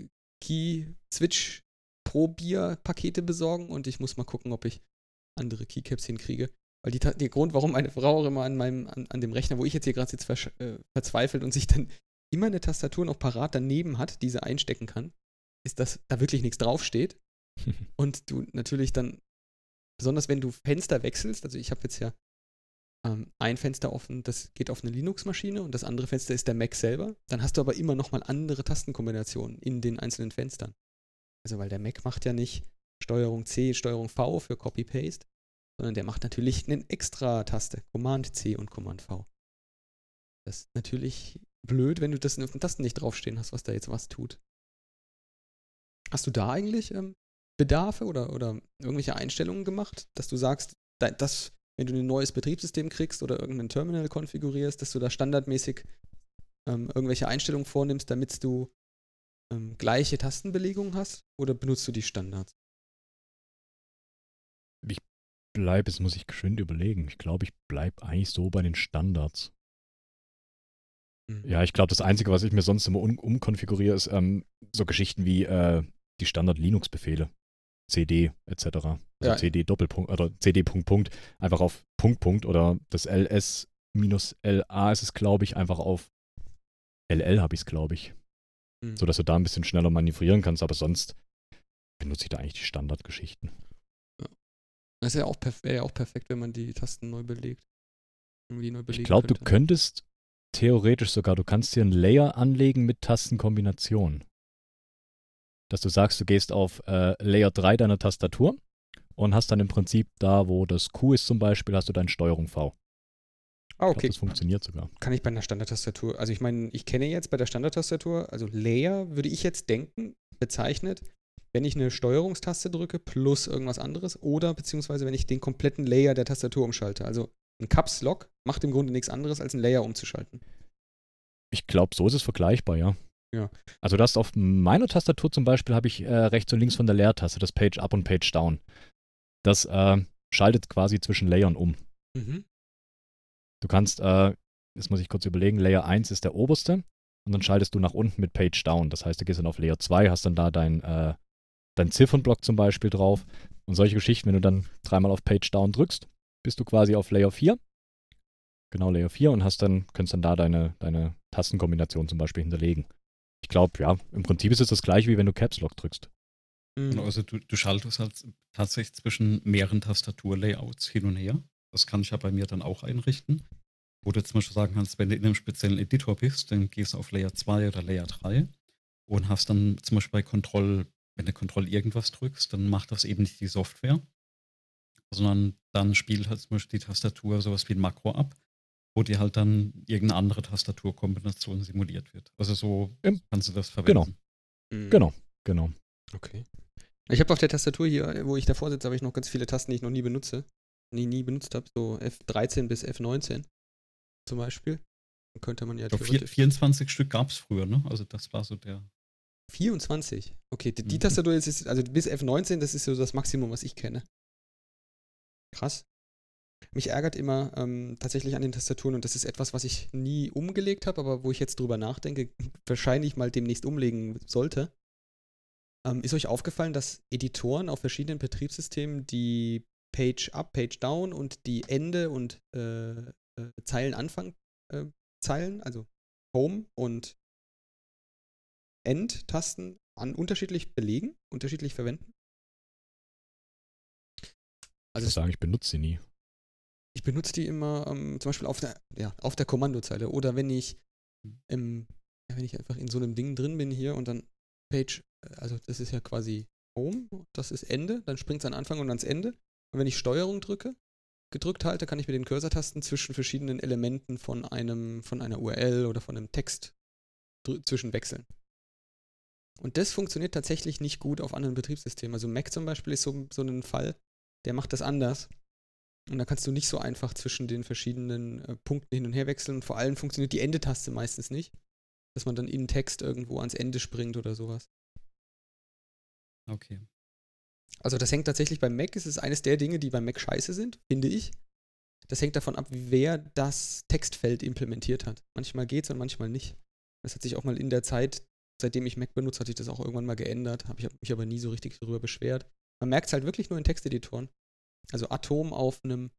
Key-Switch-Probier-Pakete besorgen, und ich muss mal gucken, ob ich andere Keycaps hinkriege. Weil der Grund, warum meine Frau auch immer an dem Rechner, wo ich jetzt hier gerade verzweifelt und sich dann immer eine Tastatur noch parat daneben hat, die sie einstecken kann, ist, dass da wirklich nichts draufsteht. Und du natürlich dann, besonders wenn du Fenster wechselst, also ich habe jetzt ja ein Fenster offen, das geht auf eine Linux-Maschine, und das andere Fenster ist der Mac selber, dann hast du aber immer nochmal andere Tastenkombinationen in den einzelnen Fenstern. Also weil der Mac macht ja nicht Steuerung C, Steuerung V für Copy-Paste, sondern der macht natürlich eine extra Taste, Command C und Command V. Das ist natürlich blöd, wenn du das auf den Tasten nicht draufstehen hast, was da jetzt was tut. Hast du da eigentlich Bedarfe oder irgendwelche Einstellungen gemacht, dass du sagst, wenn du ein neues Betriebssystem kriegst oder irgendein Terminal konfigurierst, dass du da standardmäßig irgendwelche Einstellungen vornimmst, damit du gleiche Tastenbelegungen hast, oder benutzt du die Standards? Jetzt muss ich geschwind überlegen. Ich glaube, ich bleibe eigentlich so bei den Standards. Ja, ich glaube, das Einzige, was ich mir sonst immer umkonfiguriere, ist so Geschichten wie die Standard-Linux-Befehle. CD etc. Also ja. CD Doppelpunkt oder CD Punkt, einfach auf Punkt oder das LS-LA ist es, glaube ich, einfach auf LL habe ich es, glaube ich. So dass du da ein bisschen schneller manövrieren kannst, aber sonst benutze ich da eigentlich die Standardgeschichten. Ja. Das ist ja wäre ja auch perfekt, wenn man die Tasten neu belegt. Ich glaube, du könntest theoretisch sogar, du kannst hier einen Layer anlegen mit Tastenkombinationen. Dass du sagst, du gehst auf Layer 3 deiner Tastatur und hast dann im Prinzip da, wo das Q ist zum Beispiel, hast du deine Steuerung V. Okay. Ich glaub, das funktioniert sogar. Kann ich bei einer Standardtastatur, also ich meine, ich kenne jetzt bei der Standardtastatur, also Layer würde ich jetzt denken, bezeichnet, wenn ich eine Steuerungstaste drücke plus irgendwas anderes, oder beziehungsweise wenn ich den kompletten Layer der Tastatur umschalte. Also ein Caps Lock macht im Grunde nichts anderes, als einen Layer umzuschalten. Ich glaube, so ist es vergleichbar, ja. Ja. Also das auf meiner Tastatur zum Beispiel habe ich rechts und links von der Leertaste das Page Up und Page Down. Das schaltet quasi zwischen Layern um. Mhm. Du kannst, jetzt muss ich kurz überlegen, Layer 1 ist der oberste und dann schaltest du nach unten mit Page Down. Das heißt, du gehst dann auf Layer 2, hast dann da dein Ziffernblock zum Beispiel drauf und solche Geschichten. Wenn du dann dreimal auf Page Down drückst, bist du quasi auf Layer 4. Genau, Layer 4 und kannst dann da deine Tastenkombination zum Beispiel hinterlegen. Ich glaube, ja, im Prinzip ist es das gleiche, wie wenn du Caps Lock drückst. Genau, also du schaltest halt tatsächlich zwischen mehreren Tastaturlayouts hin und her. Das kann ich ja bei mir dann auch einrichten. Wo du zum Beispiel sagen kannst, wenn du in einem speziellen Editor bist, dann gehst du auf Layer 2 oder Layer 3 und hast dann zum Beispiel wenn du Control irgendwas drückst, dann macht das eben nicht die Software, sondern dann spielt halt zum Beispiel die Tastatur sowas wie ein Makro ab, wo dir halt dann irgendeine andere Tastaturkombination simuliert wird. Also so kannst du das verwenden. Genau. Okay. Ich habe auf der Tastatur hier, wo ich davor sitze, habe ich noch ganz viele Tasten, die ich noch nie benutze. Nie benutzt habe, so F13 bis F19 zum Beispiel. Dann könnte man ja Ich glaube, theoretisch. 24 Stück gab es früher, ne? Also das war so der. 24? Okay, die Mhm. Tastatur jetzt ist, also bis F19, das ist so das Maximum, was ich kenne. Krass. Mich ärgert immer tatsächlich an den Tastaturen, und das ist etwas, was ich nie umgelegt habe, aber wo ich jetzt drüber nachdenke, wahrscheinlich mal demnächst umlegen sollte. Ist euch aufgefallen, dass Editoren auf verschiedenen Betriebssystemen die Page Up, Page Down und die Ende- und Zeilenanfang Zeilen, also Home und End-Tasten unterschiedlich belegen, unterschiedlich verwenden? Ich Also muss sagen, ich benutze sie nie. ich benutze die immer zum Beispiel auf der Kommandozeile, oder wenn ich einfach in so einem Ding drin bin hier und dann Page, also das ist ja quasi Home, das ist Ende, dann springt es an Anfang und ans Ende. Und wenn ich Steuerung gedrückt halte, kann ich mit den Cursor-Tasten zwischen verschiedenen Elementen von einer URL oder von einem Text zwischen wechseln. Und das funktioniert tatsächlich nicht gut auf anderen Betriebssystemen. Also Mac zum Beispiel ist so ein Fall, der macht das anders. Und da kannst du nicht so einfach zwischen den verschiedenen Punkten hin und her wechseln. Und vor allem funktioniert die Ende-Taste meistens nicht, dass man dann in Text irgendwo ans Ende springt oder sowas. Okay. Also das hängt tatsächlich beim Mac, es ist eines der Dinge, die beim Mac scheiße sind, finde ich. Das hängt davon ab, wer das Textfeld implementiert hat. Manchmal geht's und manchmal nicht. Das hat sich auch mal in der Zeit, seitdem ich Mac benutze, hat sich das auch irgendwann mal geändert. Habe ich mich aber nie so richtig darüber beschwert. Man merkt es halt wirklich nur in Texteditoren. Also Atom auf einem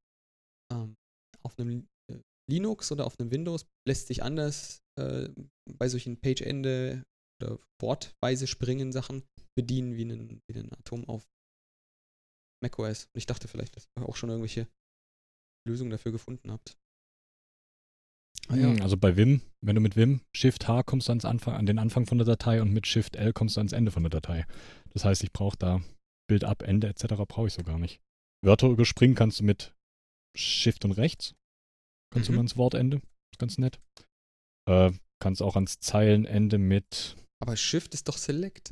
Linux oder auf einem Windows lässt sich anders bei solchen Page-Ende oder wortweise springen Sachen bedienen wie einen Atom auf macOS. Und ich dachte vielleicht, dass ihr auch schon irgendwelche Lösungen dafür gefunden habt. Also bei Vim, wenn du mit Vim Shift-H kommst du an den Anfang von der Datei und mit Shift-L kommst du ans Ende von der Datei. Das heißt, ich brauche da Bild-Up, Ende etc. brauche ich so gar nicht. Wörter überspringen kannst du mit Shift und rechts. Kannst du mal ans Wortende. Ist ganz nett. Kannst auch ans Zeilenende mit. Aber Shift ist doch Select.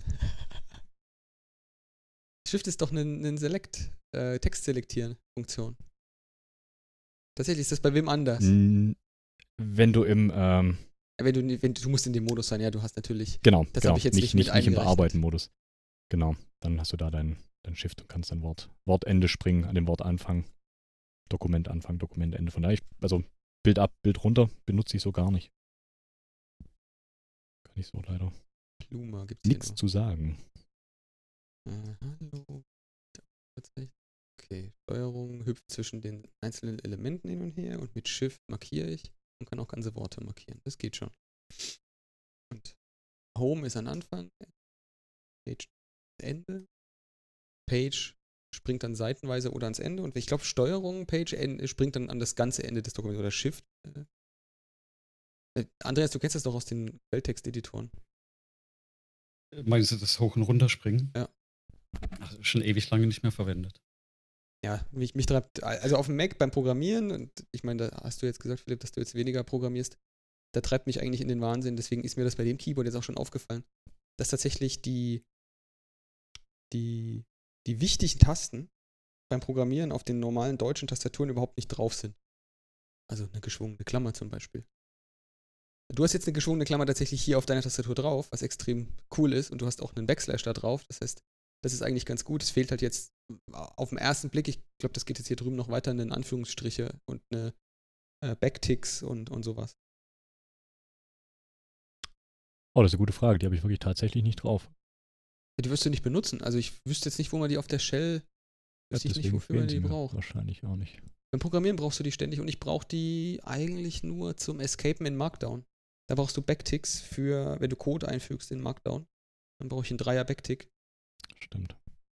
Shift ist doch eine Select, Text selektieren Funktion. Tatsächlich ist das bei Vim anders. Wenn du im. Du musst in dem Modus sein, ja, du hast natürlich. Genau, Das habe ich jetzt nicht mit im eingerechnet. Bearbeiten-Modus. Genau, dann hast du da dein Shift und kannst dann Wortende springen, an dem Wortanfang. Dokumentanfang, Dokumentende. Von daher, also Bild ab, Bild runter benutze ich so gar nicht. Kann ich so leider. Pluma gibt's Nichts hier noch. zu sagen. Hallo. Okay, Steuerung hüpft zwischen den einzelnen Elementen hin und her und mit Shift markiere ich und kann auch ganze Worte markieren. Das geht schon. Und Home ist am Anfang, Page Ende, Page springt dann seitenweise oder ans Ende, und ich glaube Steuerung, Page springt dann an das ganze Ende des Dokuments, oder Shift. Andreas, du kennst das doch aus den Quelltext-Editoren. Meinst du das Hoch- und Runterspringen? Ja. Ach, schon ewig lange nicht mehr verwendet. Ja, mich treibt, also auf dem Mac beim Programmieren, und ich meine, da hast du jetzt gesagt, Philipp, dass du jetzt weniger programmierst, da treibt mich eigentlich in den Wahnsinn, deswegen ist mir das bei dem Keyboard jetzt auch schon aufgefallen, dass tatsächlich die wichtigen Tasten beim Programmieren auf den normalen deutschen Tastaturen überhaupt nicht drauf sind. Also eine geschwungene Klammer zum Beispiel. Du hast jetzt eine geschwungene Klammer tatsächlich hier auf deiner Tastatur drauf, was extrem cool ist, und du hast auch einen Backslash da drauf, das heißt, das ist eigentlich ganz gut. Es fehlt halt jetzt auf den ersten Blick, ich glaube, das geht jetzt hier drüben noch weiter, in Anführungsstriche und eine Backticks und sowas. Oh, das ist eine gute Frage. Die habe ich wirklich tatsächlich nicht drauf. Ja, die wirst du nicht benutzen. Also ich wüsste jetzt nicht, wo man die auf der Shell, wüsste ich nicht, wofür man die braucht. Wahrscheinlich auch nicht. Beim Programmieren brauchst du die ständig, und ich brauche die eigentlich nur zum Escapen in Markdown. Da brauchst du Backticks für, wenn du Code einfügst in Markdown. Dann brauche ich einen 3er Backtick. Stimmt.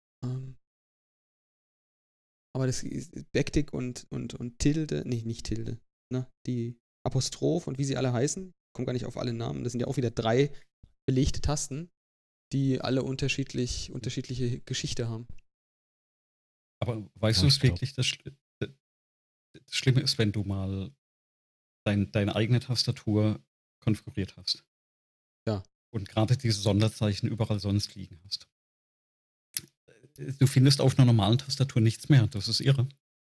Aber das Backtick und Tilde, nee, nicht Tilde, ne? Die Apostroph und wie sie alle heißen, ich komme gar nicht auf alle Namen, das sind ja auch wieder 3 belegte Tasten, die alle unterschiedliche Geschichte haben. Aber weißt du, was wirklich das Schlimme ist, wenn du mal deine eigene Tastatur konfiguriert hast? Ja. Und gerade diese Sonderzeichen überall sonst liegen hast. Du findest auf einer normalen Tastatur nichts mehr. Das ist irre.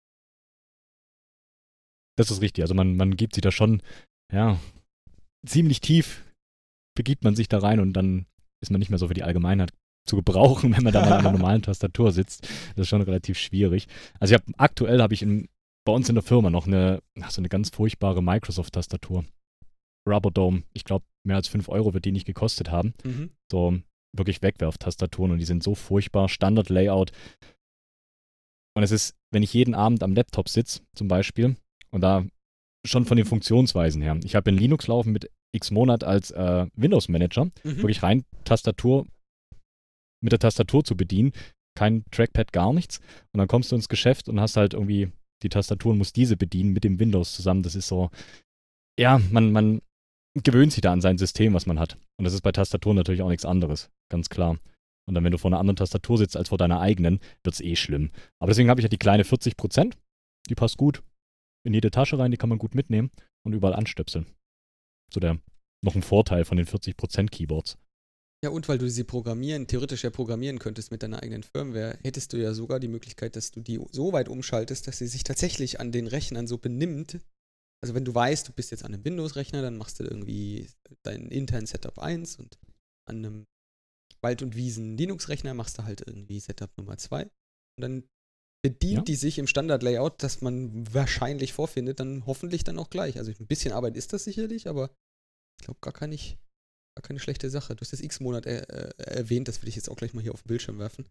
Das ist richtig. Also man gibt sich da schon, ja, ziemlich tief begibt man sich da rein und dann ist man nicht mehr so für die Allgemeinheit zu gebrauchen, wenn man da mal an einer normalen Tastatur sitzt. Das ist schon relativ schwierig. Also aktuell habe ich bei uns in der Firma noch so eine ganz furchtbare Microsoft-Tastatur. Rubber Dome. Ich glaube, mehr als 5 Euro wird die nicht gekostet haben. Mhm. So wirklich Wegwerftastaturen und die sind so furchtbar. Standard-Layout. Und es ist, wenn ich jeden Abend am Laptop sitze, zum Beispiel, und da schon von den Funktionsweisen her. Ich habe in Linux laufen mit X-Monat als Windows-Manager. Wirklich rein mit der Tastatur zu bedienen. Kein Trackpad, gar nichts. Und dann kommst du ins Geschäft und hast halt irgendwie die Tastatur und musst diese bedienen mit dem Windows zusammen. Das ist so, ja, man gewöhnt sich da an sein System, was man hat. Und das ist bei Tastaturen natürlich auch nichts anderes, ganz klar. Und dann, wenn du vor einer anderen Tastatur sitzt als vor deiner eigenen, wird es schlimm. Aber deswegen habe ich ja die kleine 40%. Die passt gut in jede Tasche rein, die kann man gut mitnehmen und überall anstöpseln. So noch ein Vorteil von den 40% Keyboards. Ja, und weil du sie theoretisch ja programmieren könntest mit deiner eigenen Firmware, hättest du ja sogar die Möglichkeit, dass du die so weit umschaltest, dass sie sich tatsächlich an den Rechnern so benimmt. Also wenn du weißt, du bist jetzt an einem Windows-Rechner, dann machst du irgendwie deinen internen Setup 1 und an einem Wald- und Wiesen-Linux-Rechner machst du halt irgendwie Setup Nummer 2. Und dann bedient die sich im Standard-Layout, das man wahrscheinlich vorfindet, dann hoffentlich dann auch gleich. Also ein bisschen Arbeit ist das sicherlich, aber ich glaube gar keine schlechte Sache. Du hast das X-Monat erwähnt, das will ich jetzt auch gleich mal hier auf den Bildschirm werfen.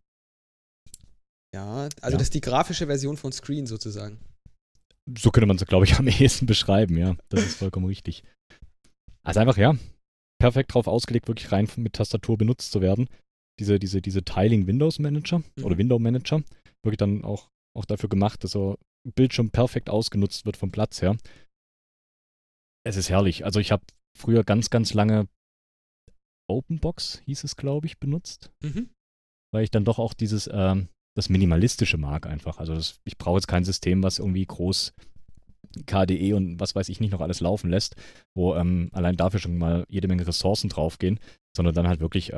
Ja, also das ist die grafische Version von Screen sozusagen. So könnte man es, glaube ich, am ehesten beschreiben, ja. Das ist vollkommen richtig. Also einfach, ja, perfekt drauf ausgelegt, wirklich rein mit Tastatur benutzt zu werden. Diese Tiling Windows Manager oder Window Manager, wirklich dann auch dafür gemacht, dass so ein Bildschirm perfekt ausgenutzt wird vom Platz her. Es ist herrlich. Also ich habe früher ganz, ganz lange OpenBox, hieß es, glaube ich, benutzt. Weil ich dann doch auch das Minimalistische mag einfach. Also ich brauche jetzt kein System, was irgendwie groß KDE und was weiß ich nicht noch alles laufen lässt, wo allein dafür schon mal jede Menge Ressourcen draufgehen, sondern dann halt wirklich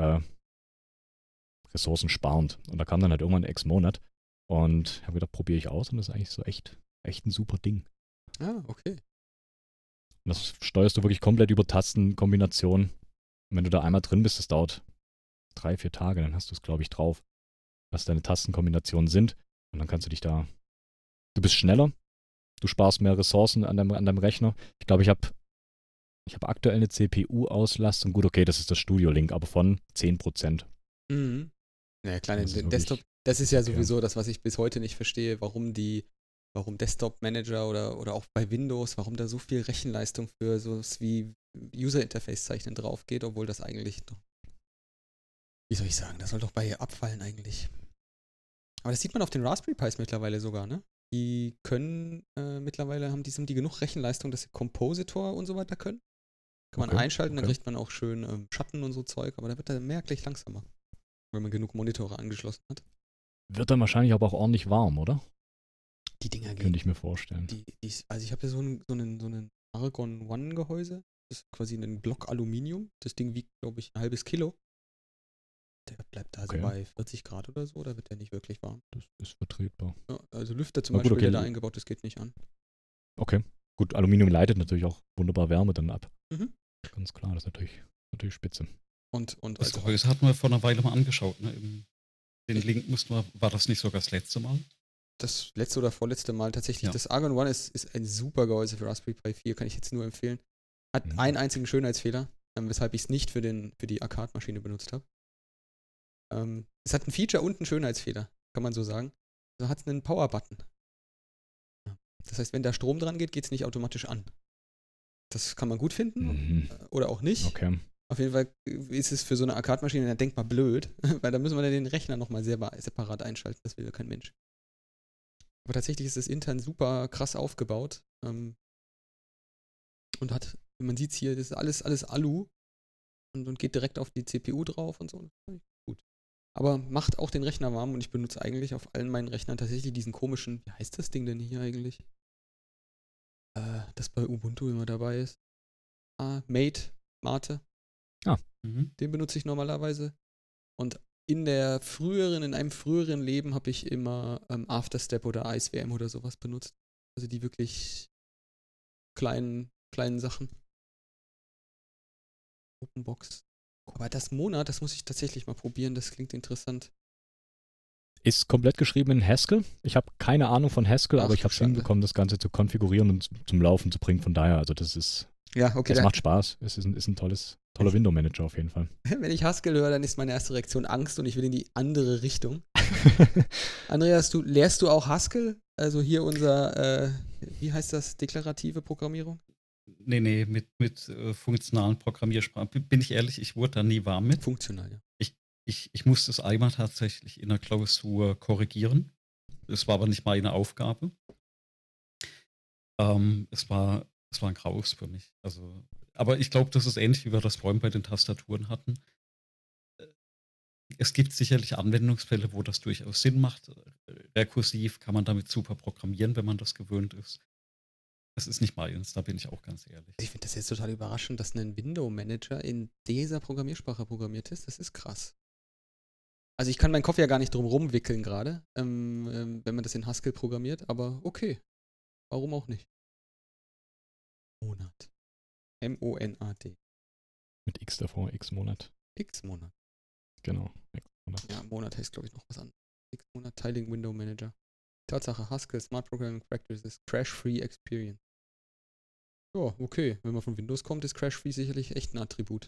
ressourcensparend. Und da kam dann halt irgendwann X-Monat und habe gedacht, probiere ich aus und das ist eigentlich so echt ein super Ding. Ah, okay. Und das steuerst du wirklich komplett über Tastenkombination. Und wenn du da einmal drin bist, das dauert 3-4 Tage, dann hast du es, glaube ich, drauf, was deine Tastenkombinationen sind. Und dann kannst du du bist schneller, du sparst mehr Ressourcen an deinem Rechner. Ich glaube, ich habe aktuell eine CPU-Auslastung. Gut, okay, das ist das Studio-Link, aber von 10%. Mhm. Naja, klar, Das ist Desktop, das ist ja okay. sowieso das, was ich bis heute nicht verstehe, warum Desktop-Manager oder auch bei Windows, warum da so viel Rechenleistung für sowas wie User-Interface-Zeichnen drauf geht, obwohl das eigentlich doch, wie soll ich sagen, das soll doch bei abfallen eigentlich. Aber das sieht man auf den Raspberry Pis mittlerweile sogar, ne? Die können mittlerweile, sind die genug Rechenleistung, dass sie Compositor und so weiter können. Kann man einschalten, dann kriegt man auch schön Schatten und so Zeug, aber da wird er merklich langsamer, wenn man genug Monitore angeschlossen hat. Wird dann wahrscheinlich aber auch ordentlich warm, oder? Die Dinger gehen. Könnte ich mir vorstellen. Also ich habe hier so einen Argon One Gehäuse. Das ist quasi ein Block Aluminium. Das Ding wiegt, glaube ich, ein halbes Kilo. Der bleibt da so bei 40 Grad oder so, da wird der nicht wirklich warm. Das ist vertretbar. Ja, also Lüfter zum Beispiel, der da eingebaut ist, geht nicht an. Okay. Gut, Aluminium leitet natürlich auch wunderbar Wärme dann ab. Mhm. Ganz klar, das ist natürlich spitze. Und das Gehäuse hatten wir vor einer Weile mal angeschaut. Ne? Den Link war das nicht sogar das letzte Mal? Das letzte oder vorletzte Mal tatsächlich. Ja. Das Argon One ist ein super Gehäuse für Raspberry Pi 4, kann ich jetzt nur empfehlen. Hat einen einzigen Schönheitsfehler, weshalb ich es nicht für die Arcade-Maschine benutzt habe. Es hat ein Feature und einen Schönheitsfehler, kann man so sagen. Also hat es einen Power-Button. Das heißt, wenn da Strom dran geht, geht es nicht automatisch an. Das kann man gut finden oder auch nicht. Okay. Auf jeden Fall ist es für so eine Arcade-Maschine dann denkbar blöd, weil da müssen wir dann den Rechner nochmal separat einschalten. Das will ja kein Mensch. Aber tatsächlich ist es intern super krass aufgebaut. Und man sieht es hier, das ist alles Alu und geht direkt auf die CPU drauf und so. Gut. Aber macht auch den Rechner warm und ich benutze eigentlich auf allen meinen Rechnern tatsächlich diesen komischen, wie heißt das Ding denn hier eigentlich? Das bei Ubuntu immer dabei ist. Mate. Den benutze ich normalerweise. Und in einem früheren Leben habe ich immer Afterstep oder IceVM oder sowas benutzt. Also die wirklich kleinen Sachen. Openbox. Aber das muss ich tatsächlich mal probieren, das klingt interessant. Ist komplett geschrieben in Haskell. Ich habe keine Ahnung von Haskell, Ach, aber ich du habe es Schande. hinbekommen, das Ganze zu konfigurieren und zum Laufen zu bringen. Von daher, also das ist, Ja, okay. es macht Spaß. Es ist ein toller Window-Manager auf jeden Fall. Wenn ich Haskell höre, dann ist meine erste Reaktion Angst und ich will in die andere Richtung. Andreas, lehrst du auch Haskell? Also hier unser, wie heißt das, deklarative Programmierung? Nee, mit funktionalen Programmiersprachen. Bin ich ehrlich, ich wurde da nie warm mit. Funktional, ja. Ich musste es einmal tatsächlich in der Klausur korrigieren. Es war aber nicht meine Aufgabe. Es war ein Graus für mich. Also, aber ich glaube, das ist ähnlich, wie wir das vorhin bei den Tastaturen hatten. Es gibt sicherlich Anwendungsfälle, wo das durchaus Sinn macht. Rekursiv kann man damit super programmieren, wenn man das gewöhnt ist. Das ist nicht meins, da bin ich auch ganz ehrlich. Ich finde das jetzt total überraschend, dass ein Window-Manager in dieser Programmiersprache programmiert ist. Das ist krass. Also ich kann meinen Kopf ja gar nicht drum rumwickeln gerade, wenn man das in Haskell programmiert, aber okay. Warum auch nicht? Monat. M-O-N-A-D. Mit X davor, X-Monat. X-Monat. Genau, X-Monat. Ja, Monat heißt, glaube ich, noch was anderes. X-Monat Tiling Window Manager. Tatsache, Haskell, Smart Programming Practices, Crash-Free Experience. Ja, okay. Wenn man von Windows kommt, ist Crash-Free sicherlich echt ein Attribut.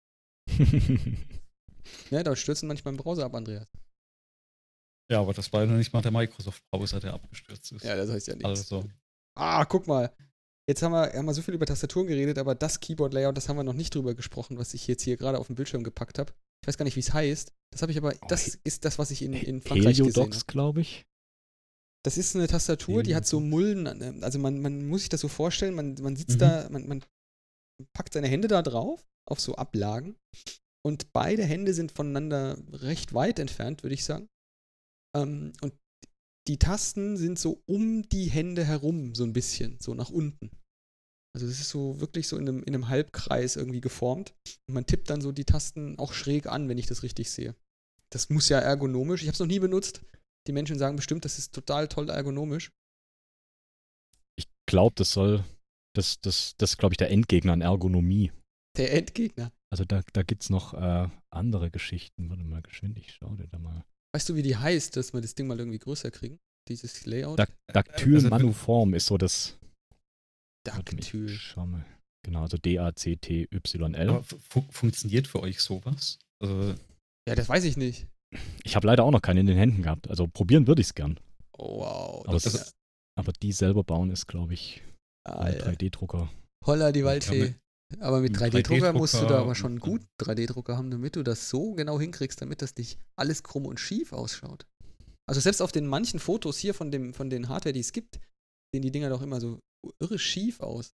Ja, da stürzen manchmal im Browser ab, Andreas. Ja, aber das war ja noch nicht mal der Microsoft-Browser, der abgestürzt ist. Ja, das heißt ja nichts. Also, Guck mal. Jetzt haben wir so viel über Tastaturen geredet, aber das Keyboard-Layout, das haben wir noch nicht drüber gesprochen, was ich jetzt hier gerade auf dem Bildschirm gepackt habe. Ich weiß gar nicht, wie es heißt. Das habe ich aber, das ist das, was ich in Frankreich gesehen Heliodox, habe. glaube ich. Das ist eine Tastatur, die hat so Mulden. Also man muss sich das so vorstellen, man sitzt da, man packt seine Hände da drauf, auf so Ablagen. Und beide Hände sind voneinander recht weit entfernt, würde ich sagen. Und die Tasten sind so um die Hände herum, so ein bisschen, so nach unten. Also das ist so wirklich so in einem Halbkreis irgendwie geformt. Und man tippt dann so die Tasten auch schräg an, wenn ich das richtig sehe. Das muss ja ergonomisch. Ich habe es noch nie benutzt. Die Menschen sagen bestimmt, das ist total toll ergonomisch. Ich glaube, das ist, glaube ich, der Endgegner an Ergonomie. Der Endgegner. Also da gibt es noch andere Geschichten. Warte mal, geschwind, ich schau dir da mal. Weißt du, wie die heißt, dass wir das Ding mal irgendwie größer kriegen? Dieses Layout? Dactyl also- Manuform ist so das. Dactyl. Schau mal. Genau, also D-A-C-T-Y-L. aber funktioniert für euch sowas? Also, Ja, das weiß ich nicht. Ich habe leider auch noch keine in den Händen gehabt. Also probieren würde ich es gern. Oh, wow. Aber, aber die selber bauen ist, glaube ich, ein 3D-Drucker. Holla die Ja, Waldfee. Aber mit mit 3D-Drucker musst du da aber schon einen und- guten 3D-Drucker haben, damit du das so genau hinkriegst, damit das nicht alles krumm und schief ausschaut. Also selbst auf den manchen Fotos hier von den Hardware, die es gibt, sehen die Dinger doch immer so irre schief aus.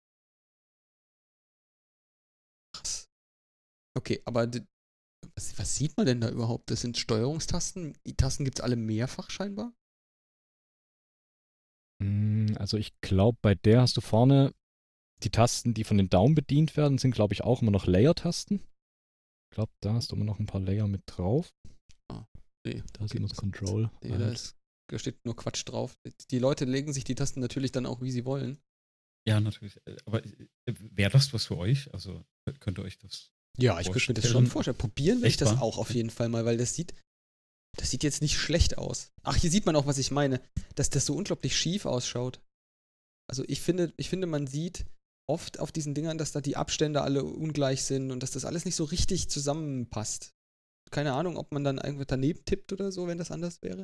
Krass. Okay, aber was sieht man denn da überhaupt? Das sind Steuerungstasten. Die Tasten gibt es alle mehrfach scheinbar. Also ich glaube, bei der hast du vorne die Tasten, die von den Daumen bedient werden, sind, glaube ich, auch immer noch Layer-Tasten. Ich glaube, da hast du immer noch ein paar Layer mit drauf. Nee, Da ist immer das Control. Nee, da steht nur Quatsch drauf. Die Leute legen sich die Tasten natürlich dann auch, wie sie wollen. ja, natürlich. Aber wäre das was für euch? Also könnt ihr euch das Ja, ich könnte mir das schon vorstellen? vorstellen. Probieren will ich Echt das wahr? auch auf jeden Fall mal, weil das sieht jetzt nicht schlecht aus. Ach, hier sieht man auch, was ich meine, dass das so unglaublich schief ausschaut. Also ich finde, man sieht oft auf diesen Dingern, dass da die Abstände alle ungleich sind und dass das alles nicht so richtig zusammenpasst. Keine Ahnung, ob man dann irgendwas daneben tippt oder so, wenn das anders wäre.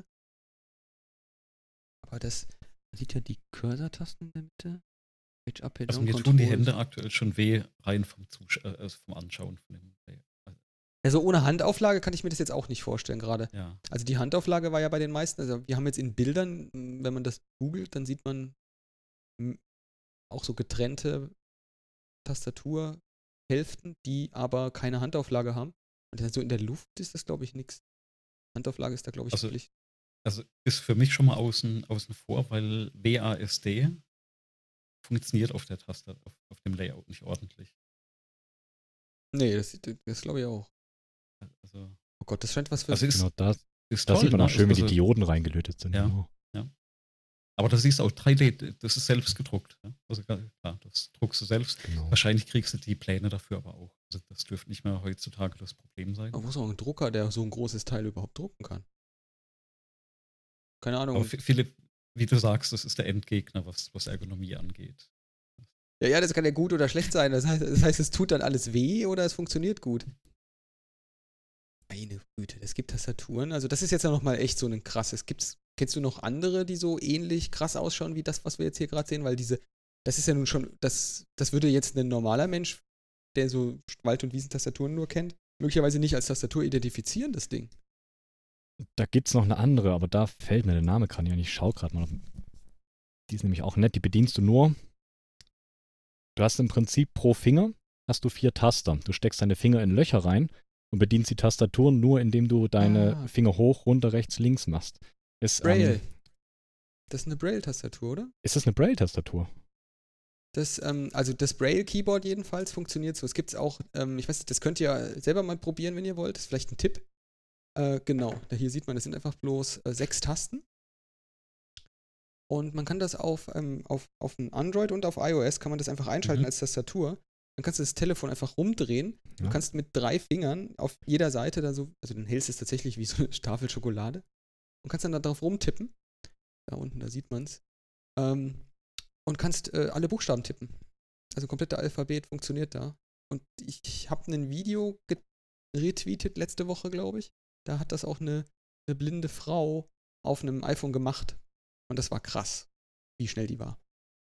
Aber man sieht ja die Cursor-Tasten in der Mitte. Page up, page Also down, mir tun die Control. Hände aktuell schon weh, rein vom Anschauen von dem. Also ohne Handauflage kann ich mir das jetzt auch nicht vorstellen gerade. Ja. Also die Handauflage war ja bei den meisten, also wir haben jetzt in Bildern, wenn man das googelt, dann sieht man auch so getrennte Tastaturhälften, die aber keine Handauflage haben. Und so in der Luft ist das, glaube ich, nichts. Handauflage ist da, glaube ich, Also- Pflicht. Also ist für mich schon mal außen vor, weil WASD funktioniert auf der Taste, auf dem Layout nicht ordentlich. Nee, das glaube ich auch. Also Oh Gott, das scheint was für... Also Genau, da ist sieht man ne? auch schön, wie die Also, Dioden reingelötet sind. Ja. Genau. aber das ist auch 3D, das ist selbst gedruckt. Ja? Also klar, das druckst du selbst. Genau. Wahrscheinlich kriegst du die Pläne dafür aber auch. Also das dürfte nicht mehr heutzutage das Problem sein. Da muss auch ein Drucker, der so ein großes Teil überhaupt drucken kann. Keine Ahnung. Aber Philipp, wie du sagst, das ist der Endgegner, was Ergonomie angeht. Ja, das kann ja gut oder schlecht sein. Das heißt, es tut dann alles weh oder es funktioniert gut. Meine Güte, es gibt Tastaturen. Also das ist jetzt ja nochmal echt so ein krasses. Kennst du noch andere, die so ähnlich krass ausschauen wie das, was wir jetzt hier gerade sehen? Weil das ist ja nun schon, das würde jetzt ein normaler Mensch, der so Wald- und Wiesentastaturen nur kennt, möglicherweise nicht als Tastatur identifizieren, das Ding. Da gibt es noch eine andere, aber da fällt mir der Name gerade nicht. Ich schaue gerade mal. Die ist nämlich auch nett. Die bedienst du nur. Du hast im Prinzip pro Finger hast du 4 Taster. Du steckst deine Finger in Löcher rein und bedienst die Tastatur nur, indem du deine Finger hoch, runter, rechts, links machst. Braille. Das ist eine Braille-Tastatur, oder? Ist das eine Braille-Tastatur? Also das Braille-Keyboard jedenfalls funktioniert so. Es gibt es auch, ich weiß nicht, das könnt ihr selber mal probieren, wenn ihr wollt. Das ist vielleicht ein Tipp. Genau, hier sieht man, das sind einfach bloß 6 Tasten. Und man kann das auf ein Android und auf iOS kann man das einfach einschalten als Tastatur. Dann kannst du das Telefon einfach rumdrehen. Ja. Du kannst mit 3 Fingern auf jeder Seite da so, also dann hältst du es tatsächlich wie so eine Tafel Schokolade und kannst dann da drauf rumtippen. Da unten, da sieht man's. Und kannst alle Buchstaben tippen. Also komplette Alphabet funktioniert da. Und ich habe ein Video retweetet letzte Woche, glaube ich. Da hat das auch eine blinde Frau auf einem iPhone gemacht. Und das war krass, wie schnell die war.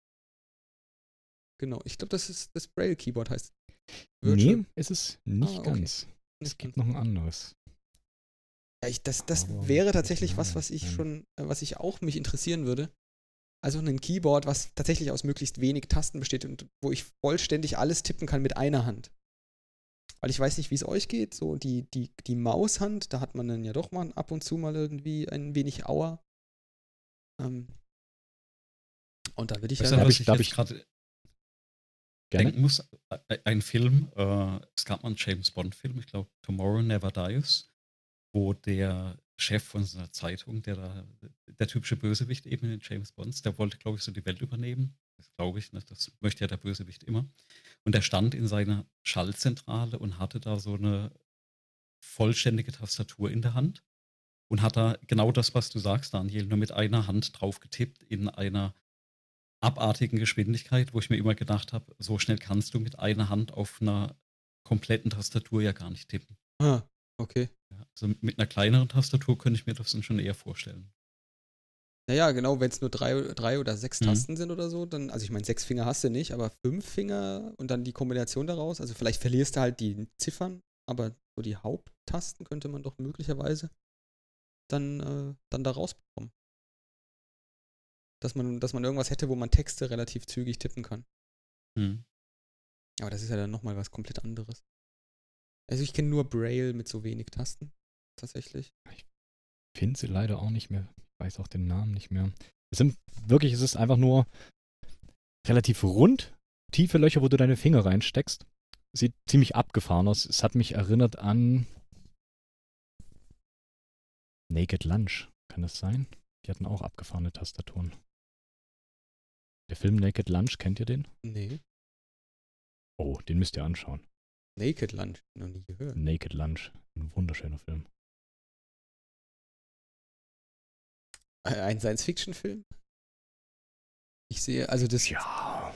Genau, ich glaube, das ist das Braille-Keyboard heißt. Nee, ist es nicht okay. ganz. Es gibt noch ein anderes. Ja, das wäre tatsächlich was ich auch mich interessieren würde. Also ein Keyboard, was tatsächlich aus möglichst wenig Tasten besteht und wo ich vollständig alles tippen kann mit einer Hand. Weil ich weiß nicht, wie es euch geht. So die Maushand, da hat man dann ja doch mal ab und zu mal irgendwie ein wenig Aua. Und da würde ich Weißt ja... du, was ich jetzt gerade denken muss? Ein Film, es gab mal einen James-Bond-Film, ich glaube Tomorrow Never Dies, wo der Chef von so einer Zeitung, der typische Bösewicht eben in den James Bonds, der wollte, glaube ich, so die Welt übernehmen. Das glaube ich, ne? Das möchte ja der Bösewicht immer. Und er stand in seiner Schaltzentrale und hatte da so eine vollständige Tastatur in der Hand und hat da genau das, was du sagst, Daniel, nur mit einer Hand drauf getippt in einer abartigen Geschwindigkeit, wo ich mir immer gedacht habe, so schnell kannst du mit einer Hand auf einer kompletten Tastatur ja gar nicht tippen. Ah, okay. Ja, also mit einer kleineren Tastatur könnte ich mir das dann schon eher vorstellen. Naja, genau, wenn es nur 3 oder 6 Tasten sind oder so, dann, also ich meine, 6 Finger hast du nicht, aber 5 Finger und dann die Kombination daraus, also vielleicht verlierst du halt die Ziffern, aber so die Haupttasten könnte man doch möglicherweise dann da rausbekommen. Dass man irgendwas hätte, wo man Texte relativ zügig tippen kann. Aber das ist ja dann nochmal was komplett anderes. Also ich kenne nur Braille mit so wenig Tasten, tatsächlich. Ich finde sie leider auch nicht mehr. Ich weiß auch den Namen nicht mehr. Es ist einfach nur relativ rund, tiefe Löcher, wo du deine Finger reinsteckst. Sieht ziemlich abgefahren aus. Es hat mich erinnert an Naked Lunch. Kann das sein? Die hatten auch abgefahrene Tastaturen. Der Film Naked Lunch, kennt ihr den? Nee. Oh, den müsst ihr anschauen. Naked Lunch, noch nie gehört. Naked Lunch, ein wunderschöner Film. Ein Science-Fiction-Film? Ich sehe, also das... Ja.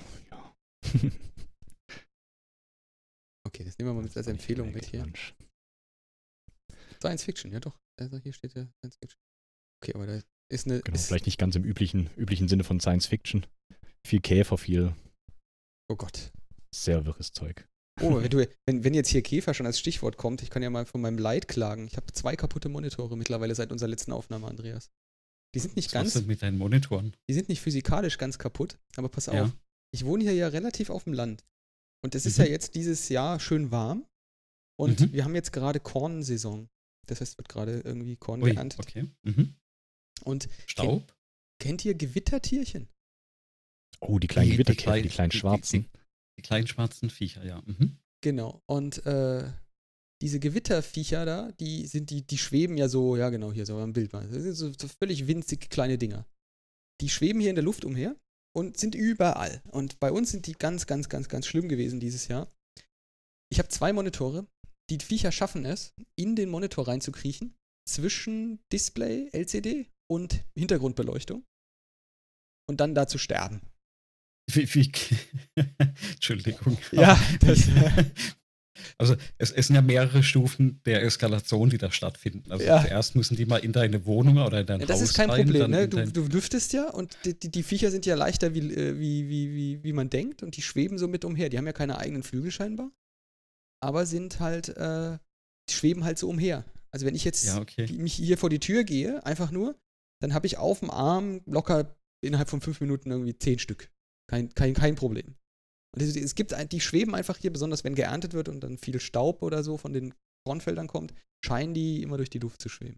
Okay, das nehmen wir mal mit als Empfehlung mit hier. Lunch. Science-Fiction, ja doch. Also hier steht ja Science-Fiction. Okay, aber da ist eine... Genau, vielleicht nicht ganz im üblichen Sinne von Science-Fiction. Viel Käfer, viel... Oh Gott. Sehr wirres Zeug. Oh, wenn jetzt hier Käfer schon als Stichwort kommt, ich kann ja mal von meinem Leid klagen. Ich habe 2 kaputte Monitore mittlerweile seit unserer letzten Aufnahme, Andreas. Die sind nicht Was ist mit deinen Monitoren? Die sind nicht physikalisch ganz kaputt, aber pass auf. Ja. Ich wohne hier ja relativ auf dem Land. Und es ist ja jetzt dieses Jahr schön warm. Und wir haben jetzt gerade Kornsaison. Das heißt, wird gerade irgendwie Korn geerntet. Okay. Und Staub? kennt ihr Gewittertierchen? Oh, die kleinen Gewitterkäfer, die kleinen schwarzen. Die kleinen schwarzen Viecher, ja. Genau. Und diese Gewitterviecher da, die schweben ja so, ja genau, hier so am Bild mal. Das sind so völlig winzig kleine Dinger. Die schweben hier in der Luft umher und sind überall. Und bei uns sind die ganz, ganz, ganz, ganz schlimm gewesen dieses Jahr. Ich habe 2 Monitore. Die Viecher schaffen es, in den Monitor reinzukriechen, zwischen Display, LCD und Hintergrundbeleuchtung. Und dann da zu sterben. Entschuldigung. Ja, das. Also es sind ja mehrere Stufen der Eskalation, die da stattfinden. Also Ja. zuerst müssen die mal in deine Wohnung oder in dein Ja, Haus das ist kein rein, Problem, dann ne? in dein- Du lüftest ja und die Viecher sind ja leichter, wie man denkt und die schweben so mit umher. Die haben ja keine eigenen Flügel scheinbar, aber sind halt, die schweben halt so umher. Also wenn ich jetzt Ja, okay. mich hier vor die Tür gehe, einfach nur, dann habe ich auf dem Arm locker innerhalb von 5 Minuten irgendwie 10 Stück. Kein Problem. Und es gibt, die schweben einfach hier, besonders wenn geerntet wird und dann viel Staub oder so von den Kornfeldern kommt, scheinen die immer durch die Luft zu schweben.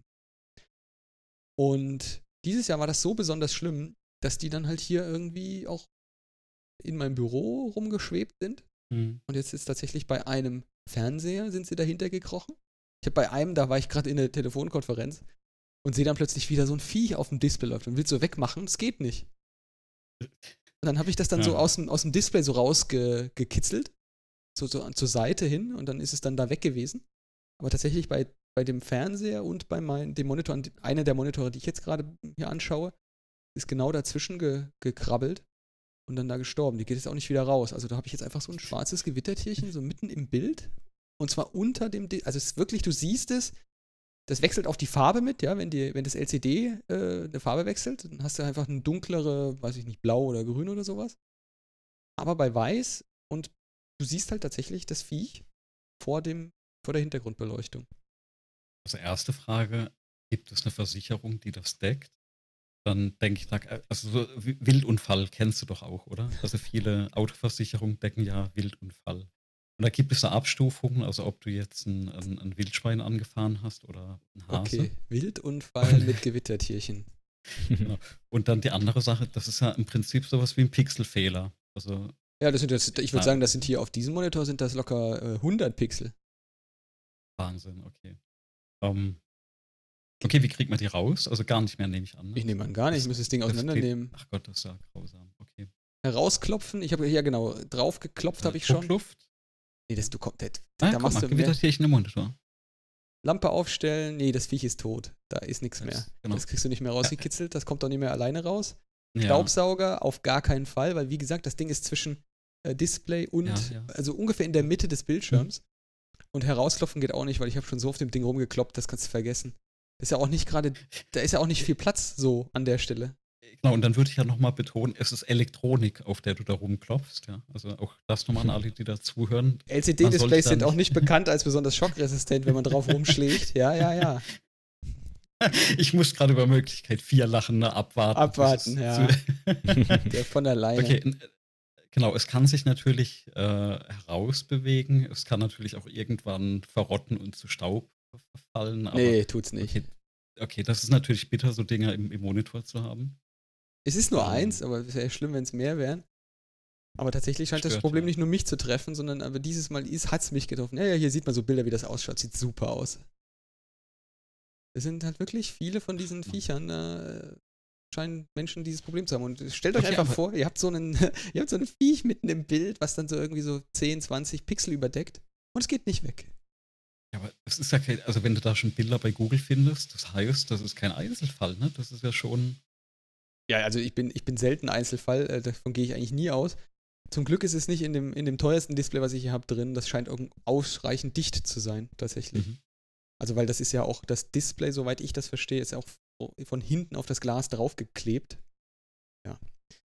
Und dieses Jahr war das so besonders schlimm, dass die dann halt hier irgendwie auch in meinem Büro rumgeschwebt sind. Hm. Und jetzt ist tatsächlich bei einem Fernseher sind sie dahinter gekrochen. Ich habe bei einem, da war ich gerade in der Telefonkonferenz und sehe dann plötzlich wieder so ein Viech auf dem Display läuft und will so wegmachen. Es geht nicht. Und dann habe ich das dann so aus dem Display so rausgekitzelt, so zur Seite hin und dann ist es dann da weg gewesen. Aber tatsächlich bei dem Fernseher und bei dem Monitor, einer der Monitore, die ich jetzt gerade hier anschaue, ist genau dazwischen gekrabbelt und dann da gestorben. Die geht jetzt auch nicht wieder raus. Also da habe ich jetzt einfach so ein schwarzes Gewittertierchen so mitten im Bild und zwar unter dem, also es ist wirklich, du siehst es, das wechselt auch die Farbe mit, ja, wenn das LCD eine Farbe wechselt, dann hast du einfach eine dunklere, weiß ich nicht, blau oder grün oder sowas. Aber bei weiß und du siehst halt tatsächlich das Viech vor der Hintergrundbeleuchtung. Also erste Frage, gibt es eine Versicherung, die das deckt? Dann denke ich, also so Wildunfall kennst du doch auch, oder? Also viele Autoversicherungen decken ja Wildunfall. Und da gibt es eine Abstufung, also ob du jetzt ein Wildschwein angefahren hast oder ein Hase. Okay, Wildunfall mit Gewittertierchen. Genau. Und dann die andere Sache, das ist ja im Prinzip sowas wie ein Pixelfehler. Also Ja, ich würde sagen, das sind hier auf diesem Monitor sind das locker 100 Pixel. Wahnsinn, okay. Okay, wie kriegt man die raus? Also gar nicht mehr, nehme ich an. Ne? Ich nehme an gar nicht, ich muss das Ding auseinandernehmen. Ach Gott, das ist ja grausam, okay. Herausklopfen, ich habe ja genau, drauf geklopft habe ich schon. Druckluft? Nee, du kommst, da Guck machst mal, du Gewittertierchen im Monitor. Lampe aufstellen, nee, das Viech ist tot. Da ist nichts mehr. Genau. Das kriegst du nicht mehr rausgekitzelt, das kommt doch nicht mehr alleine raus. Ja. Staubsauger auf gar keinen Fall, weil wie gesagt, das Ding ist zwischen Display und, also ungefähr in der Mitte des Bildschirms. Und herausklopfen geht auch nicht, weil ich habe schon so auf dem Ding rumgekloppt, das kannst du vergessen. Ist ja auch nicht gerade, da ist ja auch nicht viel Platz so an der Stelle. Genau, und dann würde ich ja nochmal betonen, es ist Elektronik, auf der du da rumklopfst, ja. Also auch das nochmal an alle, die da zuhören. LCD-Displays sind auch nicht bekannt als besonders schockresistent, wenn man drauf rumschlägt. Ja. Ich muss gerade über Möglichkeit 4 lachen, ne? Abwarten, ja. Der von alleine. Okay, genau, es kann sich natürlich herausbewegen. Es kann natürlich auch irgendwann verrotten und zu Staub verfallen. Aber nee, tut's nicht. Okay, das ist natürlich bitter, so Dinger im Monitor zu haben. Es ist nur eins, aber es wäre ja schlimm, wenn es mehr wären. Aber tatsächlich scheint das Problem nicht nur mich zu treffen, sondern aber dieses Mal hat es mich getroffen. Ja, hier sieht man so Bilder, wie das ausschaut. Sieht super aus. Es sind halt wirklich viele von diesen Viechern, scheinen Menschen dieses Problem zu haben. Und stellt euch einfach vor, ihr habt so ein Viech mitten im Bild, was dann so irgendwie so 10, 20 Pixel überdeckt und es geht nicht weg. Ja, aber es ist ja kein, also wenn du da schon Bilder bei Google findest, das heißt, das ist kein Einzelfall, ne? Das ist ja schon. Ja, also ich bin selten Einzelfall, davon gehe ich eigentlich nie aus. Zum Glück ist es nicht in dem teuersten Display, was ich hier habe, drin. Das scheint ausreichend dicht zu sein, tatsächlich. Also, weil das ist ja auch, das Display, soweit ich das verstehe, ist ja auch von hinten auf das Glas draufgeklebt. Ja.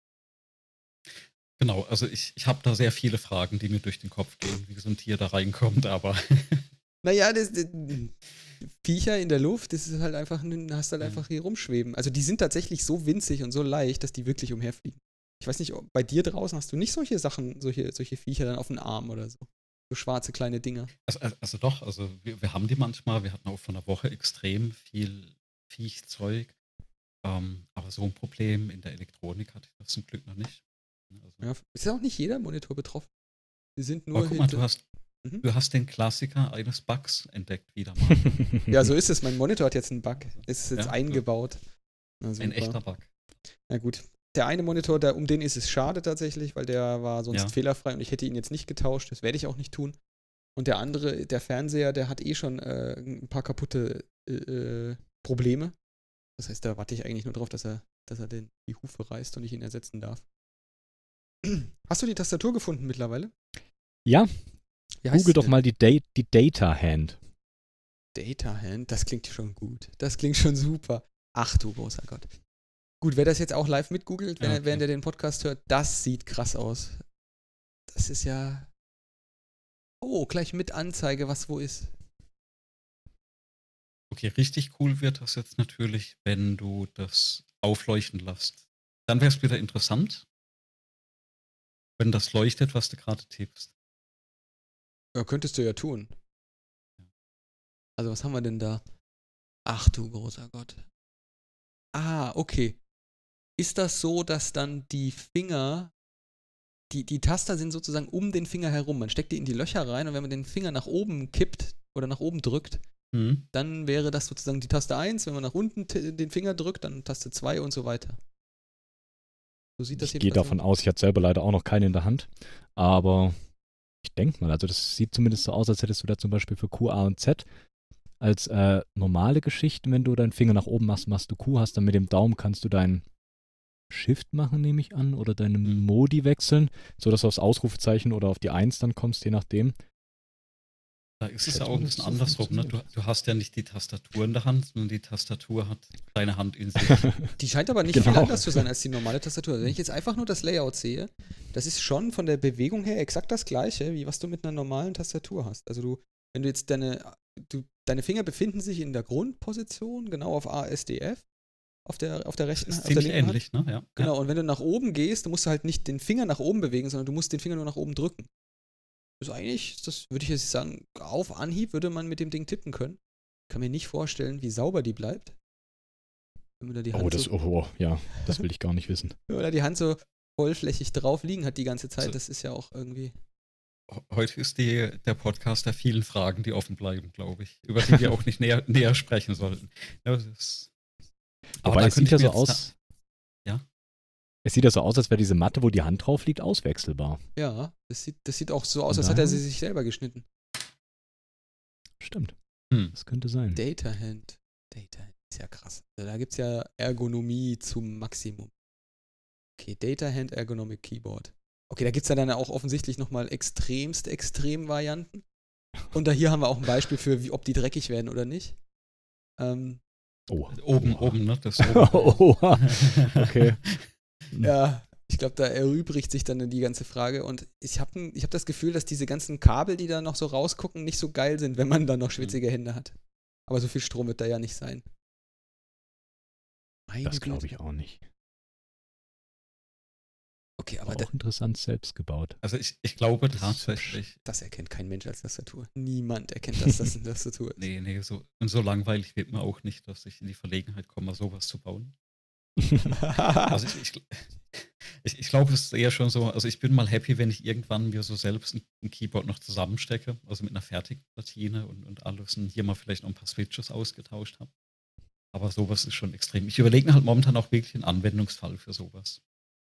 Genau, also ich habe da sehr viele Fragen, die mir durch den Kopf gehen, wie so ein Tier da reinkommt, aber. Naja, das Viecher in der Luft, das ist halt einfach, hast halt einfach hier rumschweben. Also die sind tatsächlich so winzig und so leicht, dass die wirklich umherfliegen. Ich weiß nicht, bei dir draußen hast du nicht solche Sachen, solche Viecher dann auf dem Arm oder so. So schwarze kleine Dinger. Also doch, also wir haben die manchmal, wir hatten auch von der Woche extrem viel Viechzeug. Aber so ein Problem in der Elektronik hatte ich das zum Glück noch nicht. Also, ja, ist ja auch nicht jeder Monitor betroffen. Die sind nur aber guck mal, du hast Du hast den Klassiker eines Bugs entdeckt wieder mal. Ja, so ist es. Mein Monitor hat jetzt einen Bug. Es ist jetzt Ja, eingebaut. Na, Ein super. echter Bug. Na gut. Der eine Monitor, um den ist es schade tatsächlich, weil der war sonst fehlerfrei und ich hätte ihn jetzt nicht getauscht. Das werde ich auch nicht tun. Und der andere, der Fernseher, der hat eh schon ein paar kaputte Probleme. Das heißt, da warte ich eigentlich nur drauf, dass er die Hufe reißt und ich ihn ersetzen darf. Hast du die Tastatur gefunden mittlerweile? Ja, Wie heißt google sie doch denn? mal die Data Hand. Data Hand, das klingt schon gut. Das klingt schon super. Ach du großer Gott. Gut, wer das jetzt auch live mitgoogelt, während er den Podcast hört, das sieht krass aus. Das ist ja... Oh, gleich mit Anzeige, was wo ist. Okay, richtig cool wird das jetzt natürlich, wenn du das aufleuchten lässt. Dann wäre es wieder interessant, wenn das leuchtet, was du gerade tippst. Ja, könntest du ja tun. Also was haben wir denn da? Ach du großer Gott. Ah, okay. Ist das so, dass dann die Finger, die Taster sind sozusagen um den Finger herum. Man steckt die in die Löcher rein und wenn man den Finger nach oben kippt oder nach oben drückt, dann wäre das sozusagen die Taste 1. Wenn man nach unten den Finger drückt, dann Taste 2 und so weiter. So sieht das Ich gehe davon aus, ich hatte selber leider auch noch keine in der Hand, aber ich denke mal, also das sieht zumindest so aus, als hättest du da zum Beispiel für Q, A und Z als normale Geschichten, wenn du deinen Finger nach oben machst, machst du Q, hast dann mit dem Daumen kannst du deinen Shift machen, nehme ich an, oder deine Modi wechseln, sodass du aufs Ausrufezeichen oder auf die 1 dann kommst, je nachdem. Da ist es ja auch ein bisschen andersrum. Ne? Du hast ja nicht die Tastatur in der Hand, sondern die Tastatur hat deine Hand in sich. Die scheint aber nicht viel anders zu sein als die normale Tastatur. Wenn ich jetzt einfach nur das Layout sehe, das ist schon von der Bewegung her exakt das gleiche, wie was du mit einer normalen Tastatur hast. Also wenn du jetzt deine Finger befinden sich in der Grundposition, genau auf ASDF, auf der rechten, Das ist auf der ziemlich linken ähnlich, Hand. ne? Ja. Genau, und wenn du nach oben gehst, dann musst du halt nicht den Finger nach oben bewegen, sondern du musst den Finger nur nach oben drücken. Das ist eigentlich, das würde ich jetzt sagen, auf Anhieb würde man mit dem Ding tippen können. Ich kann mir nicht vorstellen, wie sauber die bleibt. Wenn man da die Hand das will ich gar nicht wissen. Wenn man da die Hand so vollflächig drauf liegen hat die ganze Zeit, das ist ja auch irgendwie... Heute ist der Podcast der vielen Fragen, die offen bleiben, glaube ich, über die wir auch nicht näher sprechen sollten. Ja, aber es sieht ja so aus... Ja? Es sieht ja so aus, als wäre diese Matte, wo die Hand drauf liegt, auswechselbar. Ja, das sieht auch so aus, als hätte er sie sich selber geschnitten. Stimmt. Das könnte sein. Data Hand ist ja krass. Also da gibt es ja Ergonomie zum Maximum. Okay, Data Hand Ergonomic Keyboard. Okay, da gibt es ja dann auch offensichtlich nochmal extrem Varianten. Und hier haben wir auch ein Beispiel für, ob die dreckig werden oder nicht. Oben, ne? Das Okay. Ja, ich glaube, da erübrigt sich dann die ganze Frage. Und ich hab das Gefühl, dass diese ganzen Kabel, die da noch so rausgucken, nicht so geil sind, wenn man dann noch schwitzige Hände hat. Aber so viel Strom wird da ja nicht sein. Das glaube ich auch nicht. Okay, aber auch interessant selbst gebaut. Also ich glaube tatsächlich. Das erkennt kein Mensch als Tastatur. Niemand erkennt, dass das eine Tastatur ist. Nee, so langweilig wird man auch nicht, dass ich in die Verlegenheit komme, sowas zu bauen. Also ich glaube, es ist eher schon so, also ich bin mal happy, wenn ich irgendwann mir so selbst ein Keyboard noch zusammenstecke, also mit einer fertigen Platine und alles und hier mal vielleicht noch ein paar Switches ausgetauscht habe. Aber sowas ist schon extrem. Ich überlege mir halt momentan auch wirklich einen Anwendungsfall für sowas.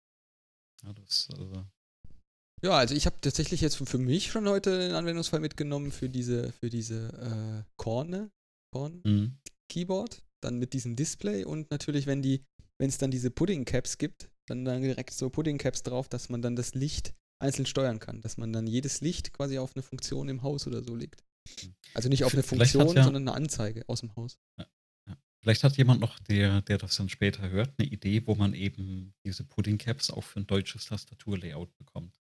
Ja, also ich habe tatsächlich jetzt für mich schon heute einen Anwendungsfall mitgenommen für diese Korn Keyboard, dann mit diesem Display und natürlich, wenn es dann diese Pudding Caps gibt, dann direkt so Pudding Caps drauf, dass man dann das Licht einzeln steuern kann, dass man dann jedes Licht quasi auf eine Funktion im Haus oder so legt. Also nicht auf eine Funktion, sondern eine Anzeige aus dem Haus. Ja. Vielleicht hat jemand noch, der das dann später hört, eine Idee, wo man eben diese Pudding Caps auch für ein deutsches Tastaturlayout bekommt.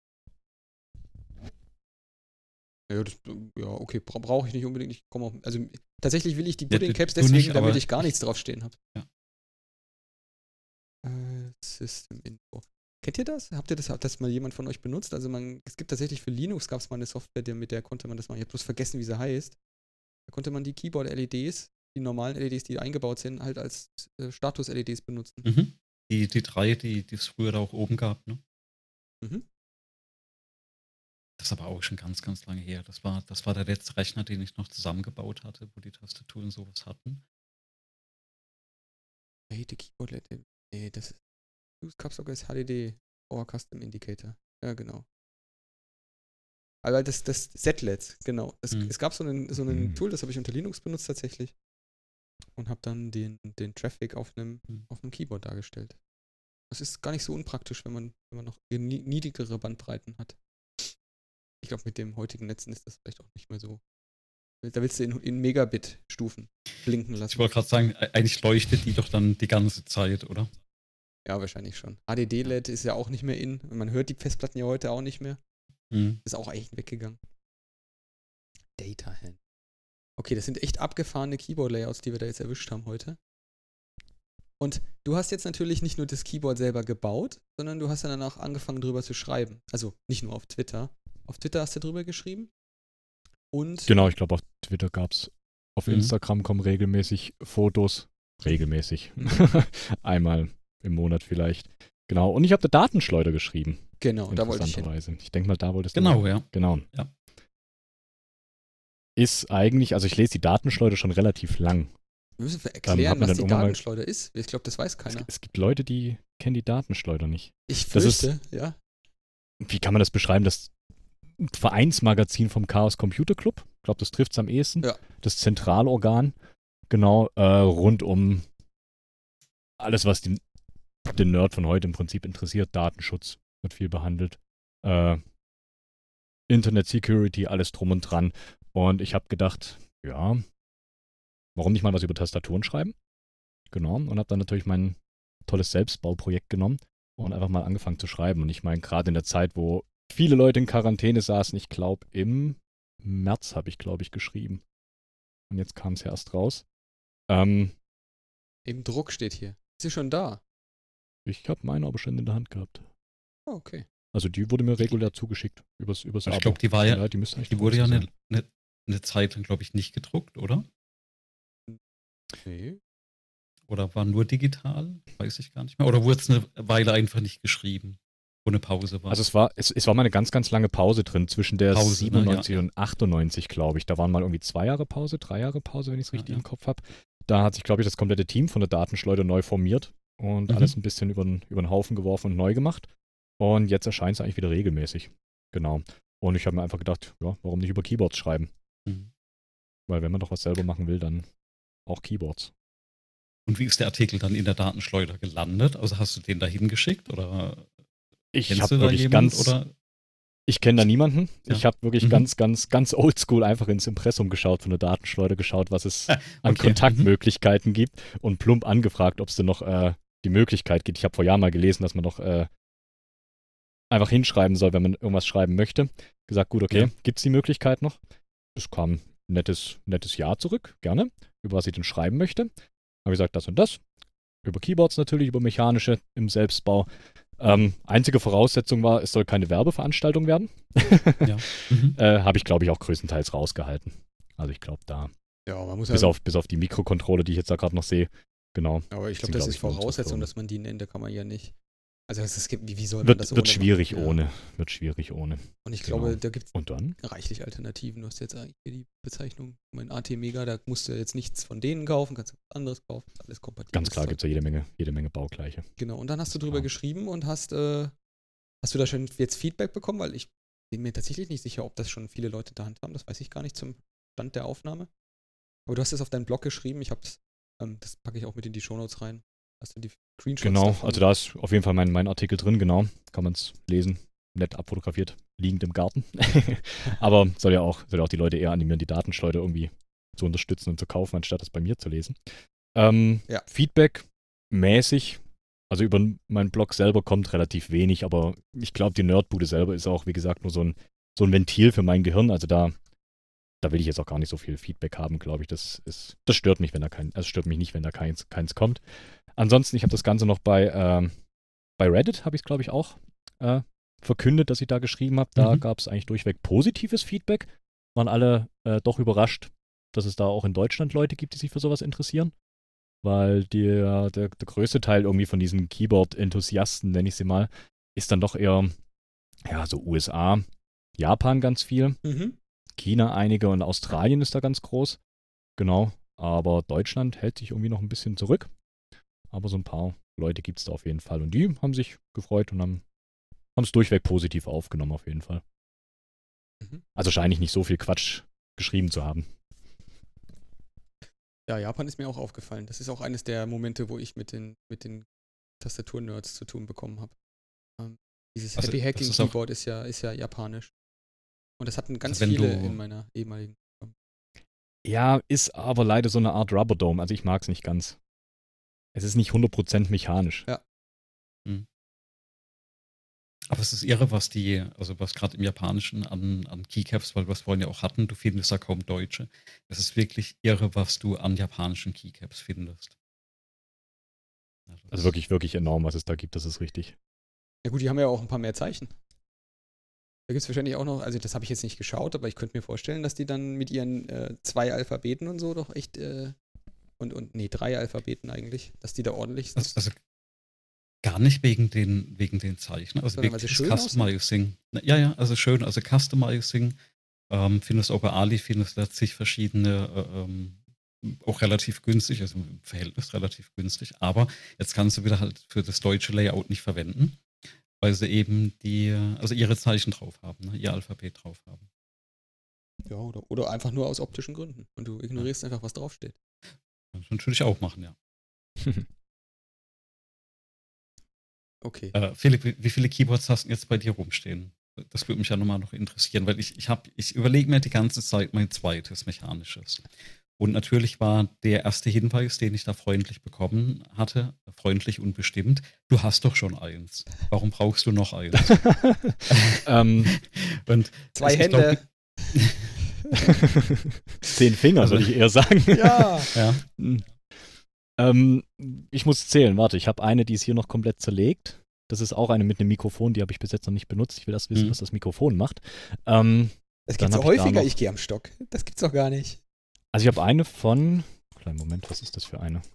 Ja, okay, brauche ich nicht unbedingt. Ich komme auch, also tatsächlich will ich die Pudding Caps deswegen, damit ich gar nichts draufstehen habe. Ja. System Info. Kennt ihr das? Hat das mal jemand von euch benutzt? Also es gibt tatsächlich für Linux gab es mal eine Software, mit der konnte man das machen. Ich habe bloß vergessen, wie sie heißt. Da konnte man die Keyboard-LEDs, die normalen LEDs, die eingebaut sind, halt als Status-LEDs benutzen. Mhm. Die 3, die es früher da auch oben gab, ne? Mhm. ist aber auch schon ganz, ganz lange her. Das war der letzte Rechner, den ich noch zusammengebaut hatte, wo die Tastaturen sowas hatten. Hate Keyboard LED. Nee, das ist Use Capsocket ist HDD or Custom Indicator. Ja, genau. Aber das Z-LED, genau. Es gab so einen Tool, das habe ich unter Linux benutzt tatsächlich. Und habe dann den Traffic auf einem Keyboard dargestellt. Das ist gar nicht so unpraktisch, wenn man noch niedrigere Bandbreiten hat. Ich glaube, mit dem heutigen Netzen ist das vielleicht auch nicht mehr so. Da willst du in Megabit-Stufen blinken lassen. Ich wollte gerade sagen, eigentlich leuchtet die doch dann die ganze Zeit, oder? Ja, wahrscheinlich schon. HDD-LED ist ja auch nicht mehr in. Man hört die Festplatten ja heute auch nicht mehr. Ist auch echt weggegangen. Data Hand. Okay, das sind echt abgefahrene Keyboard-Layouts, die wir da jetzt erwischt haben heute. Und du hast jetzt natürlich nicht nur das Keyboard selber gebaut, sondern du hast dann danach angefangen, drüber zu schreiben. Also nicht nur auf Twitter. Auf Twitter hast du drüber geschrieben. Und Genau, ich glaube, auf Twitter gab es, auf Instagram kommen regelmäßig Fotos. Regelmäßig. Einmal im Monat vielleicht. Genau, und ich habe eine Datenschleuder geschrieben. Genau, da wollte ich hin. Ich denke mal, da wolltest du. Genau, ja. Genau. Ja. Ist eigentlich, also ich lese die Datenschleuder schon relativ lang. Wir müssen erklären, was die Datenschleuder ist. Ich glaube, das weiß keiner. Es gibt Leute, die kennen die Datenschleuder nicht. Ich fürchte, ja. Wie kann man das beschreiben? Das Vereinsmagazin vom Chaos Computer Club. Ich glaube, das trifft es am ehesten. Ja. Das Zentralorgan. Genau, rund um alles, was den Nerd von heute im Prinzip interessiert. Datenschutz wird viel behandelt. Internet Security, alles drum und dran. Und ich habe gedacht, ja, warum nicht mal was über Tastaturen schreiben? Genau. Und habe dann natürlich mein tolles Selbstbauprojekt genommen und einfach mal angefangen zu schreiben. Und ich meine, gerade in der Zeit, wo viele Leute in Quarantäne saßen, ich glaube, im März habe ich, glaube ich, geschrieben. Und jetzt kam es ja erst raus. Im Druck steht hier. Ist sie schon da? Ich habe meine aber schon in der Hand gehabt. Oh, okay. Also die wurde mir regulär zugeschickt übers Abo. Ich glaube, die war ja, die wurde ja eine Zeit lang, glaube ich, nicht gedruckt, oder? Nee. Oder war nur digital? Weiß ich gar nicht mehr. Oder wurde es eine Weile einfach nicht geschrieben, wo eine Pause war? Also es war mal eine ganz, ganz lange Pause drin, zwischen der 97 und 98, glaube ich. Da waren mal irgendwie 2 Jahre Pause, 3 Jahre Pause, wenn ich es richtig im Kopf habe. Da hat sich, glaube ich, das komplette Team von der Datenschleuder neu formiert und alles ein bisschen über den Haufen geworfen und neu gemacht. Und jetzt erscheint es eigentlich wieder regelmäßig. Genau. Und ich habe mir einfach gedacht, ja, warum nicht über Keyboards schreiben? Weil wenn man doch was selber machen will, dann auch Keyboards. Und wie ist der Artikel dann in der Datenschleuder gelandet? Also hast du den da hingeschickt oder ich habe wirklich ich kenne da niemanden. Ja. Ich habe wirklich ganz, ganz, ganz oldschool einfach ins Impressum geschaut, von der Datenschleuder geschaut, was es an Kontaktmöglichkeiten gibt und plump angefragt, ob es denn noch die Möglichkeit gibt. Ich habe vor Jahren mal gelesen, dass man noch einfach hinschreiben soll, wenn man irgendwas schreiben möchte. Gesagt, gut, okay, gibt es die Möglichkeit noch? Es kam ein nettes Ja zurück, gerne, über was ich denn schreiben möchte. Habe ich gesagt, das und das. Über Keyboards natürlich, über mechanische im Selbstbau. Einzige Voraussetzung war, es soll keine Werbeveranstaltung werden. Habe ich, glaube ich, auch größtenteils rausgehalten. Also ich glaube, da man muss bis auf die Mikrocontroller, die ich jetzt da gerade noch sehe, genau. Aber ich glaube, das ist Voraussetzung, dass man die nennt, da kann man ja nicht. Also wie soll man das ohne? Wird schwierig ohne. Und ich glaube, da gibt es reichlich Alternativen. Du hast jetzt eigentlich hier die Bezeichnung, mein AT Mega, da musst du jetzt nichts von denen kaufen, kannst du was anderes kaufen, alles kompatibel. Ganz klar gibt es ja jede Menge Baugleiche. Genau, und dann hast du drüber geschrieben und hast du da schon jetzt Feedback bekommen? Weil ich bin mir tatsächlich nicht sicher, ob das schon viele Leute in der Hand haben, das weiß ich gar nicht zum Stand der Aufnahme. Aber du hast es auf deinen Blog geschrieben, das packe ich auch mit in die Shownotes rein. Hast du die Screenshots Genau, davon? also da ist auf jeden Fall mein Artikel drin, genau. Kann man es lesen. Nett abfotografiert, liegend im Garten. Aber soll ja auch die Leute eher animieren, die Datenschleuder irgendwie zu unterstützen und zu kaufen, anstatt das bei mir zu lesen. Feedback mäßig. Also über meinen Blog selber kommt relativ wenig, aber ich glaube, die Nerdbude selber ist auch, wie gesagt, nur so ein Ventil für mein Gehirn. Also da will ich jetzt auch gar nicht so viel Feedback haben, glaube ich. Das stört mich, stört mich nicht, wenn da keins kommt. Ansonsten, ich habe das Ganze noch bei Reddit, habe ich es, glaube ich, auch verkündet, dass ich da geschrieben habe. Da gab es eigentlich durchweg positives Feedback. Waren alle doch überrascht, dass es da auch in Deutschland Leute gibt, die sich für sowas interessieren. Weil der größte Teil irgendwie von diesen Keyboard-Enthusiasten, nenne ich sie mal, ist dann doch eher so USA, Japan ganz viel, Mhm. China einige und Australien ist da ganz groß. Genau, aber Deutschland hält sich irgendwie noch ein bisschen zurück. Aber so ein paar Leute gibt es da auf jeden Fall. Und die haben sich gefreut und haben es durchweg positiv aufgenommen auf jeden Fall. Mhm. Also scheine ich nicht so viel Quatsch geschrieben zu haben. Ja, Japan ist mir auch aufgefallen. Das ist auch eines der Momente, wo ich mit den Tastaturnerds zu tun bekommen habe. Dieses Also, Happy das Hacking ist auch- Keyboard ist ja japanisch. Und das hatten ganz wenn viele du- in meiner ehemaligen. Ja, ist aber leider so eine Art Rubber Dome. Also ich mag es nicht ganz. Es ist nicht 100% mechanisch. Ja. Aber es ist irre, was was gerade im Japanischen an Keycaps, weil wir es vorhin ja auch hatten, du findest da kaum Deutsche. Es ist wirklich irre, was du an japanischen Keycaps findest. Also wirklich, wirklich enorm, was es da gibt, das ist richtig. Ja gut, die haben ja auch ein paar mehr Zeichen. Da gibt es wahrscheinlich auch noch, also das habe ich jetzt nicht geschaut, aber ich könnte mir vorstellen, dass die dann mit ihren 2 Alphabeten und so doch echt, nee, 3 Alphabeten eigentlich, dass die da ordentlich sind. Also gar nicht wegen den Zeichen, also Sondern weil wirklich sie das schön aussehen? Customizing. Ja, also schön, also Customizing, findest auch bei Ali, findest da zig verschiedene, auch relativ günstig, also im Verhältnis relativ günstig, aber jetzt kannst du wieder halt für das deutsche Layout nicht verwenden, weil sie eben ihre Zeichen drauf haben, ne, ihr Alphabet drauf haben. Ja, oder einfach nur aus optischen Gründen. Und du ignorierst einfach, was draufsteht. Kannst du natürlich auch machen, ja. Okay. Philipp, wie viele Keyboards hast du jetzt bei dir rumstehen? Das würde mich ja nochmal noch interessieren, weil ich überlege mir die ganze Zeit mein zweites mechanisches. Und natürlich war der erste Hinweis, den ich da freundlich bekommen hatte, freundlich und bestimmt, du hast doch schon eins. Warum brauchst du noch eins? Und 2 Hände. 10 Finger, Also- soll ich eher sagen. Ja. Ja. Ich muss zählen, warte, ich habe eine, die ist hier noch komplett zerlegt. Das ist auch eine mit einem Mikrofon, die habe ich bis jetzt noch nicht benutzt. Ich will erst wissen, was das Mikrofon macht. Das Dann gibt's hab auch ich da häufiger, noch- ich gehe am Stock. Das gibt's doch gar nicht. Also ich habe eine von, kleinen Moment, was ist das für eine?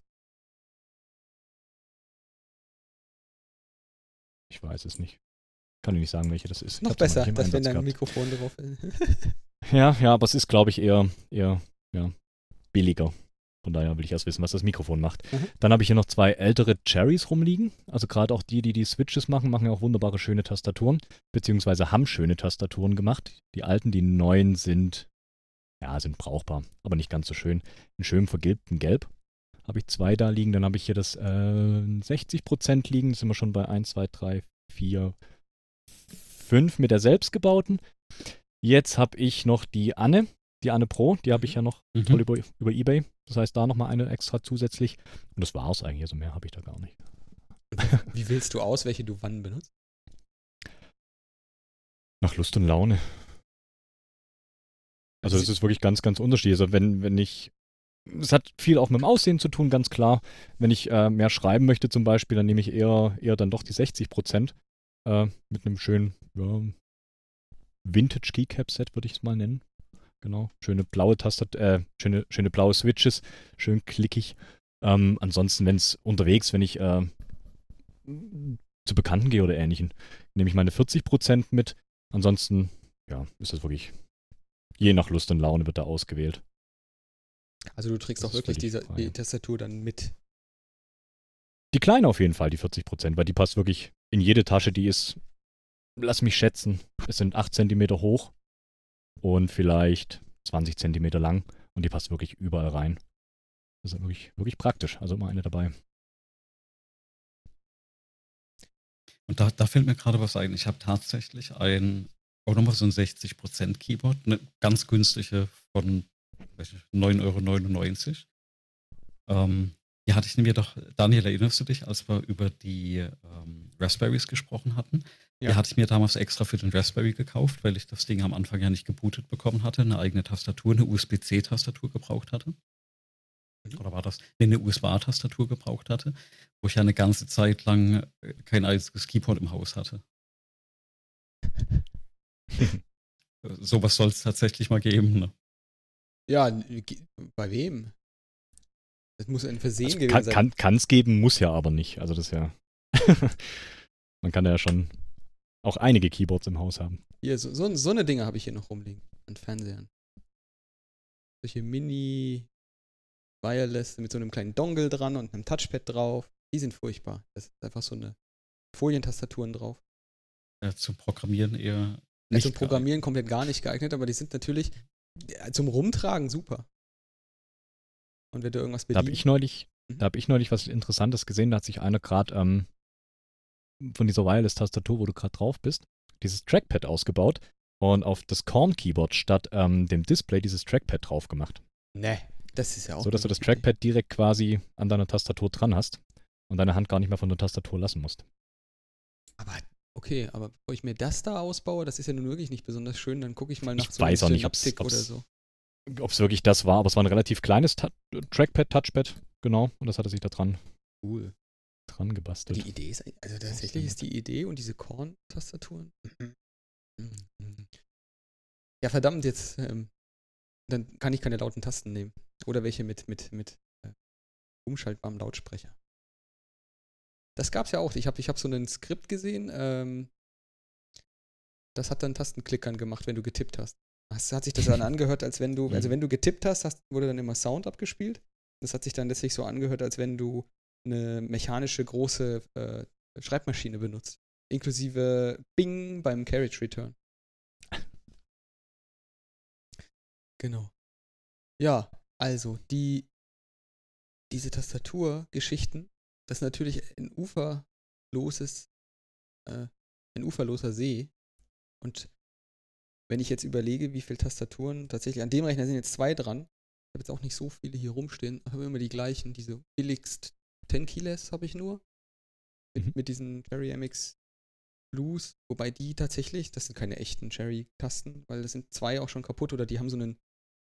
Ich weiß es nicht. Kann ich nicht sagen, welche das ist. Ich Noch hab die noch besser, nicht im dass wenn Einsatz dein gehabt. Mikrofon drauf ist. Ja, aber es ist, glaube ich, eher billiger. Von daher will ich erst wissen, was das Mikrofon macht. Mhm. Dann habe ich hier noch 2 ältere Cherries rumliegen. Also gerade auch die Switches machen ja auch wunderbare, schöne Tastaturen. Beziehungsweise haben schöne Tastaturen gemacht. Die alten, die neuen sind brauchbar, aber nicht ganz so schön. In schönem vergilbten Gelb habe ich 2 da liegen. Dann habe ich hier das 60% liegen. Da sind wir schon bei 1, 2, 3, 4, 5 mit der selbstgebauten. Jetzt habe ich noch die Anne Pro, die habe ich ja noch toll über eBay. Das heißt, da nochmal eine extra zusätzlich. Und das war's eigentlich, also mehr habe ich da gar nicht. Wie wählst du aus, welche du wann benutzt? Nach Lust und Laune. Also das ist wirklich ganz, ganz unterschiedlich. Also wenn ich, es hat viel auch mit dem Aussehen zu tun, ganz klar. Wenn ich mehr schreiben möchte zum Beispiel, dann nehme ich eher dann doch die 60%. Mit einem schönen Vintage Keycap Set, würde ich es mal nennen. Genau. Schöne blaue schöne blaue Switches, schön klickig. Ansonsten, wenn ich zu Bekannten gehe oder Ähnlichem, nehme ich meine 40% mit. Ansonsten, ja, ist das wirklich, je nach Lust und Laune wird da ausgewählt. Also du trägst Das auch ist wirklich völlig frei. die Tastatur dann mit. Die kleine auf jeden Fall, die 40%, weil die passt wirklich in jede Tasche. Die ist, lass mich schätzen, es sind 8 cm hoch und vielleicht 20 cm lang und die passt wirklich überall rein. Das ist wirklich, wirklich praktisch, also immer eine dabei. Und da fällt mir gerade was ein. Ich habe tatsächlich auch nochmal so ein 60% Keyboard, eine ganz günstige von 9,99 €. Die hatte ich mir doch, Daniel, erinnerst du dich, als wir über die Raspberries gesprochen hatten? Ja. Die hatte ich mir damals extra für den Raspberry gekauft, weil ich das Ding am Anfang ja nicht gebootet bekommen hatte, eine eigene Tastatur, eine USB-C-Tastatur gebraucht hatte. Oder war das? Nee, eine USB-A-Tastatur gebraucht hatte, wo ich ja eine ganze Zeit lang kein einziges Keyboard im Haus hatte. Sowas soll es tatsächlich mal geben, ne? Ja, bei wem? Das muss ein Versehen gewesen Also sein. kann es geben, muss ja aber nicht. Also das ist ja, man kann ja schon auch einige Keyboards im Haus haben. Hier, so eine Dinge habe ich hier noch rumliegen an Fernsehern. Solche Mini-Wireless mit so einem kleinen Dongle dran und einem Touchpad drauf. Die sind furchtbar. Das ist einfach so eine Folientastaturen drauf. Zum Programmieren eher Zum nicht Programmieren komplett gar nicht geeignet, aber die sind natürlich zum Rumtragen super. Und wenn du irgendwas Da habe bedienst. ich neulich was Interessantes gesehen. Da hat sich einer gerade von dieser Wireless-Tastatur, wo du gerade drauf bist, dieses Trackpad ausgebaut und auf das Korn-Keyboard statt dem Display dieses Trackpad drauf gemacht. Ne, das ist ja auch. So dass du eine das gute Idee. Trackpad direkt quasi an deiner Tastatur dran hast und deine Hand gar nicht mehr von der Tastatur lassen musst. Aber okay, aber bevor ich mir das da ausbaue, das ist ja nun wirklich nicht besonders schön, dann gucke ich mal nach Ich weiß auch nicht, Synaptic ob's- oder so. Ob es wirklich das war, aber es war ein relativ kleines Trackpad, Touchpad, genau. Und das hat er sich da dran Cool. gebastelt. Die Idee ist, also tatsächlich ist die Idee und diese Korn-Tastaturen. Ja, verdammt, jetzt, dann kann ich keine lauten Tasten nehmen. Oder welche mit umschaltbarem Lautsprecher. Das gab's ja auch. Ich hab so ein Skript gesehen, das hat dann Tastenklickern gemacht, wenn du getippt hast. Das hat sich das dann angehört, als wenn du, also wenn du getippt hast, wurde dann immer Sound abgespielt. Das hat sich dann letztlich so angehört, als wenn du eine mechanische große Schreibmaschine benutzt. Inklusive Bing beim Carriage Return. Genau. Ja, also diese Tastaturgeschichten, das ist natürlich ein uferloser See. Und wenn ich jetzt überlege, wie viele Tastaturen tatsächlich, an dem Rechner sind jetzt 2 dran. Ich habe jetzt auch nicht so viele hier rumstehen. Ich habe immer die gleichen, diese billigst 10 Keyless habe ich nur. Mit diesen Cherry MX Blues. Wobei die tatsächlich, das sind keine echten Cherry-Tasten, weil das sind 2 auch schon kaputt oder die haben so einen,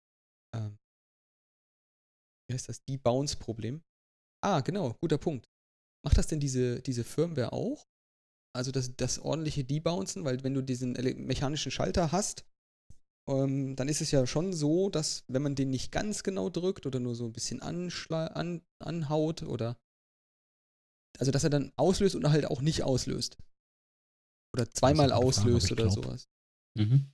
wie heißt das, Debounce-Problem. Ah, genau, guter Punkt. Macht das denn diese Firmware auch? Also das ordentliche Debouncen, weil wenn du diesen mechanischen Schalter hast, dann ist es ja schon so, dass wenn man den nicht ganz genau drückt oder nur so ein bisschen anhaut oder also dass er dann auslöst oder halt auch nicht auslöst. Oder zweimal Das ist eine Frage, auslöst aber oder ich glaub- sowas. Mhm.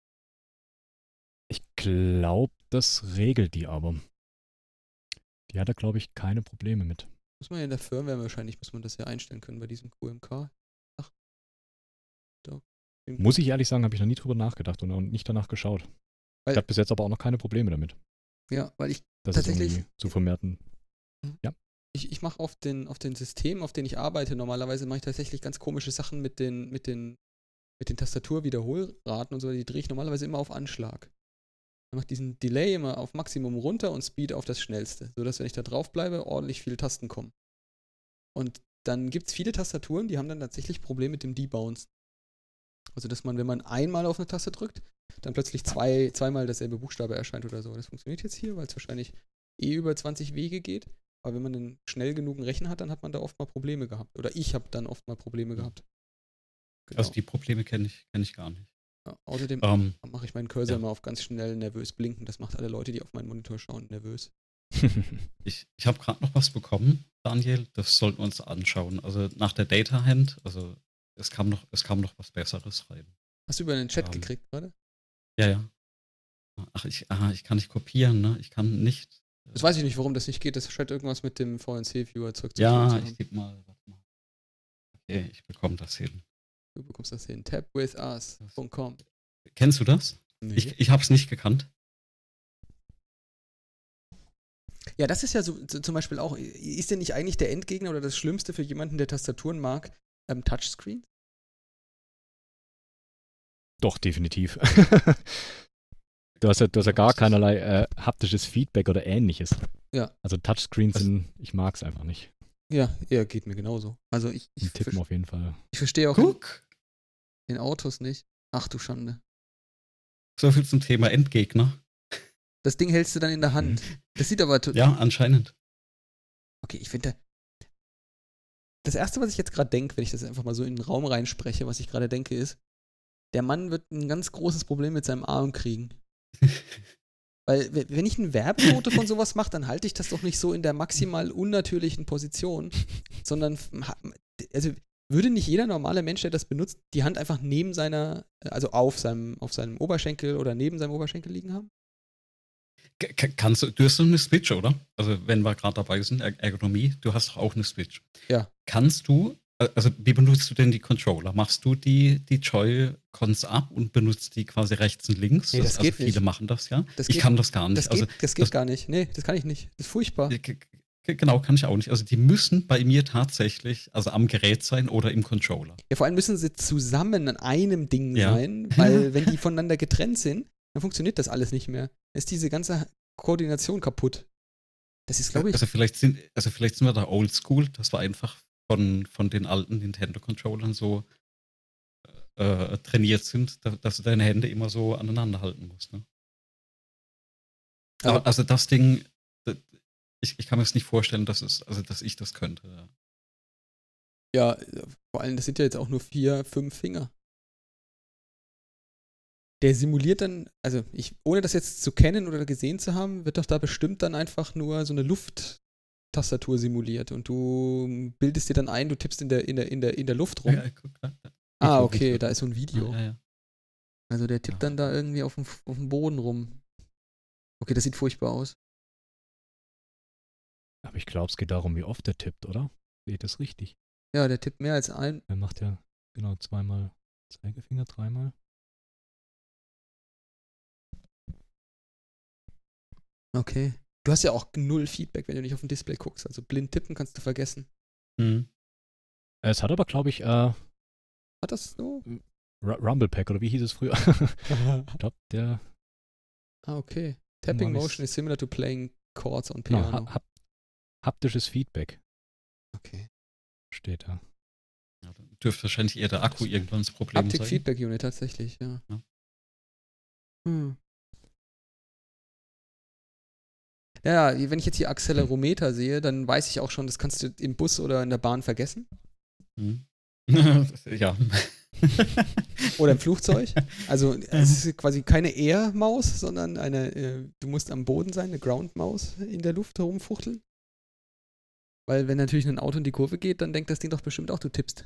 Ich glaube, das regelt die aber. Die hat da, glaube ich, keine Probleme mit. Muss man ja in der Firmware wahrscheinlich, muss man das ja einstellen können bei diesem QMK. Ach. Da. Muss ich ehrlich sagen, habe ich noch nie drüber nachgedacht und auch nicht danach geschaut. Weil- Ich habe bis jetzt aber auch noch keine Probleme damit. Ja, weil ich Das tatsächlich. ist irgendwie zu vermehrten. Ich mache auf den Systemen, auf denen ich arbeite, normalerweise mache ich tatsächlich ganz komische Sachen mit den Tastaturwiederholraten und so, die drehe ich normalerweise immer auf Anschlag. Ich mache diesen Delay immer auf Maximum runter und Speed auf das Schnellste, sodass, wenn ich da drauf bleibe, ordentlich viele Tasten kommen. Und dann gibt es viele Tastaturen, die haben dann tatsächlich Probleme mit dem Debounce. Also, dass man, wenn man einmal auf eine Taste drückt, dann plötzlich zweimal dasselbe Buchstabe erscheint oder so. Das funktioniert jetzt hier, weil es wahrscheinlich über 20 Wege geht. Aber wenn man einen schnell genugen Rechner hat, dann hat man da oft mal Probleme gehabt. Oder ich habe dann oft mal Probleme gehabt. Genau. Also die Probleme kenne ich gar nicht. Ja, außerdem mache ich meinen Cursor immer auf ganz schnell nervös blinken. Das macht alle Leute, die auf meinen Monitor schauen, nervös. Ich habe gerade noch was bekommen, Daniel. Das sollten wir uns anschauen. Also nach der Data Hand, also es kam noch was Besseres rein. Hast du über den Chat gekriegt gerade? Ja. Ach, ich kann nicht kopieren, ne? Ich kann nicht. Das weiß ich nicht, warum das nicht geht. Das scheint irgendwas mit dem VNC-Viewer Zeug zu tun Ja, zu ich haben. gebe mal, warte mal. Okay, ich bekomme das hin. Du bekommst das hin. Tapwithus.com. Kennst du das? Nee. Ich habe es nicht gekannt. Ja, das ist ja so zum Beispiel auch, ist denn nicht eigentlich der Endgegner oder das Schlimmste für jemanden, der Tastaturen mag, Touchscreen? Doch, definitiv. Du hast ja gar keinerlei haptisches Feedback oder ähnliches. Ja. Also Touchscreens ich mag es einfach nicht. Ja, geht mir genauso. Also ich Tippen auf jeden Fall. verstehe auch Guck! in Autos nicht. Ach du Schande. So viel zum Thema Endgegner. Das Ding hältst du dann in der Hand. Das sieht aber Ja, anscheinend. Okay, ich finde, das Erste, was ich jetzt gerade denke, wenn ich das einfach mal so in den Raum reinspreche, was ich gerade denke, ist, der Mann wird ein ganz großes Problem mit seinem Arm kriegen. Weil, wenn ich ein Werbefoto von sowas mache, dann halte ich das doch nicht so in der maximal unnatürlichen Position, sondern, also, würde nicht jeder normale Mensch, der das benutzt, die Hand einfach neben seiner, also auf seinem Oberschenkel oder neben seinem Oberschenkel liegen haben? Kannst du hast doch eine Switch, oder? Also, wenn wir gerade dabei sind, Ergonomie, du hast doch auch eine Switch. Ja. Kannst du, also wie benutzt du denn die Controller? Machst du die Joy-Cons ab und benutzt die quasi rechts und links? Nee, das geht viele nicht. machen das ja. Das Ich geht- kann das gar nicht. Das geht gar nicht. Nee, das kann ich nicht. Das ist furchtbar. Genau, kann ich auch nicht. Also die müssen bei mir tatsächlich, also am Gerät sein oder im Controller. Ja, vor allem müssen sie zusammen an einem Ding Ja. sein, weil wenn die voneinander getrennt sind, dann funktioniert das alles nicht mehr. Dann ist diese ganze Koordination kaputt. Das ist, glaube ich, Also vielleicht sind wir da oldschool, dass wir einfach von den alten Nintendo-Controllern so trainiert sind, dass du deine Hände immer so aneinander halten musst. Ne? Aber also das Ding, ich kann mir das nicht vorstellen, dass ich das könnte. ja, vor allem, das sind ja jetzt auch nur 4, 5 Finger. Der simuliert dann, also ohne das jetzt zu kennen oder gesehen zu haben, wird doch da bestimmt dann einfach nur so eine Lufttastatur simuliert und du bildest dir dann ein, du tippst in der Luft rum. Ja, guck, Okay, Video. da ist so ein Video. Ja. Also der tippt dann da irgendwie auf dem Boden rum. Okay, das sieht furchtbar aus. Aber ich glaube, es geht darum, wie oft er tippt, oder? Sehe ich das richtig? Ja, der tippt mehr als ein. Er macht ja genau 2-mal Zeigefinger, 3-mal. Okay. Du hast ja auch 0 Feedback, wenn du nicht auf dem Display guckst. Also blind tippen kannst du vergessen. Mhm. Es hat aber, glaube ich, Hat das so? Rumble Pack, oder wie hieß es früher? Ich glaube, der Okay. Tapping Mal motion is similar to playing chords on genau, piano. haptisches Feedback Okay. steht da. Ja, dann dürfte wahrscheinlich eher der Akku irgendwann das Problem Haptic sein. Feedback Unit tatsächlich, ja. Ja. Ja, wenn ich jetzt hier Accelerometer sehe, dann weiß ich auch schon, das kannst du im Bus oder in der Bahn vergessen. Mhm. Ja. Oder im Flugzeug. Also es ist quasi keine Air-Maus, sondern du musst am Boden sein, eine Ground-Maus in der Luft herumfuchteln. Weil wenn natürlich ein Auto in die Kurve geht, dann denkt das Ding doch bestimmt auch, du tippst.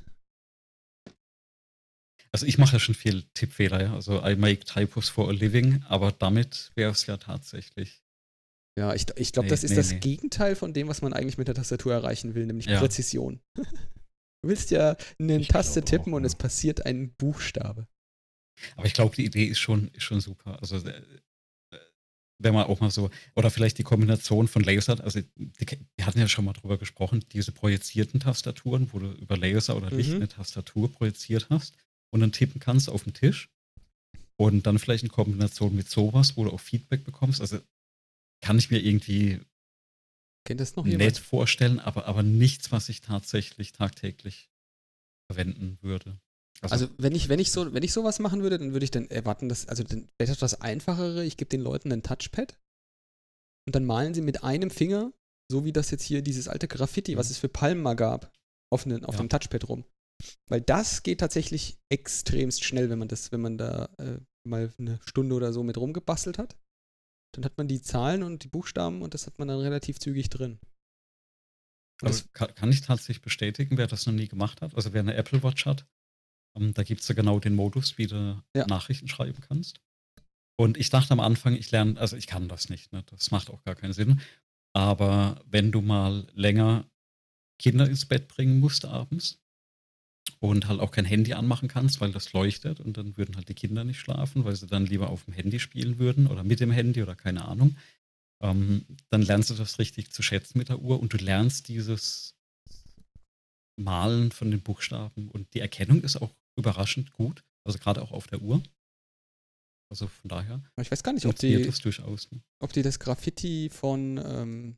Also ich mache ja schon viel Tippfehler, ja. Also I make typos for a living, aber damit wäre es ja tatsächlich. Ja, ich glaube, das ist das Gegenteil von dem, was man eigentlich mit der Tastatur erreichen will, nämlich Präzision. Du willst ja eine Taste tippen und es passiert ein Buchstabe. Aber ich glaube, die Idee ist schon super. Also wenn man auch mal so, oder vielleicht die Kombination von Laser, also wir hatten ja schon mal drüber gesprochen, diese projizierten Tastaturen, wo du über Laser oder Licht eine Tastatur projiziert hast und dann tippen kannst auf den Tisch und dann vielleicht in Kombination mit sowas, wo du auch Feedback bekommst. Also kann ich mir irgendwie Kennt das noch nett jemand? vorstellen, aber nichts, was ich tatsächlich tagtäglich verwenden würde. Also wenn ich sowas machen würde, dann würde ich dann erwarten, dann wäre das das Einfachere, ich gebe den Leuten ein Touchpad und dann malen sie mit einem Finger, so wie das jetzt hier dieses alte Graffiti, was es für Palm mal gab, auf dem Touchpad rum. Weil das geht tatsächlich extremst schnell, wenn man da mal eine Stunde oder so mit rumgebastelt hat. Dann hat man die Zahlen und die Buchstaben und das hat man dann relativ zügig drin. Also kann ich tatsächlich bestätigen, wer das noch nie gemacht hat. Also wer eine Apple Watch hat, da gibt es ja genau den Modus, wie du Nachrichten schreiben kannst. Und ich dachte am Anfang, ich kann das nicht. Ne? Das macht auch gar keinen Sinn. Aber wenn du mal länger Kinder ins Bett bringen musst abends und halt auch kein Handy anmachen kannst, weil das leuchtet und dann würden halt die Kinder nicht schlafen, weil sie dann lieber auf dem Handy spielen würden oder mit dem Handy oder keine Ahnung, dann lernst du das richtig zu schätzen mit der Uhr und du lernst dieses Malen von den Buchstaben und die Erkennung ist auch überraschend gut, also gerade auch auf der Uhr. Also von daher. Ich weiß gar nicht, ob das durchaus. Ne? Ob die das Graffiti von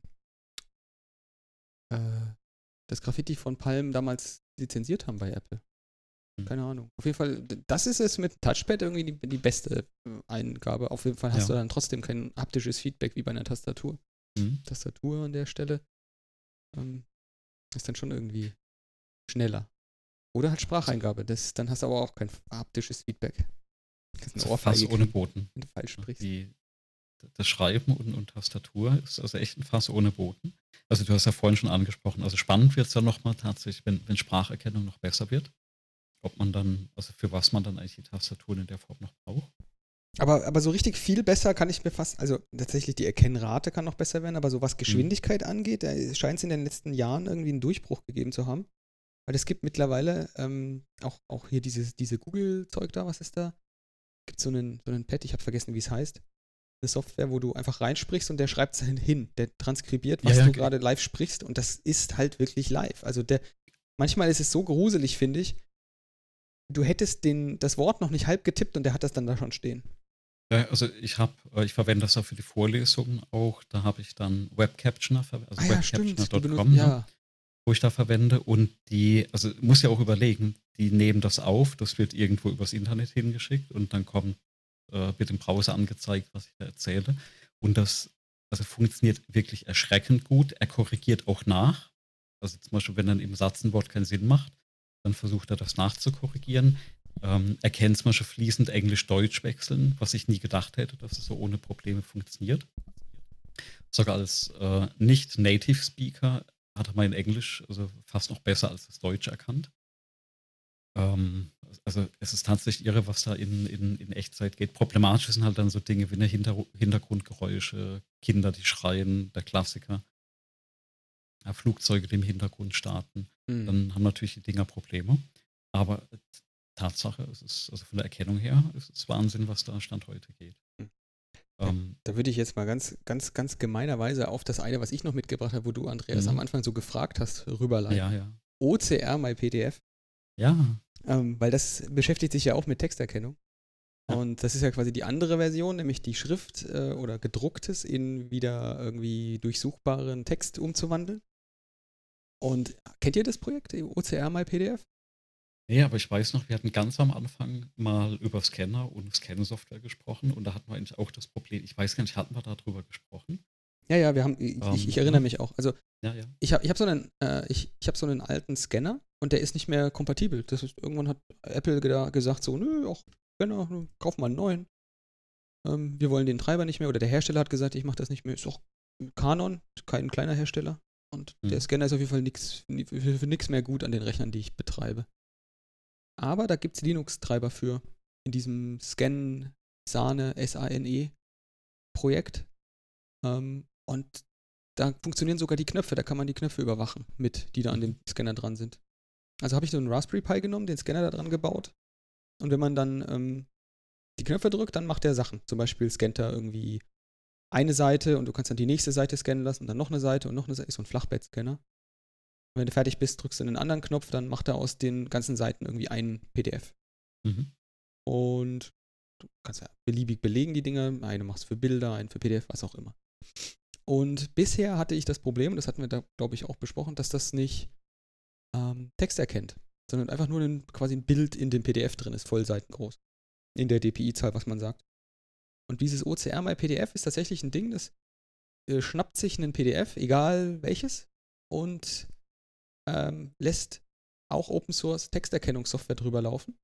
Palm damals lizenziert haben bei Apple. Keine Ahnung. Auf jeden Fall, das ist es mit Touchpad irgendwie die beste Eingabe. Auf jeden Fall hast du dann trotzdem kein haptisches Feedback wie bei einer Tastatur. Tastatur an der Stelle ist dann schon irgendwie schneller. Oder halt Spracheingabe. Dann hast du aber auch kein haptisches Feedback. Das ist fast ohne Boten. Wenn du falsch sprichst. das Schreiben und Tastatur ist also echt ein Fass ohne Boden. Also du hast ja vorhin schon angesprochen, also spannend wird es dann nochmal tatsächlich, wenn Spracherkennung noch besser wird. Ob man dann, also für was man dann eigentlich die Tastaturen in der Form noch braucht. Aber so richtig viel besser kann ich mir fast, also tatsächlich die Erkennrate kann noch besser werden, aber so was Geschwindigkeit angeht, da scheint es in den letzten Jahren irgendwie einen Durchbruch gegeben zu haben. Weil es gibt mittlerweile auch hier diese Google-Zeug da, was ist da? Gibt so einen Pad, ich habe vergessen, wie es heißt. Eine Software, wo du einfach reinsprichst und der schreibt es hin. Der transkribiert, was du gerade live sprichst und das ist halt wirklich live. Also manchmal ist es so gruselig, finde ich. Du hättest das Wort noch nicht halb getippt und der hat das dann da schon stehen. Ja, also ich verwende das auch für die Vorlesungen auch. Da habe ich dann Webcaptioner, also webcaptioner.com, ja. wo ich da verwende. Und also muss ja auch überlegen, die nehmen das auf, das wird irgendwo übers Internet hingeschickt und dann wird im Browser angezeigt, was ich da erzähle. Und das also funktioniert wirklich erschreckend gut. Er korrigiert auch nach. Also zum Beispiel, wenn dann im Satz ein Wort keinen Sinn macht, dann versucht er das nachzukorrigieren. Er kann zum Beispiel fließend Englisch-Deutsch wechseln, was ich nie gedacht hätte, dass es so ohne Probleme funktioniert. Sogar als Nicht-Native-Speaker hat er mein Englisch also fast noch besser als das Deutsch erkannt. Also es ist tatsächlich irre, was da in Echtzeit geht. Problematisch sind halt dann so Dinge wie eine Hintergrundgeräusche, Kinder, die schreien, der Klassiker. Ja, Flugzeuge, die im Hintergrund starten. Dann haben natürlich die Dinger Probleme. Aber Tatsache, es ist, also von der Erkennung her, es ist Wahnsinn, was da Stand heute geht. Da würde ich jetzt mal ganz, ganz, ganz gemeinerweise auf das eine, was ich noch mitgebracht habe, wo du, Andreas, am Anfang so gefragt hast, rüberleiten. Ja. OCR MyPDF. Ja. Weil das beschäftigt sich ja auch mit Texterkennung. Ja. Und das ist ja quasi die andere Version, nämlich die Schrift oder gedrucktes in wieder irgendwie durchsuchbaren Text umzuwandeln. Und kennt ihr das Projekt, OCR MyPDF? Nee, aber ich weiß noch, wir hatten ganz am Anfang mal über Scanner und Scan-Software gesprochen und da hatten wir eigentlich auch das Problem, ich weiß gar nicht, hatten wir darüber gesprochen? Ja, ich erinnere mich auch. Also ja. Ich hab so einen alten Scanner und der ist nicht mehr kompatibel. Irgendwann hat Apple gesagt so, nö, auch Scanner, kauf mal einen neuen. Wir wollen den Treiber nicht mehr. Oder der Hersteller hat gesagt, ich mache das nicht mehr. Ist auch Canon, kein kleiner Hersteller. Und der Scanner ist auf jeden Fall für nichts mehr gut an den Rechnern, die ich betreibe. Aber da gibt es Linux-Treiber für in diesem Sane, SANE Projekt. Und da funktionieren sogar die Knöpfe, da kann man die Knöpfe überwachen, die da an dem Scanner dran sind. Also habe ich so einen Raspberry Pi genommen, den Scanner da dran gebaut. Und wenn man dann die Knöpfe drückt, dann macht der Sachen. Zum Beispiel scannt er irgendwie eine Seite und du kannst dann die nächste Seite scannen lassen und dann noch eine Seite und noch eine Seite. Ist so ein Flachbettscanner. Und wenn du fertig bist, drückst du einen anderen Knopf, dann macht er aus den ganzen Seiten irgendwie einen PDF. Und du kannst ja beliebig belegen die Dinge. Eine machst du für Bilder, einen für PDF, was auch immer. Und bisher hatte ich das Problem, das hatten wir da, glaube ich, auch besprochen, dass das nicht Text erkennt, sondern einfach nur quasi ein Bild in dem PDF drin ist, Vollseiten groß. In der DPI-Zahl, was man sagt. Und dieses OCR MyPDF ist tatsächlich ein Ding, das schnappt sich einen PDF, egal welches, und lässt auch Open Source Texterkennungssoftware drüber laufen.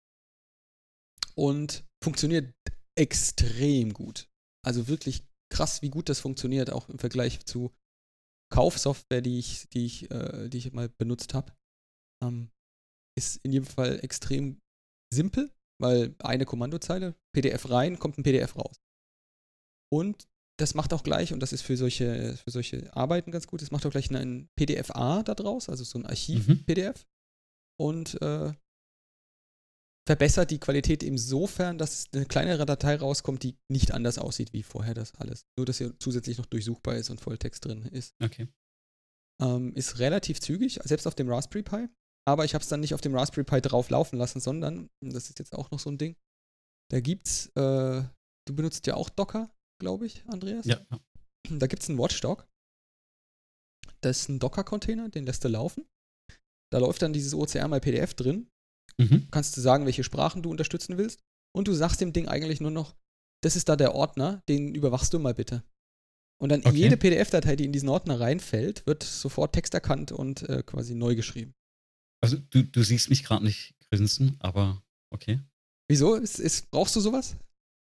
Und funktioniert extrem gut. Also wirklich krass, wie gut das funktioniert, auch im Vergleich zu Kaufsoftware, die ich mal benutzt habe. Ist in jedem Fall extrem simpel, weil eine Kommandozeile, PDF rein, kommt ein PDF raus. Und das macht auch gleich, und das ist für solche Arbeiten ganz gut, das macht auch gleich ein PDF-A da draus, also so ein Archiv-PDF. Und verbessert die Qualität insofern, dass eine kleinere Datei rauskommt, die nicht anders aussieht wie vorher das alles. Nur, dass hier zusätzlich noch durchsuchbar ist und Volltext drin ist. Okay. Ist relativ zügig, selbst auf dem Raspberry Pi. Aber ich habe es dann nicht auf dem Raspberry Pi drauf laufen lassen, sondern, das ist jetzt auch noch so ein Ding, da gibt's, du benutzt ja auch Docker, glaube ich, Andreas? Ja. Da gibt's einen Watchdog. Das ist ein Docker-Container, den lässt du laufen. Da läuft dann dieses OCR MyPDF drin. Kannst du sagen, welche Sprachen du unterstützen willst. Und du sagst dem Ding eigentlich nur noch, das ist da der Ordner, den überwachst du mal bitte. Und dann jede PDF-Datei, die in diesen Ordner reinfällt, wird sofort texterkannt und quasi neu geschrieben. Also du siehst mich gerade nicht grinsen, aber okay. Wieso? Brauchst du sowas?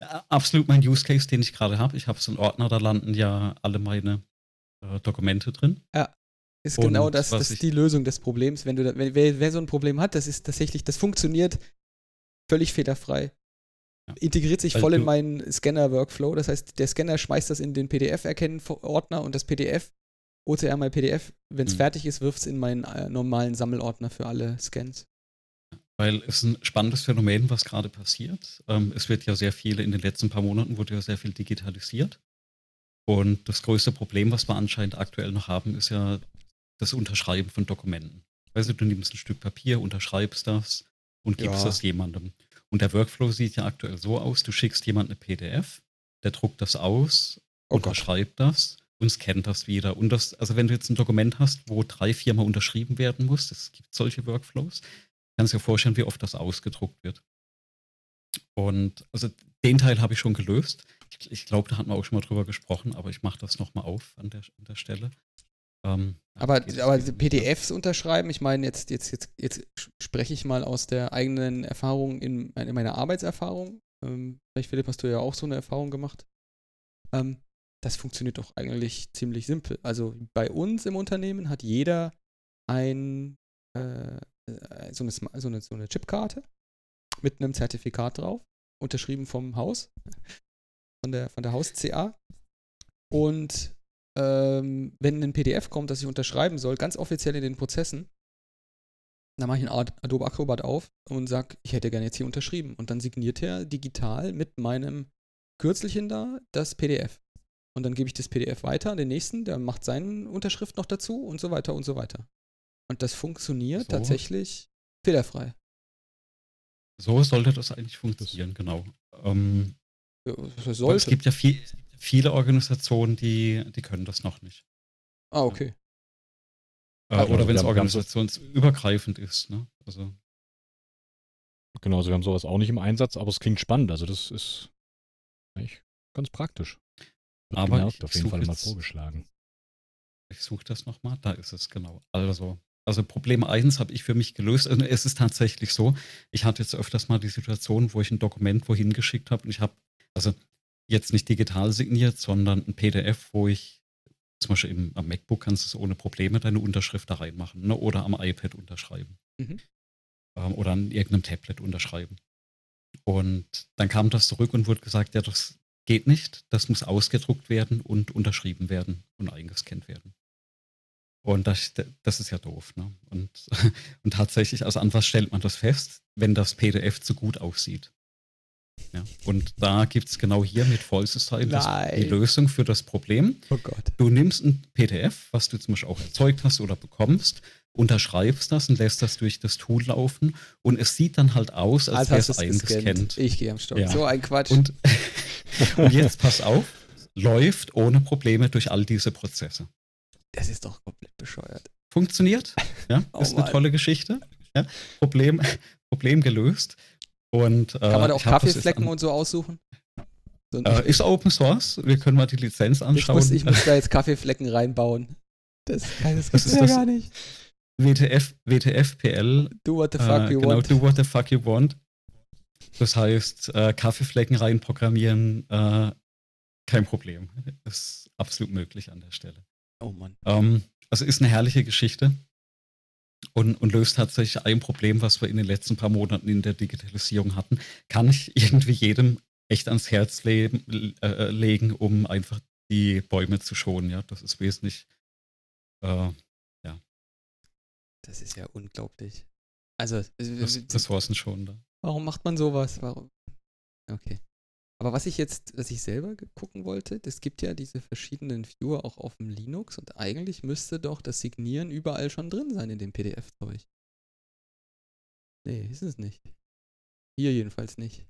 Absolut mein Use Case, den ich gerade habe. Ich habe so einen Ordner, da landen ja alle meine Dokumente drin. Ja, ist Und genau das was ist die Lösung des Problems. Wenn wer so ein Problem hat, das ist tatsächlich, das funktioniert völlig fehlerfrei. Ja. Integriert sich Also voll in meinen Scanner-Workflow. Das heißt, der Scanner schmeißt das in den PDF-Erkennen-Ordner und das PDF, OCR mal PDF, wenn es fertig ist, wirft es in meinen normalen Sammelordner für alle Scans. Weil es ist ein spannendes Phänomen, was gerade passiert. Es wird ja sehr viel, in den letzten paar Monaten wurde ja sehr viel digitalisiert. Und das größte Problem, was wir anscheinend aktuell noch haben, ist ja das Unterschreiben von Dokumenten. Weißt du nimmst ein Stück Papier, unterschreibst das und gibst das jemandem. Und der Workflow sieht ja aktuell so aus, du schickst jemandem eine PDF, der druckt das aus, unterschreibt das und scannt das wieder. Und das, also wenn du jetzt ein Dokument hast, wo 3-4 Mal unterschrieben werden muss, es gibt solche Workflows, kannst du dir vorstellen, wie oft das ausgedruckt wird. Und also den Teil habe ich schon gelöst. Ich glaube, da hatten wir auch schon mal drüber gesprochen, aber ich mache das nochmal auf an der Stelle. Aber PDFs unterschreiben, ich meine, jetzt spreche ich mal aus der eigenen Erfahrung in meiner Arbeitserfahrung. Vielleicht, Philipp, hast du ja auch so eine Erfahrung gemacht. Das funktioniert doch eigentlich ziemlich simpel. Also bei uns im Unternehmen hat jeder so eine Chipkarte mit einem Zertifikat drauf, unterschrieben vom Haus, von der Haus-CA. Und wenn ein PDF kommt, das ich unterschreiben soll, ganz offiziell in den Prozessen, dann mache ich einen Adobe Acrobat auf und sage, ich hätte gerne jetzt hier unterschrieben. Und dann signiert er digital mit meinem Kürzelchen da das PDF. Und dann gebe ich das PDF weiter an den nächsten, der macht seine Unterschrift noch dazu und so weiter und so weiter. Und das funktioniert tatsächlich fehlerfrei. So sollte das eigentlich funktionieren, genau. Es gibt ja viele Organisationen, die können das noch nicht. Ah, okay. Oder wenn es organisationsübergreifend ist. Ne? Also. Genau, also wir haben sowas auch nicht im Einsatz, aber es klingt spannend. Also das ist eigentlich ganz praktisch. Aber gemerkt, auf jeden Fall mal vorgeschlagen. Ich suche das nochmal, da ist es genau. Also Problem 1 habe ich für mich gelöst. Also es ist tatsächlich so, ich hatte jetzt öfters mal die Situation, wo ich ein Dokument wohin geschickt habe und ich habe, also jetzt nicht digital signiert, sondern ein PDF, wo ich zum Beispiel am MacBook kannst du ohne Probleme deine Unterschrift da reinmachen, ne? Oder am iPad unterschreiben. Oder an irgendeinem Tablet unterschreiben. Und dann kam das zurück und wurde gesagt, ja, das geht nicht, das muss ausgedruckt werden und unterschrieben werden und eingescannt werden. Und das ist ja doof. Ne? Und tatsächlich, also an was stellt man das fest, wenn das PDF zu gut aussieht? Ja, und da gibt es genau hier mit Vollsystyle die Lösung für das Problem. Oh Gott. Du nimmst ein PDF, was du zum Beispiel auch erzeugt hast oder bekommst, unterschreibst das und lässt das durch das Tool laufen und es sieht dann halt aus, als wäre es eingescannt. Ich gehe am Stock. Ja. So ein Quatsch. Und jetzt pass auf, läuft ohne Probleme durch all diese Prozesse. Das ist doch komplett bescheuert. Funktioniert, ja, ist eine tolle Geschichte. Ja, Problem gelöst. Und, kann man da auch Kaffeeflecken und so aussuchen? Ist Open Source. Wir können mal die Lizenz anschauen. Ich muss da jetzt Kaffeeflecken reinbauen. Das gibt's ja gar nicht. WTF-PL. Do what the fuck you want. Do what the fuck you want. Das heißt, Kaffeeflecken reinprogrammieren, kein Problem. Ist absolut möglich an der Stelle. Oh Mann. Also ist eine herrliche Geschichte. Und löst tatsächlich ein Problem, was wir in den letzten paar Monaten in der Digitalisierung hatten. Kann ich irgendwie jedem echt ans Herz legen, um einfach die Bäume zu schonen. Ja, das ist wesentlich, ja. Das ist ja unglaublich. Also, Ressourcen schon da. Warum macht man sowas? Warum? Okay. Aber was ich selber gucken wollte, es gibt ja diese verschiedenen Viewer auch auf dem Linux und eigentlich müsste doch das Signieren überall schon drin sein in dem PDF-Zeug. Nee, ist es nicht. Hier jedenfalls nicht.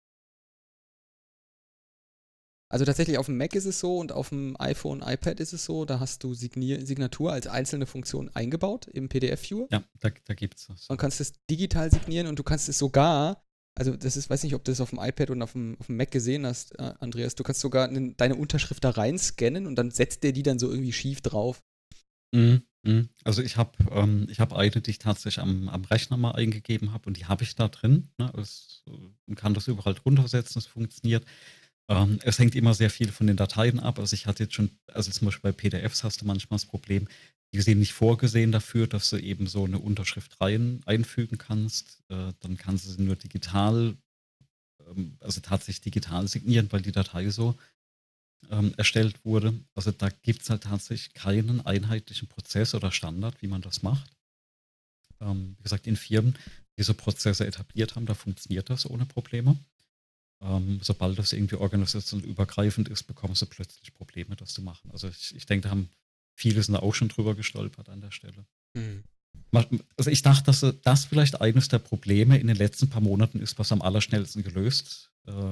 Also tatsächlich auf dem Mac ist es so und auf dem iPhone, iPad ist es so, da hast du Signatur als einzelne Funktion eingebaut im PDF-Viewer. Ja, da gibt's das. Man kannst es digital signieren und du kannst es sogar, also das ist, weiß nicht, ob du das auf dem iPad und auf dem Mac gesehen hast, Andreas, du kannst sogar deine Unterschrift da rein scannen und dann setzt der die dann so irgendwie schief drauf. Mhm. Also ich hab eine, die ich tatsächlich am Rechner mal eingegeben habe und die habe ich da drin. Ne? Man kann das überall drunter setzen, es funktioniert. Es hängt immer sehr viel von den Dateien ab. Also ich hatte jetzt schon, also zum Beispiel bei PDFs hast du manchmal das Problem, die sind nicht vorgesehen dafür, dass du eben so eine Unterschrift rein einfügen kannst. Dann kannst du sie nur digital, also tatsächlich digital signieren, weil die Datei so erstellt wurde. Also da gibt es halt tatsächlich keinen einheitlichen Prozess oder Standard, wie man das macht. Wie gesagt, in Firmen, die diese Prozesse etabliert haben, da funktioniert das ohne Probleme. Sobald das irgendwie organisationenübergreifend ist, bekommst du plötzlich Probleme, das zu machen. Also ich denke, da haben viele sind da auch schon drüber gestolpert an der Stelle. Mhm. Also ich dachte, dass das vielleicht eines der Probleme in den letzten paar Monaten ist, was am allerschnellsten gelöst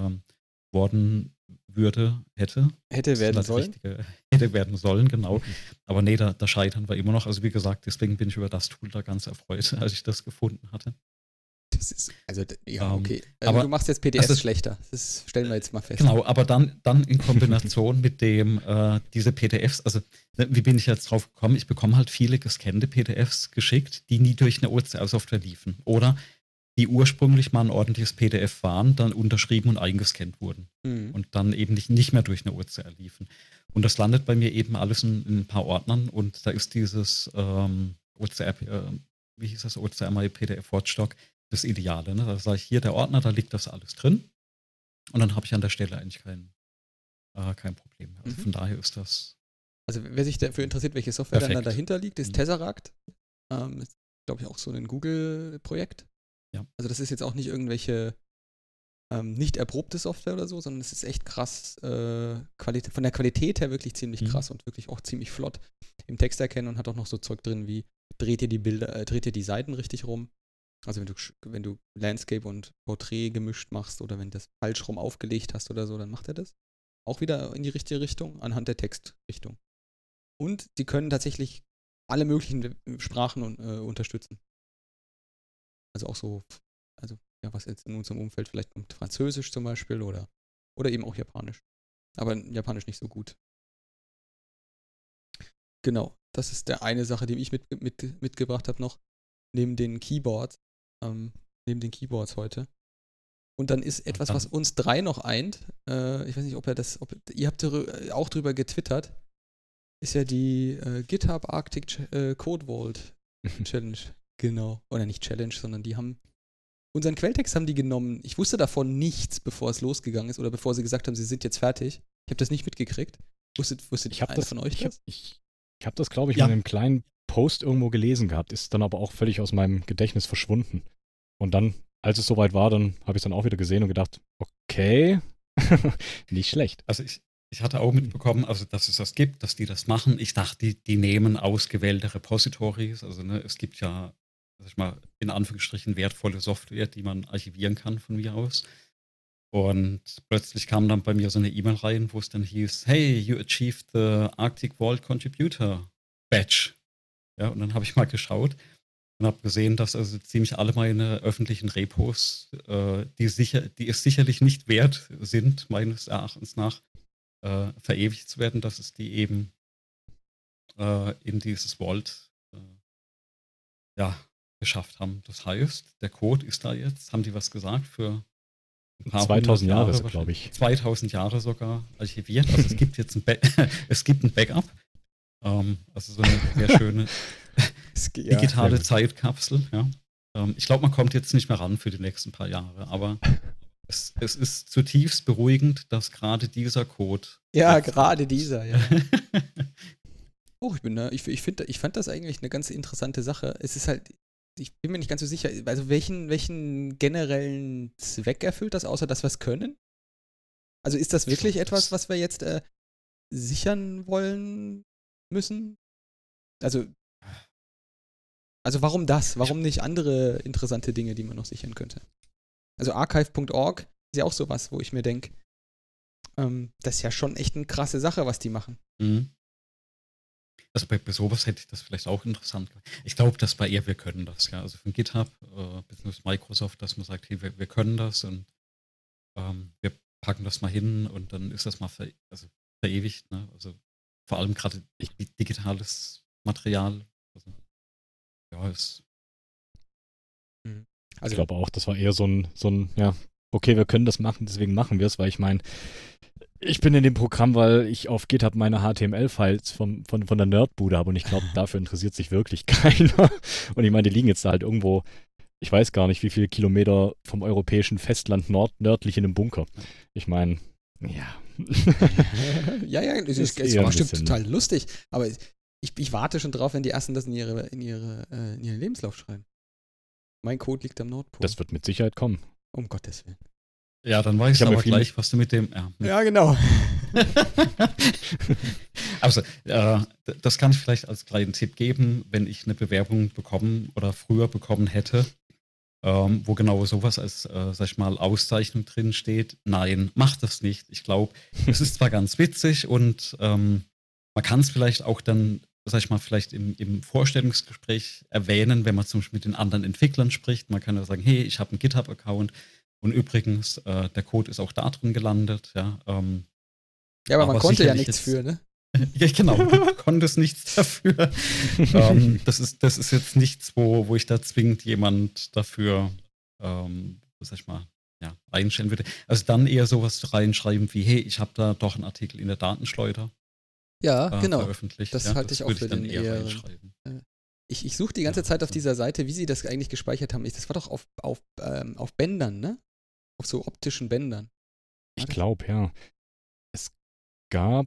worden hätte. Hätte Das ist werden das sollen. Richtige, hätte werden sollen, genau. Aber nee, da scheitern wir immer noch. Also wie gesagt, deswegen bin ich über das Tool da ganz erfreut, als ich das gefunden hatte. Das ist, also, ja, okay. Also aber du machst jetzt PDFs also, schlechter. Das stellen wir jetzt mal fest. Genau, aber dann in Kombination mit dem, diese PDFs, also wie bin ich jetzt drauf gekommen? Ich bekomme halt viele gescannte PDFs geschickt, die nie durch eine OCR-Software liefen. Oder die ursprünglich mal ein ordentliches PDF waren, dann unterschrieben und eingescannt wurden. Mhm. Und dann eben nicht mehr durch eine OCR liefen. Und das landet bei mir eben alles in ein paar Ordnern und da ist dieses OCR, wie hieß das, OCR My PDF Watchdog, das Ideale. Ne? Da sage ich hier, der Ordner, da liegt das alles drin. Und dann habe ich an der Stelle eigentlich kein Problem mehr. Also von daher ist das. Also wer sich dafür interessiert, welche Software dann da Perfekt. dahinter liegt, ist Tesseract. Ist, glaube ich, auch so ein Google-Projekt. Ja. Also das ist jetzt auch nicht irgendwelche nicht erprobte Software oder so, sondern es ist echt krass, von der Qualität her wirklich ziemlich krass und wirklich auch ziemlich flott im Text erkennen und hat auch noch so Zeug drin wie dreht ihr die Seiten richtig rum. Also wenn du Landscape und Porträt gemischt machst oder wenn du das falsch rum aufgelegt hast oder so, dann macht er das. Auch wieder in die richtige Richtung, anhand der Textrichtung. Und sie können tatsächlich alle möglichen Sprachen unterstützen. Also auch so, also ja, was jetzt in unserem Umfeld vielleicht kommt, Französisch zum Beispiel oder eben auch Japanisch. Aber Japanisch nicht so gut. Genau, das ist der eine Sache, die ich mitgebracht habe noch, neben den Keyboards heute. Und dann ist etwas, was uns drei noch eint. Ich weiß nicht, ihr habt auch drüber getwittert, ist ja die GitHub Arctic Code Vault Challenge. Genau. Oder nicht Challenge, sondern die haben unseren Quelltext haben die genommen. Ich wusste davon nichts, bevor es losgegangen ist oder bevor sie gesagt haben, sie sind jetzt fertig. Ich habe das nicht mitgekriegt. Wusstet einer von euch das? Ich habe das, glaube ich, in einem kleinen Post irgendwo gelesen gehabt, ist dann aber auch völlig aus meinem Gedächtnis verschwunden. Und dann, als es soweit war, dann habe ich es dann auch wieder gesehen und gedacht, okay, nicht schlecht. Also ich hatte auch mitbekommen, also dass es das gibt, dass die das machen. Ich dachte, die nehmen ausgewählte Repositories. Also es gibt ja, sag ich mal, in Anführungsstrichen wertvolle Software, die man archivieren kann von mir aus. Und plötzlich kam dann bei mir so eine E-Mail rein, wo es dann hieß, hey, you achieved the Arctic Vault Contributor Badge. Ja, und dann habe ich mal geschaut und habe gesehen, dass also ziemlich alle meine öffentlichen Repos, die es sicherlich nicht wert sind, meines Erachtens nach, verewigt zu werden, dass es die eben in dieses Vault geschafft haben. Das heißt, der Code ist da jetzt, haben die was gesagt, für ein paar 2000 Jahre, glaube ich. 2000 Jahre sogar archiviert. Also es gibt jetzt ein Backup. Also so eine sehr schöne digitale Zeitkapsel. Ja. Ich glaube, man kommt jetzt nicht mehr ran für die nächsten paar Jahre, aber es ist zutiefst beruhigend, dass gerade dieser Code. Ja, gerade dieser, ja. Oh, ich fand das eigentlich eine ganz interessante Sache. Es ist halt, ich bin mir nicht ganz so sicher, also welchen generellen Zweck erfüllt das, außer dass wir es können? Also ist das wirklich etwas, was wir jetzt sichern wollen müssen? Also warum das? Warum nicht andere interessante Dinge, die man noch sichern könnte? Also archive.org ist ja auch sowas, wo ich mir denke, das ist ja schon echt eine krasse Sache, was die machen. Mhm. Also bei sowas hätte ich das vielleicht auch interessant gemacht. Ich glaube, dass bei ihr, wir können das, ja. Also von GitHub, bzw. Microsoft, dass man sagt, hey, wir können das und wir packen das mal hin und dann ist das mal verewigt, ne? Also vor allem gerade digitales Material ja, ist Ich glaube auch, das war eher so ein, ja, okay, wir können das machen, deswegen machen wir es, weil ich meine, ich bin in dem Programm, weil ich auf GitHub meine HTML-Files von der Nerdbude habe und ich glaube, dafür interessiert sich wirklich keiner. Und ich meine, die liegen jetzt da halt irgendwo, ich weiß gar nicht, wie viele Kilometer vom europäischen Festland nördlich in einem Bunker. Ich meine, ja. Ja, es Ist war eher ein bestimmt bisschen- total lustig, aber ich warte schon drauf, wenn die Ersten das in ihren Lebenslauf schreiben. Mein Code liegt am Nordpol. Das wird mit Sicherheit kommen. Um Gottes Willen. ja, dann weiß Ich ich hab mir aber viele- gleich, was du mit dem. Ja, Ja, genau. Also, das kann ich vielleicht als kleinen Tipp geben, wenn ich eine Bewerbung bekommen oder früher bekommen hätte, wo genau sowas als, sag ich mal, Auszeichnung drin steht. Nein, mach das nicht. Ich glaube, es ist zwar ganz witzig und man kann es vielleicht auch dann, sag ich mal, vielleicht im Vorstellungsgespräch erwähnen, wenn man zum Beispiel mit den anderen Entwicklern spricht. Man kann ja sagen, hey, ich habe einen GitHub-Account und übrigens, der Code ist auch da drin gelandet. Ja, Ja, aber man Aber konnte ja sicherlich nichts jetzt- für, ne? ja, genau, du konntest nichts dafür. Das ist jetzt nichts, wo ich da zwingend jemand dafür, sag ich mal, ja, einstellen würde. Also dann eher sowas reinschreiben wie, hey, ich habe da doch einen Artikel in der Datenschleuder Ja, genau. veröffentlicht. Das halte ich auch würde für dann den eher eher- reinschreiben. Ich suche die ganze Ja, Zeit auf so. dieser Seite, wie sie das eigentlich gespeichert haben. Das war doch auf Bändern, ne? Auf so optischen Bändern. Ich glaube, ja. Es gab.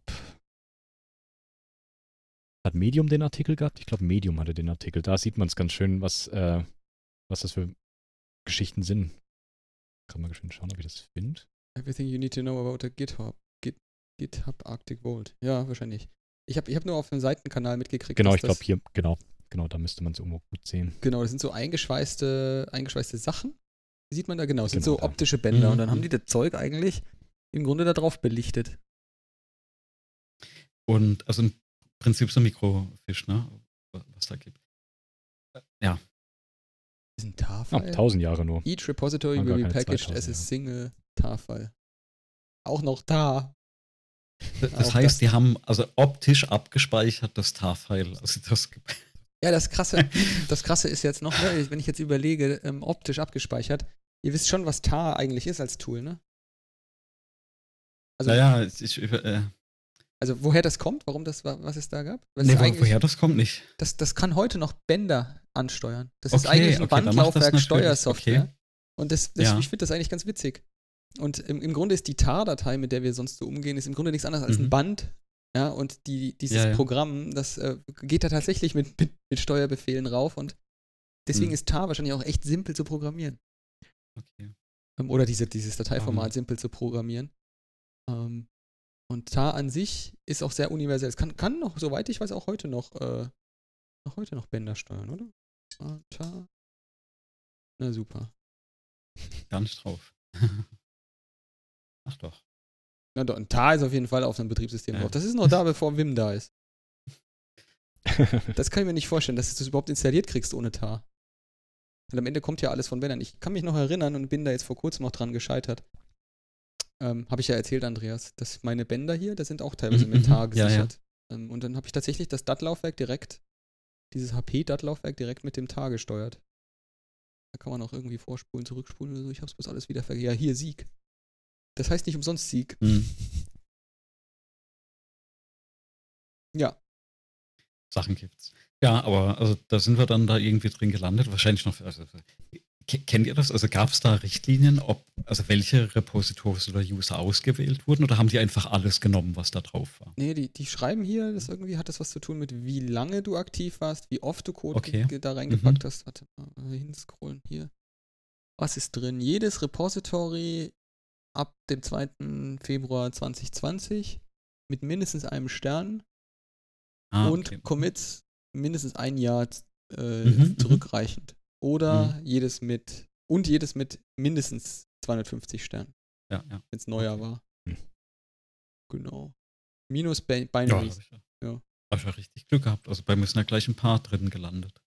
Hat Medium den Artikel gehabt? Ich glaube, Medium hatte den Artikel. Da sieht man es ganz schön, was das für Geschichten sind. Kann mal schön schauen, ob ich das finde. Everything you need to know about a GitHub Arctic Vault. Ja, wahrscheinlich. Ich hab nur auf dem Seitenkanal mitgekriegt. Genau, dass ich glaube das- hier, genau, da müsste man es irgendwo gut sehen. Genau, das sind so eingeschweißte Sachen. Die sieht man da genau. Das sind Genau so da. optische Bänder. Und dann Mhm. haben die das Zeug eigentlich im Grunde da drauf belichtet. Und also im Prinzip so ein Mikrofisch, ne? Was da gibt. Ja, Das ist ein Ah, TAR-File. 1000 Jahre nur. Each repository Ah, will gar be keine packaged 2000, as a ja. single TAR-File. Auch noch TAR. das Auch heißt, das- die haben also optisch abgespeichert das TAR-File. Also das Ja, das Krasse ist jetzt noch, ne, wenn ich jetzt überlege, optisch abgespeichert. Ihr wisst schon, was TAR eigentlich ist als Tool, ne? Also, naja, also woher das kommt, was es da gab? Weil es nee, ist eigentlich- woher das kommt nicht. Das kann heute noch Bänder ansteuern. Das ist Okay, eigentlich ein okay, dann macht das Bandlaufwerk natürlich, Steuersoftware. okay. Und Ja. ich finde das eigentlich ganz witzig. Und im Grunde ist die TAR-Datei, mit der wir sonst so umgehen, ist im Grunde nichts anderes als ein Mhm. Band. Ja, und dieses Ja, ja. Programm, das geht da tatsächlich mit Steuerbefehlen rauf. Und deswegen Mhm. ist TAR wahrscheinlich auch echt simpel zu programmieren. Okay. Oder dieses Dateiformat simpel zu programmieren. Und TAR an sich ist auch sehr universell. Es kann noch, soweit ich weiß, auch heute noch Bänder steuern, oder? TAR. Na super. Gar nicht drauf. Ach doch. Na doch, ein TAR ist auf jeden Fall auf einem Betriebssystem Ja. drauf. Das ist noch da, bevor Vim da ist. Das kann ich mir nicht vorstellen, dass du es überhaupt installiert kriegst ohne TAR. Und am Ende kommt ja alles von Bändern. Ich kann mich noch erinnern und bin da jetzt vor kurzem noch dran gescheitert. Habe ich ja erzählt, Andreas, dass meine Bänder hier, das sind auch teilweise mit TAR Ja, ja. gesichert. Und dann habe ich tatsächlich das DAT-Laufwerk direkt, dieses HP-DAT-Laufwerk direkt mit dem TAR gesteuert. Da kann man auch irgendwie vorspulen, zurückspulen oder so. Ich hab's bloß alles wieder vergessen. Ja, hier Sieg. Das heißt nicht umsonst Sieg. Mhm. Ja. Sachen gibt's. Ja, aber also da sind wir dann da irgendwie drin gelandet. Wahrscheinlich noch. Also, kennt ihr das? Also gab es da Richtlinien, also welche Repositories oder User ausgewählt wurden oder haben die einfach alles genommen, was da drauf war? Nee, die schreiben hier, das irgendwie hat das was zu tun mit, wie lange du aktiv warst, wie oft du Code Okay. da reingepackt hast. Warte mal, hinscrollen hier. Was ist drin? Jedes Repository ab dem 2. Februar 2020 mit mindestens einem Stern und Okay. Commits mindestens ein Jahr Mhm, zurückreichend. Oder jedes mit mindestens 250 Sternen, Ja, ja. wenn es neuer Okay. war. Hm. Genau. Minus Ja, Binaries. hab ich Ja. hab ich ja richtig Glück gehabt. Also bei mir sind ja gleich ein paar drin gelandet.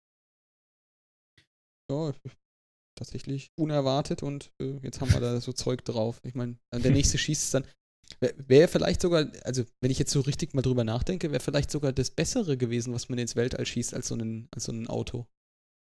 Ja, tatsächlich unerwartet und jetzt haben wir da so Zeug drauf. Ich meine, der nächste schießt es dann. Wäre vielleicht sogar, also wenn ich jetzt so richtig mal drüber nachdenke, wäre vielleicht sogar das Bessere gewesen, was man ins Weltall schießt, als so ein Auto.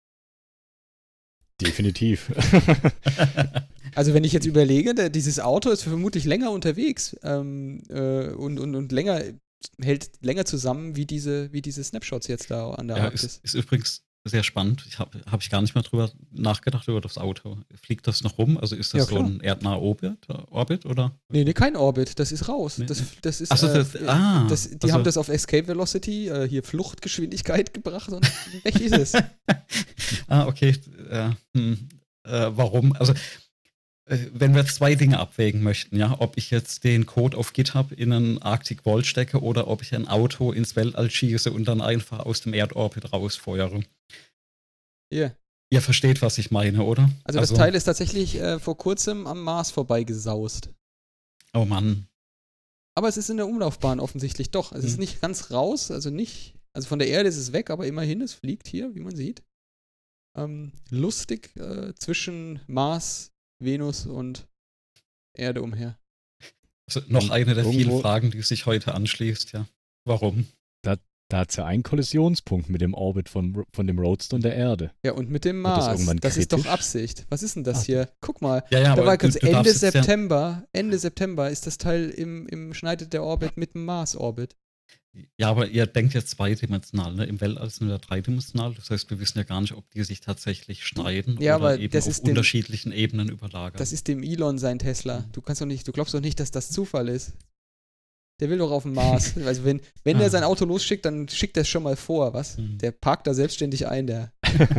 Definitiv. Also wenn ich jetzt überlege, dieses Auto ist vermutlich länger unterwegs und länger hält länger zusammen wie diese Snapshots jetzt da an der Ja, Arktis. ist übrigens sehr spannend. Hab ich gar nicht mehr drüber nachgedacht über das Auto. Fliegt das noch rum? Also ist das Ja, so ein erdnaher Orbit oder? Nee, kein Orbit, das ist raus. Nee, Das ist, Ach so, die haben das auf Escape Velocity, hier Fluchtgeschwindigkeit gebracht und weg ist es. Okay. Warum? Also, wenn wir jetzt zwei Dinge abwägen möchten, ja, ob ich jetzt den Code auf GitHub in einen Arctic Vault stecke oder ob ich ein Auto ins Weltall schieße und dann einfach aus dem Erdorbit rausfeuere. Yeah. Ihr versteht, was ich meine, oder? Also das Teil ist tatsächlich vor kurzem am Mars vorbeigesaust. Oh Mann. Aber es ist in der Umlaufbahn offensichtlich doch. Es ist nicht ganz raus, also von der Erde ist es weg, aber immerhin, es fliegt hier, wie man sieht. Lustig zwischen Mars, Venus und Erde umher. Also noch eine der vielen Fragen, die sich heute anschließt, ja. Warum? Da hat es ja einen Kollisionspunkt mit dem Orbit von dem Roadster und der Erde. Ja, und mit dem Mars. Das ist doch Absicht. Was ist denn das hier? Guck mal. Ja, da war kurz Ende September ist das Teil schneidet der Orbit mit dem Mars-Orbit. Ja, aber ihr denkt jetzt zweidimensional, ne? Im Weltall sind wir dreidimensional. Das heißt, wir wissen ja gar nicht, ob die sich tatsächlich schneiden ja, oder aber eben das auf unterschiedlichen Ebenen überlagern. Das ist dem Elon sein Tesla. Du glaubst doch nicht, dass das Zufall ist. Der will doch auf den Mars. Also wenn er sein Auto losschickt, dann schickt er es schon mal vor, was? Der parkt da selbstständig ein, der.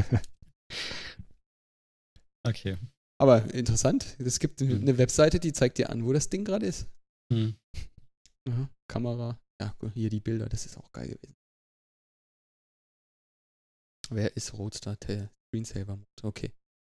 Okay. Aber interessant. Es gibt eine Webseite, die zeigt dir an, wo das Ding gerade ist. Aha, Kamera. Ja, hier die Bilder, das ist auch geil gewesen. Wer ist Roadster? Der Screensaver-Mode. Okay.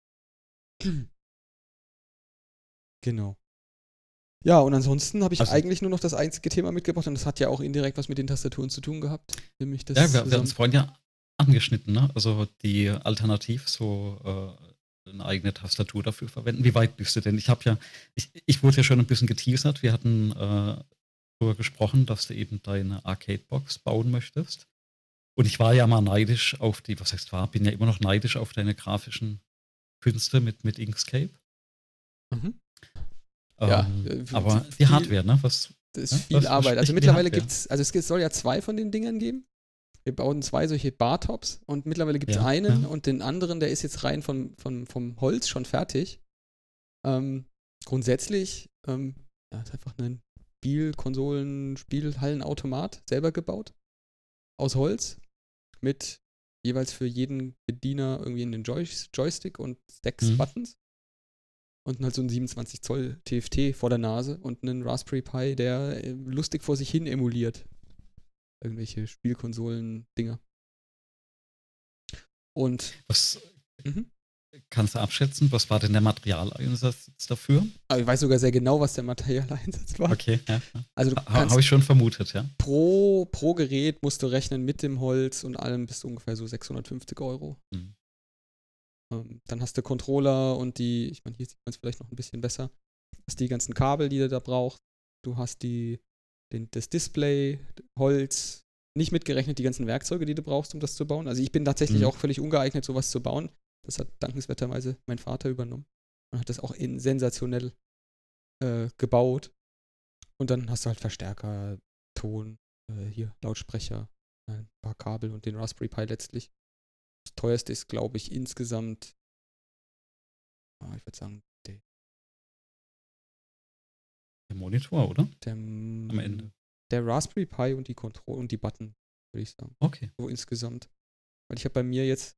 Genau. Ja, und ansonsten habe ich eigentlich nur noch das einzige Thema mitgebracht und das hat ja auch indirekt was mit den Tastaturen zu tun gehabt. Nämlich das wir hatten es vorhin ja angeschnitten, ne? Also die alternativ so eine eigene Tastatur dafür verwenden. Wie weit bist du denn? Ich wurde ja schon ein bisschen geteasert. Wir hatten darüber gesprochen, dass du eben deine Arcade-Box bauen möchtest. Und ich war ja mal neidisch auf bin ja immer noch neidisch auf deine grafischen Künste mit Inkscape. Ja, aber die Hardware, ne? Das ist viel Arbeit. Also mittlerweile es soll ja 2 von den Dingern geben. Wir bauen 2 solche Bartops und mittlerweile gibt es einen und den anderen, der ist jetzt rein vom Holz schon fertig. Grundsätzlich ist einfach ein Spielhallenautomat selber gebaut. Aus Holz. Mit jeweils für jeden Bediener irgendwie einen Joystick und 6 Buttons. Und halt so ein 27 Zoll TFT vor der Nase und einen Raspberry Pi, der lustig vor sich hin emuliert. Irgendwelche Spielkonsolen-Dinger. Und kannst du abschätzen, was war denn der Materialeinsatz dafür? Aber ich weiß sogar sehr genau, was der Materialeinsatz war. Okay, ja. Also habe ich schon vermutet, ja. Pro Gerät musst du rechnen mit dem Holz und allem bis ungefähr so 650 €. Dann hast du Controller und hier sieht man es vielleicht noch ein bisschen besser. Du hast die ganzen Kabel, die du da brauchst. Du hast das Display, Holz, nicht mitgerechnet die ganzen Werkzeuge, die du brauchst, um das zu bauen. Also ich bin tatsächlich auch völlig ungeeignet, sowas zu bauen. Das hat dankenswerterweise mein Vater übernommen und hat das auch sensationell gebaut. Und dann hast du halt Verstärker, Ton, hier Lautsprecher, ein paar Kabel und den Raspberry Pi letztlich. Das teuerste ist, glaube ich, insgesamt, ich würde sagen, der Monitor, oder? Am Ende. Der Raspberry Pi und die Controller und die Button, würde ich sagen. Okay. So insgesamt. Weil ich habe bei mir jetzt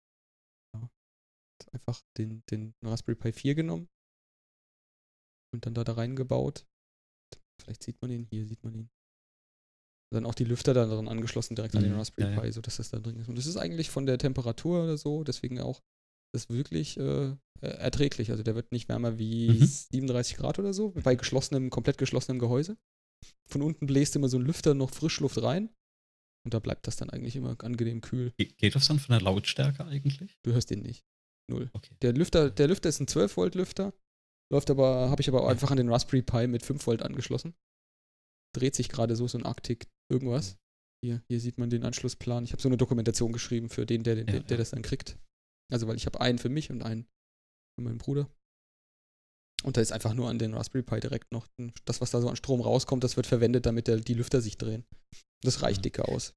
einfach den Raspberry Pi 4 genommen und dann da reingebaut. Vielleicht sieht man ihn, hier sieht man ihn. Und dann auch die Lüfter da dran angeschlossen, direkt an den Raspberry Pi, sodass das da drin ist. Und das ist eigentlich von der Temperatur oder so, deswegen auch das wirklich erträglich. Also der wird nicht wärmer wie 37 Grad oder so, bei komplett geschlossenem Gehäuse. Von unten bläst immer so ein Lüfter noch Frischluft rein und da bleibt das dann eigentlich immer angenehm kühl. Geht das dann von der Lautstärke eigentlich? Du hörst den nicht. 0. Okay. Der Lüfter ist ein 12-Volt-Lüfter, habe ich aber einfach an den Raspberry Pi mit 5 Volt angeschlossen. Dreht sich gerade so ein Arctic irgendwas. Hier sieht man den Anschlussplan. Ich habe so eine Dokumentation geschrieben für der das dann kriegt. Also weil ich habe einen für mich und einen für meinen Bruder. Und da ist einfach nur an den Raspberry Pi direkt noch das, was da so an Strom rauskommt, das wird verwendet, damit die Lüfter sich drehen. Das reicht dicke aus.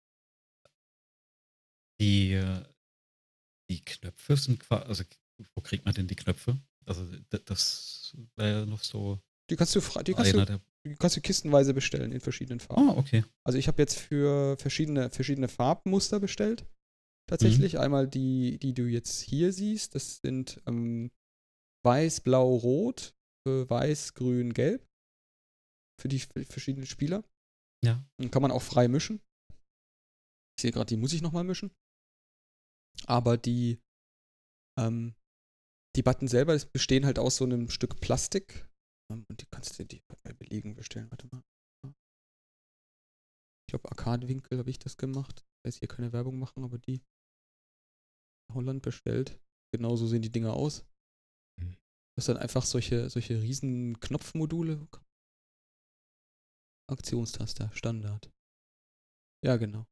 Die Knöpfe sind quasi, also wo kriegt man denn die Knöpfe? Also das wäre ja noch so Die kannst du kistenweise bestellen in verschiedenen Farben. okay. Also ich habe jetzt für verschiedene Farbmuster bestellt. Tatsächlich. Einmal die du jetzt hier siehst. Das sind Weiß, Blau, Rot, Weiß, Grün, Gelb. Für die verschiedenen Spieler. Ja. Dann kann man auch frei mischen. Ich sehe gerade, die muss ich nochmal mischen. Aber die Button selber bestehen halt aus so einem Stück Plastik. Und die kannst du bei Belegen bestellen. Warte mal. Ich glaube, Arcade-Winkel habe ich das gemacht. Ich weiß hier keine Werbung machen, aber die in Holland bestellt. Genauso sehen die Dinger aus. Das sind einfach solche riesen Knopfmodule. Aktionstaster, Standard. Ja, genau.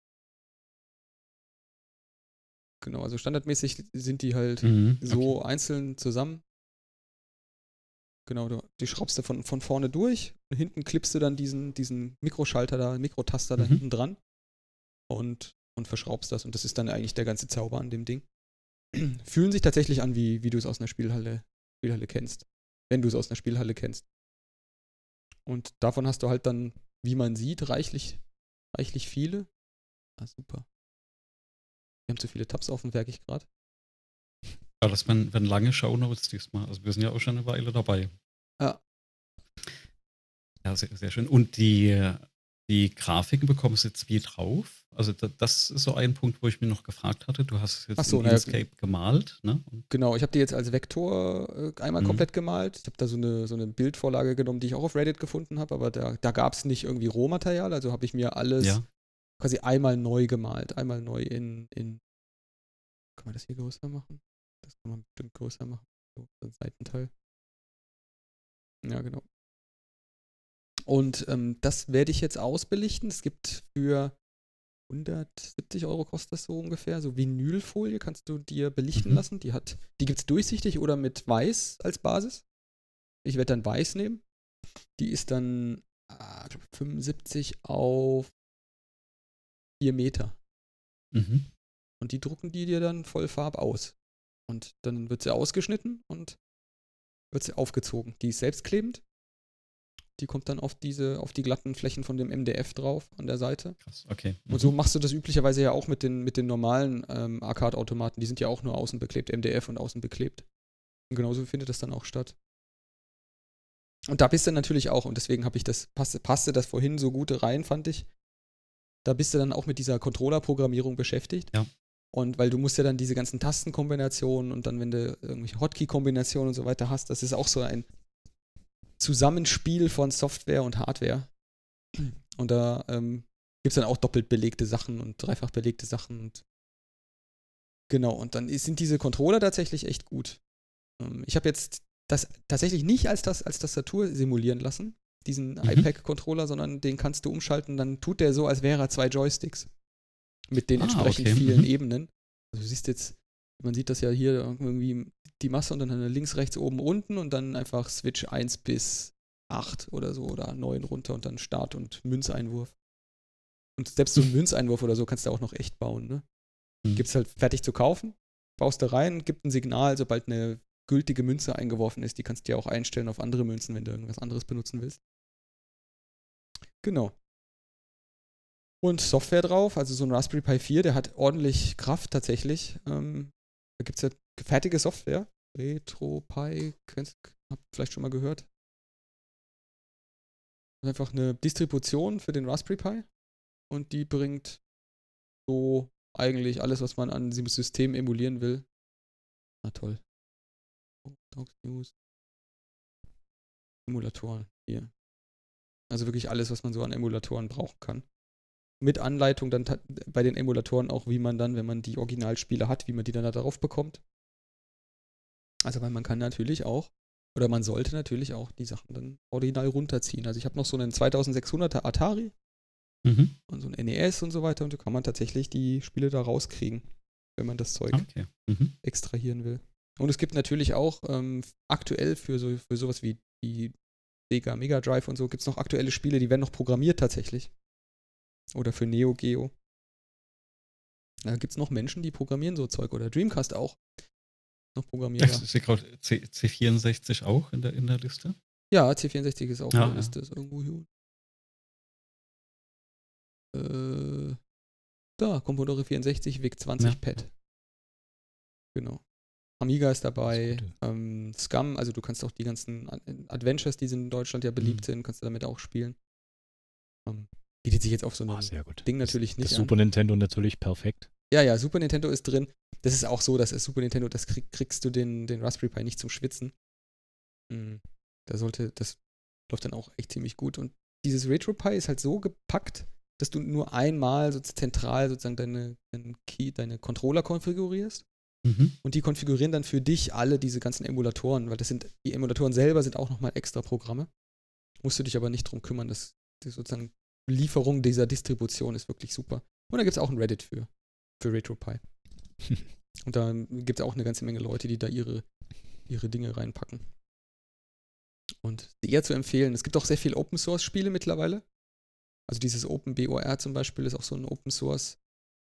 Genau, also standardmäßig sind die halt so einzeln zusammen. Genau, die schraubst du von vorne durch und hinten klippst du dann diesen Mikroschalter da, Mikrotaster da hinten dran und verschraubst das und das ist dann eigentlich der ganze Zauber an dem Ding. Fühlen sich tatsächlich an, wie du es aus einer Spielhalle kennst. Wenn du es aus einer Spielhalle kennst. Und davon hast du halt dann, wie man sieht, reichlich viele. Ah, super. Wir haben zu viele Tabs offen, merke ich gerade. Ja, das werden lange Shownotes diesmal. Also wir sind ja auch schon eine Weile dabei. Ja. Ja, sehr, sehr schön. Und die Grafiken bekommen Sie jetzt wie drauf? Also das ist so ein Punkt, wo ich mich noch gefragt hatte. Du hast jetzt Inkscape gemalt, ne? Genau, ich habe die jetzt als Vektor einmal komplett gemalt. Ich habe da so eine Bildvorlage genommen, die ich auch auf Reddit gefunden habe, aber da gab es nicht irgendwie Rohmaterial, also habe ich mir alles quasi einmal neu gemalt. Einmal neu in kann man das hier größer machen? Das kann man bestimmt größer machen. So ein Seitenteil. Ja, genau. Und das werde ich jetzt ausbelichten. Es gibt für 170 € kostet das so ungefähr. So Vinylfolie kannst du dir belichten lassen. Die gibt es durchsichtig oder mit Weiß als Basis. Ich werde dann Weiß nehmen. Die ist dann 75 auf 4 Meter. Und die drucken die dir dann voll Farb aus. Und dann wird sie ausgeschnitten und wird sie aufgezogen. Die ist selbstklebend. Die kommt dann auf die glatten Flächen von dem MDF drauf an der Seite. Krass, okay. Und so machst du das üblicherweise ja auch mit den normalen Arcade-Automaten. Die sind ja auch nur außen beklebt, MDF und außen beklebt. Und genauso findet das dann auch statt. Und da bist du natürlich auch, und deswegen passte das vorhin so gut rein, fand ich. Da bist du dann auch mit dieser Controller-Programmierung beschäftigt. Ja. Und weil du musst ja dann diese ganzen Tastenkombinationen und dann, wenn du irgendwelche Hotkey-Kombinationen und so weiter hast, das ist auch so ein Zusammenspiel von Software und Hardware. Und da gibt es dann auch doppelt belegte Sachen und dreifach belegte Sachen. Und genau, und dann sind diese Controller tatsächlich echt gut. Ich habe jetzt das tatsächlich nicht als Tastatur simulieren lassen, diesen iPad-Controller, sondern den kannst du umschalten, dann tut der so, als wäre er 2 Joysticks. Mit den entsprechend vielen Ebenen. Also du siehst jetzt, man sieht das ja hier irgendwie die Masse und dann links, rechts, oben, unten und dann einfach Switch 1 bis 8 oder so oder 9 runter und dann Start- und Münzeinwurf. Und selbst so einen Münzeinwurf oder so kannst du auch noch echt bauen, ne? Gibt's halt fertig zu kaufen, baust da rein, gibt ein Signal, sobald eine gültige Münze eingeworfen ist. Die kannst du ja auch einstellen auf andere Münzen, wenn du irgendwas anderes benutzen willst. Genau. Und Software drauf, also so ein Raspberry Pi 4, der hat ordentlich Kraft tatsächlich. Da gibt es ja fertige Software. RetroPie, habt ihr vielleicht schon mal gehört. Einfach eine Distribution für den Raspberry Pi. Und die bringt so eigentlich alles, was man an diesem System emulieren will. Na toll. Docs News. Emulatoren hier. Also wirklich alles, was man so an Emulatoren brauchen kann. Mit Anleitung dann bei den Emulatoren auch, wie man dann, wenn man die Originalspiele hat, wie man die dann da drauf bekommt. Also weil man kann natürlich auch, oder man sollte natürlich auch die Sachen dann original runterziehen. Also ich habe noch so einen 2600er Atari und so ein NES und so weiter und da kann man tatsächlich die Spiele da rauskriegen. wenn man das Zeug Okay. Mhm. extrahieren will. Und es gibt natürlich auch aktuell für sowas wie die Sega Mega Drive und so, gibt es noch aktuelle Spiele, die werden noch programmiert tatsächlich. Oder für Neo Geo. Da gibt es noch Menschen, die programmieren so Zeug. Oder Dreamcast auch. Noch programmierbar. Ist hier gerade C64 auch in der Liste? Ja, C64 ist auch Ja, in der Liste. Ist irgendwo hier. Da, Commodore 64, VIC-20 Ja. Pad. Genau. Amiga ist dabei. Das ist Scum, also du kannst auch die ganzen Adventures, die in Deutschland ja beliebt sind, kannst du damit auch spielen. Bietet sich jetzt auf so einem sehr gut. Ding natürlich nicht Das an. Super Nintendo natürlich perfekt. Ja, Super Nintendo ist drin. Das ist auch so, dass das Super Nintendo, das kriegst du den Raspberry Pi nicht zum Schwitzen. Das läuft dann auch echt ziemlich gut. Und dieses RetroPie ist halt so gepackt, dass du nur einmal so zentral sozusagen deine Controller konfigurierst. Mhm. Und die konfigurieren dann für dich alle diese ganzen Emulatoren, weil die Emulatoren selber sind auch nochmal extra Programme. Musst du dich aber nicht drum kümmern, dass die sozusagen Lieferung dieser Distribution ist wirklich super. Und da gibt es auch ein Reddit für RetroPie. Und da gibt es auch eine ganze Menge Leute, die da ihre Dinge reinpacken. Und eher zu empfehlen, es gibt auch sehr viel Open-Source-Spiele mittlerweile. Also dieses OpenBOR zum Beispiel ist auch so ein Open-Source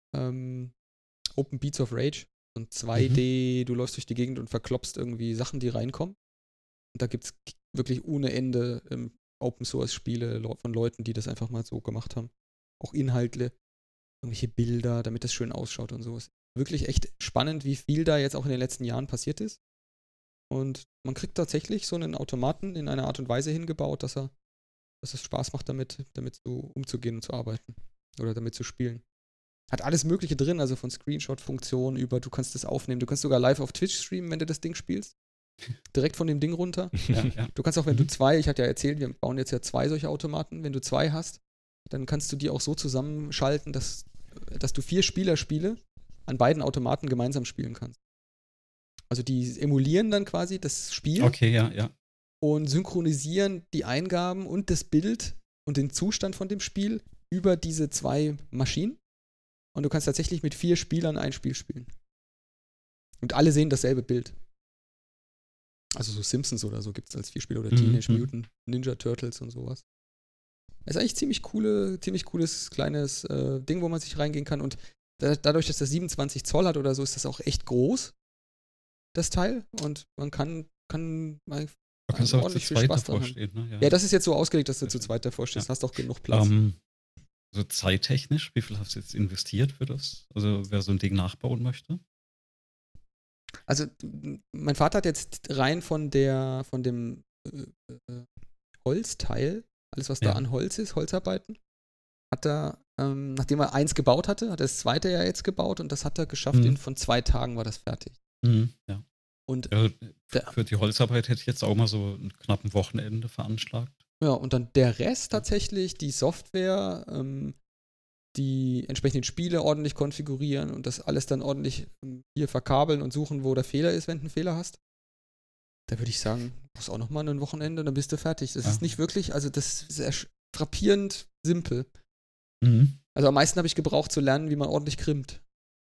Open Beats of Rage. So ein 2D, du läufst durch die Gegend und verklopst irgendwie Sachen, die reinkommen. Und da gibt es wirklich ohne Ende Open-Source-Spiele von Leuten, die das einfach mal so gemacht haben. Auch Inhalte, irgendwelche Bilder, damit das schön ausschaut und sowas. Wirklich echt spannend, wie viel da jetzt auch in den letzten Jahren passiert ist. Und man kriegt tatsächlich so einen Automaten in einer Art und Weise hingebaut, dass es Spaß macht, damit so umzugehen und zu arbeiten. Oder damit zu spielen. Hat alles Mögliche drin, also von Screenshot-Funktionen über, du kannst das aufnehmen, du kannst sogar live auf Twitch streamen, wenn du das Ding spielst. Direkt von dem Ding runter. Ja. Du kannst auch, wenn du ich hatte ja erzählt, wir bauen jetzt ja 2 solche Automaten, wenn du 2 hast, dann kannst du die auch so zusammenschalten, dass du 4 Spieler-Spiele an beiden Automaten gemeinsam spielen kannst. Also die emulieren dann quasi das Spiel. Okay, ja. Und synchronisieren die Eingaben und das Bild und den Zustand von dem Spiel über diese 2 Maschinen. Und du kannst tatsächlich mit 4 Spielern ein Spiel spielen. Und alle sehen dasselbe Bild. Also so Simpsons oder so gibt es als 4 Spieler oder Teenage Mutant Ninja Turtles und sowas. Das ist eigentlich ziemlich cooles kleines Ding, wo man sich reingehen kann. Und dadurch, dass das 27 Zoll hat oder so, ist das auch echt groß, das Teil. Und man kann Du kannst auch zu zweit davor stehen, ne? Ja, das ist jetzt so ausgelegt, dass du zu zweit davor stehst. Hast auch genug Platz. So zeittechnisch, wie viel hast du jetzt investiert für das? Also wer so ein Ding nachbauen möchte? Also mein Vater hat jetzt rein von dem Holzteil, alles was da an Holz ist, Holzarbeiten, hat er, nachdem er 1 gebaut hatte, hat er das 2. ja jetzt gebaut und das hat er geschafft, von 2 Tagen war das fertig. Ja. Und für die Holzarbeit hätte ich jetzt auch mal so einen knappen Wochenende veranschlagt. Ja, und dann der Rest tatsächlich, die Software, die entsprechenden Spiele ordentlich konfigurieren und das alles dann ordentlich hier verkabeln und suchen, wo der Fehler ist, wenn du einen Fehler hast. Da würde ich sagen, du brauchst auch nochmal ein Wochenende, dann bist du fertig. Das ist nicht wirklich, also das ist frappierend simpel. Also am meisten habe ich gebraucht zu lernen, wie man ordentlich krimmt.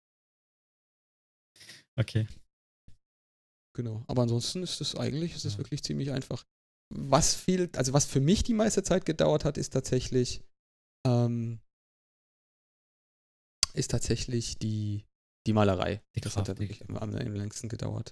Okay. Genau, aber ansonsten ist es wirklich ziemlich einfach. Was für mich die meiste Zeit gedauert hat, ist tatsächlich die Malerei. Das hat wirklich am längsten gedauert.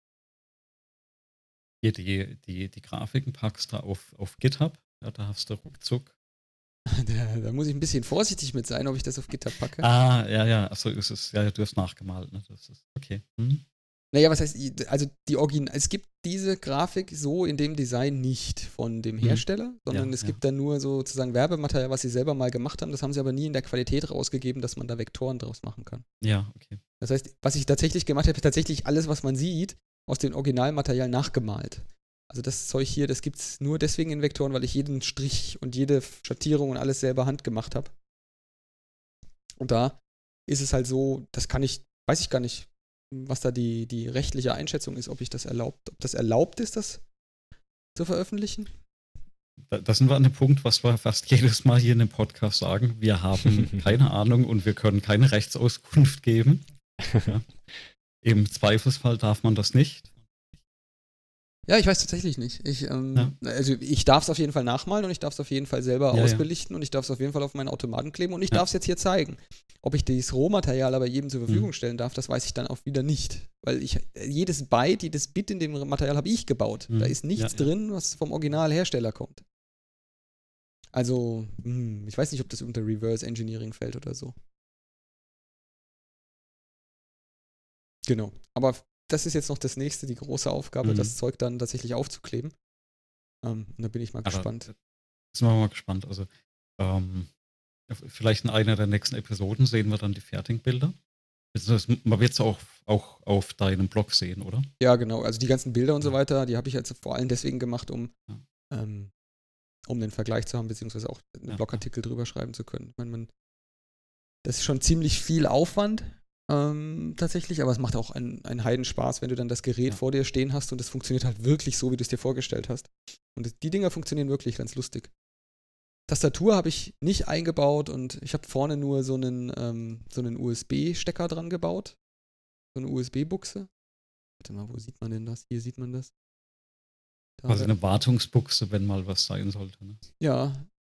Hier die Grafiken packst du auf GitHub, ja, da hast du ruckzuck. Da muss ich ein bisschen vorsichtig mit sein, ob ich das auf GitHub packe. Ja. Achso, ist es, ja, du hast nachgemalt, ne? Das ist okay. Naja, was heißt, also es gibt diese Grafik so in dem Design nicht von dem Hersteller, sondern es gibt da nur sozusagen Werbematerial, was sie selber mal gemacht haben. Das haben sie aber nie in der Qualität rausgegeben, dass man da Vektoren draus machen kann. Ja, okay. Das heißt, was ich tatsächlich gemacht habe, ist tatsächlich alles, was man sieht, aus dem Originalmaterial nachgemalt. Also das Zeug hier, das gibt es nur deswegen in Vektoren, weil ich jeden Strich und jede Schattierung und alles selber handgemacht habe. Und da ist es halt so, weiß ich gar nicht, was da die rechtliche Einschätzung ist, ob das erlaubt ist, das zu veröffentlichen. Da sind wir an dem Punkt, was wir fast jedes Mal hier in dem Podcast sagen. Wir haben keine Ahnung und wir können keine Rechtsauskunft geben. Ja. Im Zweifelsfall darf man das nicht. Ja, ich weiß tatsächlich nicht. Also ich darf es auf jeden Fall nachmalen und ich darf es auf jeden Fall selber Ja. ausbelichten und ich darf es auf jeden Fall auf meinen Automaten kleben und ich darf es jetzt hier zeigen. Ob ich dieses Rohmaterial aber jedem zur Verfügung stellen darf, das weiß ich dann auch wieder nicht. Weil jedes Byte, jedes Bit in dem Material habe ich gebaut. Da ist nichts drin, was vom Originalhersteller kommt. Also, ich weiß nicht, ob das unter Reverse Engineering fällt oder so. Genau. Aber das ist jetzt noch das nächste, die große Aufgabe, das Zeug dann tatsächlich aufzukleben. Und da bin ich mal gespannt. Sind wir mal gespannt. Also, vielleicht in einer der nächsten Episoden sehen wir dann die fertigen Bilder. Man wird es auch auf deinem Blog sehen, oder? Ja, genau. Also die ganzen Bilder und so weiter, die habe ich jetzt vor allem deswegen gemacht, um den Vergleich zu haben, beziehungsweise auch einen Blogartikel drüber schreiben zu können. Ich meine, das ist schon ziemlich viel Aufwand, tatsächlich, aber es macht auch einen Heidenspaß, wenn du dann das Gerät vor dir stehen hast und es funktioniert halt wirklich so, wie du es dir vorgestellt hast. Und die Dinger funktionieren wirklich ganz lustig. Tastatur habe ich nicht eingebaut und ich habe vorne nur so einen USB-Stecker dran gebaut. So eine USB-Buchse. Warte mal, wo sieht man denn das? Hier sieht man das. Also eine Wartungsbuchse, wenn mal was sein sollte. Ne? Ja.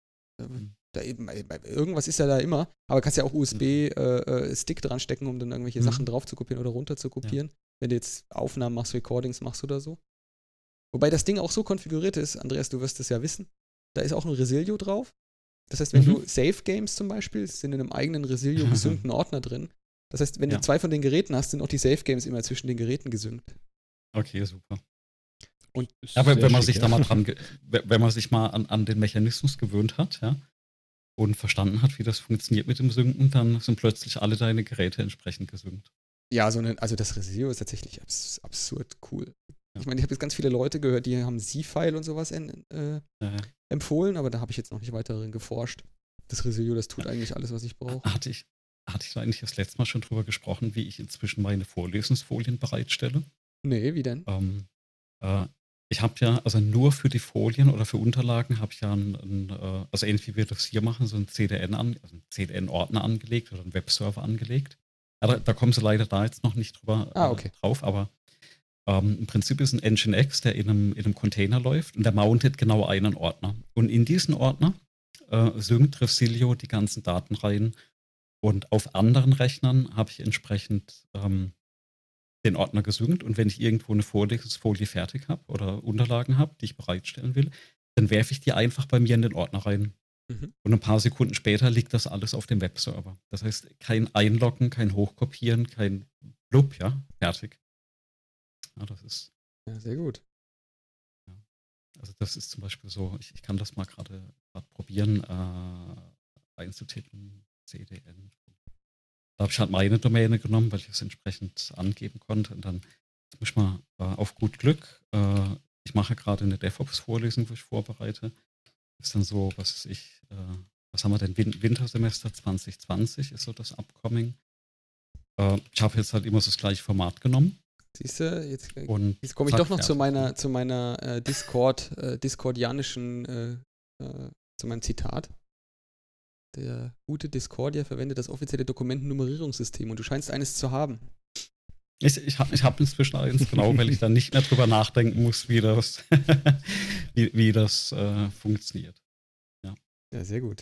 Irgendwas ist ja da immer, aber du kannst ja auch USB-Stick dran stecken, um dann irgendwelche Sachen drauf zu kopieren oder runter zu kopieren. Ja. Wenn du jetzt Aufnahmen machst, Recordings machst oder so. Wobei das Ding auch so konfiguriert ist, Andreas, du wirst es ja wissen, da ist auch ein Resilio drauf. Das heißt, wenn du Save Games zum Beispiel, sind in einem eigenen Resilio gesündeten Ordner drin. Das heißt, wenn du 2 von den Geräten hast, sind auch die Save Games immer zwischen den Geräten gesynkt. Okay, super. Und aber wenn man sich da mal wenn man sich mal an den Mechanismus gewöhnt hat, ja, und verstanden hat, wie das funktioniert mit dem Synken, dann sind plötzlich alle deine Geräte entsprechend gesynkt. Ja, also das Resilio ist tatsächlich absurd cool. Ja. Ich meine, ich habe jetzt ganz viele Leute gehört, die haben Z-File und sowas empfohlen, aber da habe ich jetzt noch nicht weiter drin geforscht. Das Resilio, das tut eigentlich alles, was ich brauche. Hatte ich da eigentlich das letzte Mal schon drüber gesprochen, wie ich inzwischen meine Vorlesungsfolien bereitstelle? Nee, wie denn? Ich habe ja, also nur für die Folien oder für Unterlagen habe ich ja also ähnlich wie wir das hier machen, so einen CDN-Ordner angelegt oder einen Webserver angelegt. Aber da kommen sie leider da jetzt noch nicht drüber drauf, aber im Prinzip ist ein Nginx, der in einem Container läuft und der mountet genau einen Ordner. Und in diesen Ordner synkt Resilio die ganzen Daten rein und auf anderen Rechnern habe ich entsprechend den Ordner gesynkt und wenn ich irgendwo eine Vorlesungsfolie fertig habe oder Unterlagen habe, die ich bereitstellen will, dann werfe ich die einfach bei mir in den Ordner rein. Und ein paar Sekunden später liegt das alles auf dem Webserver. Das heißt, kein Einloggen, kein Hochkopieren, kein Blub, ja, fertig. Ja, das ist. Ja, sehr gut. Ja. Also das ist zum Beispiel so, ich kann das mal gerade probieren, einzutippen, CDN. Da habe ich halt meine Domäne genommen, weil ich es entsprechend angeben konnte. Und dann muss ich mal auf gut Glück, ich mache gerade eine DevOps-Vorlesung, wo ich vorbereite. Ist dann so, was haben wir denn? Wintersemester 2020 ist so das Upcoming. Ich habe jetzt halt immer so das gleiche Format genommen. Siehst du, jetzt komme ich doch noch zu meiner discordianischen, zu meinem Zitat. Der gute Discordia verwendet das offizielle Dokumentennummerierungssystem und du scheinst eines zu haben. Ich hab inzwischen eins, genau, weil ich dann nicht mehr drüber nachdenken muss, wie das, wie das funktioniert. Ja, sehr gut.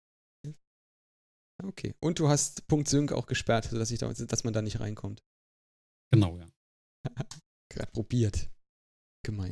Okay. Und du hast .sync auch gesperrt, dass man da nicht reinkommt. Genau, ja. Gerade probiert. Gemein.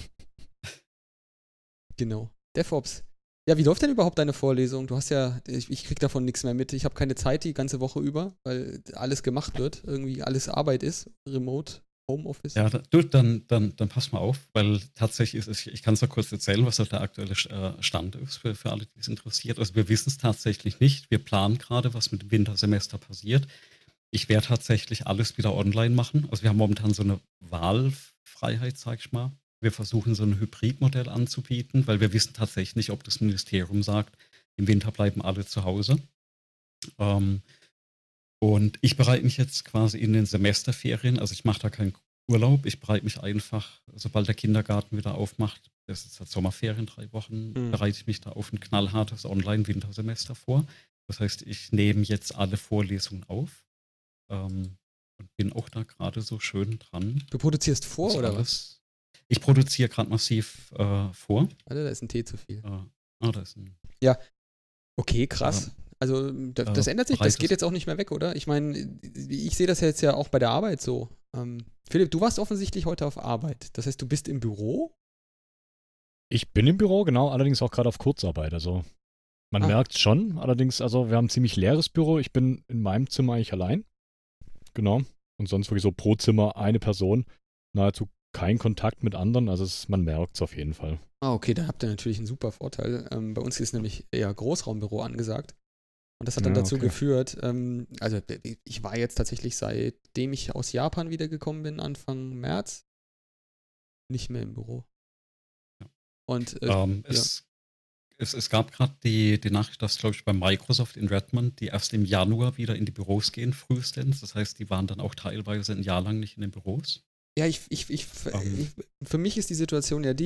Genau. DevOps. Ja, wie läuft denn überhaupt deine Vorlesung? Du hast ja, ich krieg davon nichts mehr mit. Ich habe keine Zeit die ganze Woche über, weil alles gemacht wird. Irgendwie alles Arbeit ist. Remote, Homeoffice. Ja, dann pass mal auf, weil tatsächlich ich kann es noch kurz erzählen, was der aktuelle Stand ist für alle, die es interessiert. Also wir wissen es tatsächlich nicht. Wir planen gerade, was mit dem Wintersemester passiert. Ich werde tatsächlich alles wieder online machen. Also wir haben momentan so eine Wahlfreiheit, sag ich mal. Wir versuchen so ein Hybridmodell anzubieten, weil wir wissen tatsächlich nicht, ob das Ministerium sagt, im Winter bleiben alle zu Hause. Und ich bereite mich jetzt quasi in den Semesterferien, also ich mache da keinen Urlaub, ich bereite mich einfach, sobald der Kindergarten wieder aufmacht, das ist jetzt Sommerferien, 3 Wochen, bereite ich mich da auf ein knallhartes Online-Wintersemester vor. Das heißt, ich nehme jetzt alle Vorlesungen auf. und bin auch da gerade so schön dran. Du produzierst vor, Das oder was? alles. Ich produziere gerade massiv vor. Warte, da ist ein Tee zu viel. Da ist ein Okay, krass. Also das ändert sich, das geht jetzt auch nicht mehr weg, oder? Ich meine, ich sehe das jetzt ja auch bei der Arbeit so. Philipp, du warst offensichtlich heute auf Arbeit. Das heißt, du bist im Büro? Ich bin im Büro, genau, allerdings auch gerade auf Kurzarbeit. Also man merkt es schon, allerdings, also wir haben ein ziemlich leeres Büro. Ich bin in meinem Zimmer eigentlich allein. Genau. Und sonst wirklich so pro Zimmer eine Person. Nahezu kein Kontakt mit anderen. Also man merkt es auf jeden Fall. Okay, da habt ihr natürlich einen super Vorteil. Bei uns ist nämlich eher Großraumbüro angesagt. Und das hat dann dazu geführt, also ich war jetzt tatsächlich, seitdem ich aus Japan wiedergekommen bin, Anfang März, nicht mehr im Büro. Ja. Und es gab gerade die Nachricht, dass, glaube ich, bei Microsoft in Redmond, die erst im Januar wieder in die Büros gehen, frühestens. Das heißt, die waren dann auch teilweise ein Jahr lang nicht in den Büros. Ja, für mich ist die Situation ja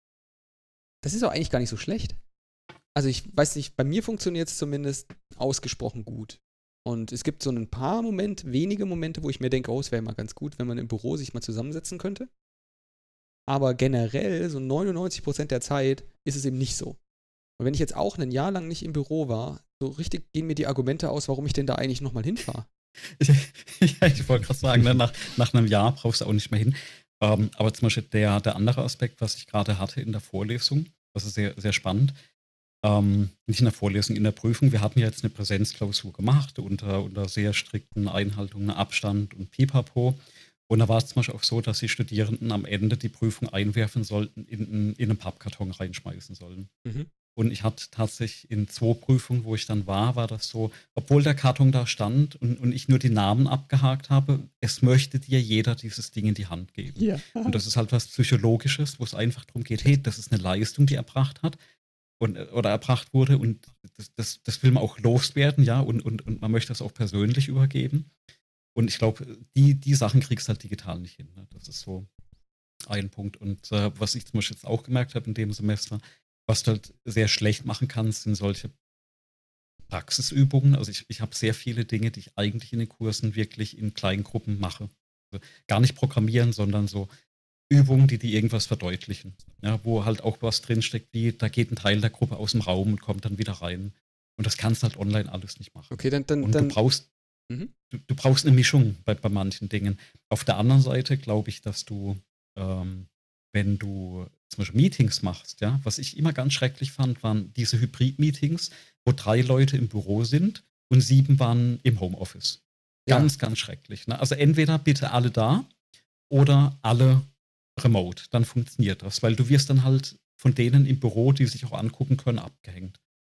das ist auch eigentlich gar nicht so schlecht. Also ich weiß nicht, bei mir funktioniert es zumindest ausgesprochen gut. Und es gibt so ein paar wenige Momente, wo ich mir denke, es wäre mal ganz gut, wenn man im Büro sich mal zusammensetzen könnte. Aber generell, so 99% der Zeit, ist es eben nicht so. Und wenn ich jetzt auch ein Jahr lang nicht im Büro war, so richtig gehen mir die Argumente aus, warum ich denn da eigentlich nochmal hinfahre. Ja, ich wollte gerade sagen, ne, nach einem Jahr brauchst du auch nicht mehr hin. Aber zum Beispiel der andere Aspekt, was ich gerade hatte in der Vorlesung, das ist sehr, sehr spannend. Nicht in der Vorlesung, in der Prüfung. Wir hatten ja jetzt eine Präsenzklausur gemacht unter sehr strikten Einhaltungen, Abstand und Pipapo. Und da war es zum Beispiel auch so, dass die Studierenden am Ende die Prüfung einwerfen sollten, in einen Pappkarton reinschmeißen sollen. Mhm. Und ich hatte tatsächlich in 2 Prüfungen, wo ich dann war das so, obwohl der Karton da stand und ich nur die Namen abgehakt habe, es möchte dir jeder dieses Ding in die Hand geben. Ja. Und das ist halt was Psychologisches, wo es einfach darum geht, hey, das ist eine Leistung, die erbracht hat oder erbracht wurde und das will man auch loswerden, ja, und man möchte das auch persönlich übergeben. Und ich glaube, die Sachen kriegst du halt digital nicht hin. Ne? Das ist so ein Punkt. Und was ich zum Beispiel jetzt auch gemerkt habe in dem Semester, was du halt sehr schlecht machen kannst, sind solche Praxisübungen. Also ich habe sehr viele Dinge, die ich eigentlich in den Kursen wirklich in kleinen Gruppen mache. Also gar nicht programmieren, sondern so Übungen, die irgendwas verdeutlichen. Ja, wo halt auch was drinsteckt, wie da geht ein Teil der Gruppe aus dem Raum und kommt dann wieder rein. Und das kannst du halt online alles nicht machen. Okay, dann du brauchst eine Mischung bei manchen Dingen. Auf der anderen Seite glaube ich, dass du, wenn du zum Beispiel Meetings machst, ja, was ich immer ganz schrecklich fand, waren diese Hybrid-Meetings, wo 3 Leute im Büro sind und 7 waren im Homeoffice. Ganz, ganz schrecklich. Ne? Also entweder bitte alle da oder alle remote. Dann funktioniert das, weil du wirst dann halt von denen im Büro, die sich auch angucken können, abgehängt.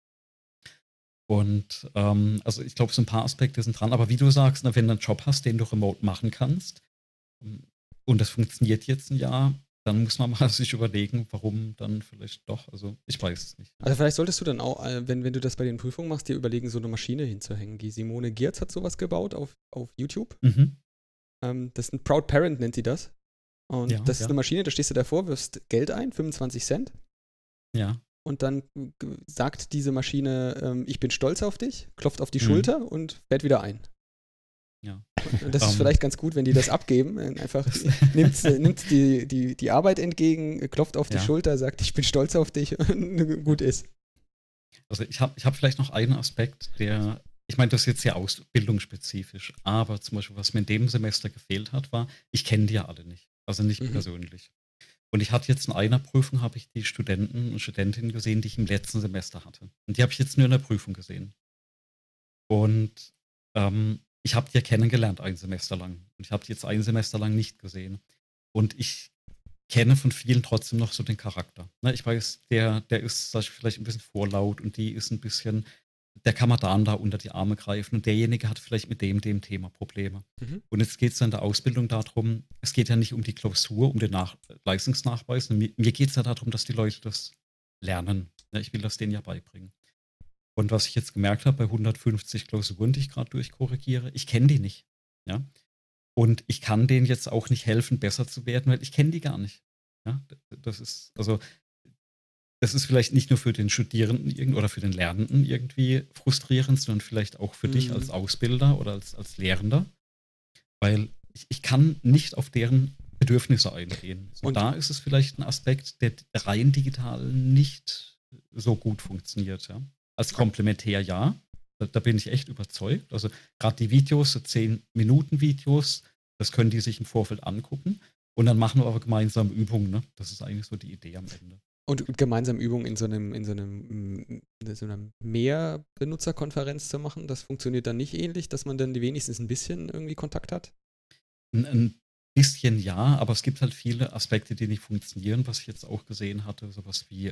Und also ich glaube, so ein paar Aspekte sind dran. Aber wie du sagst, wenn du einen Job hast, den du remote machen kannst und das funktioniert jetzt ein Jahr, dann muss man mal sich überlegen, warum dann vielleicht doch. Also ich weiß es nicht. Also vielleicht solltest du dann auch, wenn du das bei den Prüfungen machst, dir überlegen, so eine Maschine hinzuhängen. Die Simone Giertz hat sowas gebaut auf YouTube. Mhm. Das ist ein Proud Parent, nennt die das. Und das ist eine Maschine, da stehst du davor, wirfst Geld ein, 25 Cent. Ja. Und dann sagt diese Maschine, ich bin stolz auf dich, klopft auf die Schulter und fährt wieder ein. Ja. Und das ist vielleicht ganz gut, wenn die das abgeben. Einfach nimmt die Arbeit entgegen, klopft auf die Schulter, sagt, ich bin stolz auf dich und gut ist. Also ich hab vielleicht noch einen Aspekt, ich meine, das ist jetzt sehr ausbildungsspezifisch, aber zum Beispiel, was mir in dem Semester gefehlt hat, war, ich kenne die ja alle nicht. Also nicht persönlich. Und ich hatte jetzt in einer Prüfung, habe ich die Studenten und Studentinnen gesehen, die ich im letzten Semester hatte. Und die habe ich jetzt nur in der Prüfung gesehen. Und ich habe die ja kennengelernt ein Semester lang. Und ich habe die jetzt ein Semester lang nicht gesehen. Und ich kenne von vielen trotzdem noch so den Charakter. Ne, ich weiß, der ist sag ich, vielleicht ein bisschen vorlaut und die ist ein bisschen, der kann man da unter die Arme greifen und derjenige hat vielleicht mit dem Thema Probleme. Und jetzt geht es in der Ausbildung darum, es geht ja nicht um die Klausur, um den Leistungsnachweis. Mir geht es ja darum, dass die Leute das lernen. Ja, ich will das denen ja beibringen. Und was ich jetzt gemerkt habe bei 150 Klausuren, die ich gerade durchkorrigiere, ich kenne die nicht. Ja? Und ich kann denen jetzt auch nicht helfen, besser zu werden, weil ich kenne die gar nicht. Ja? Das ist vielleicht nicht nur für den Studierenden oder für den Lernenden irgendwie frustrierend, sondern vielleicht auch für dich als Ausbilder oder als Lehrender. weil ich kann nicht auf deren Bedürfnisse eingehen. Und da ist es vielleicht ein Aspekt, der rein digital nicht so gut funktioniert. Ja? Als Komplementär ja, da bin ich echt überzeugt. Also gerade die Videos, so 10-Minuten-Videos, das können die sich im Vorfeld angucken. Und dann machen wir aber gemeinsam Übungen. Ne? Das ist eigentlich so die Idee am Ende. Und gemeinsam Übungen in so einer Mehr-Benutzerkonferenz zu machen, das funktioniert dann nicht ähnlich, dass man dann wenigstens ein bisschen irgendwie Kontakt hat? Ein bisschen ja, aber es gibt halt viele Aspekte, die nicht funktionieren, was ich jetzt auch gesehen hatte, sowas wie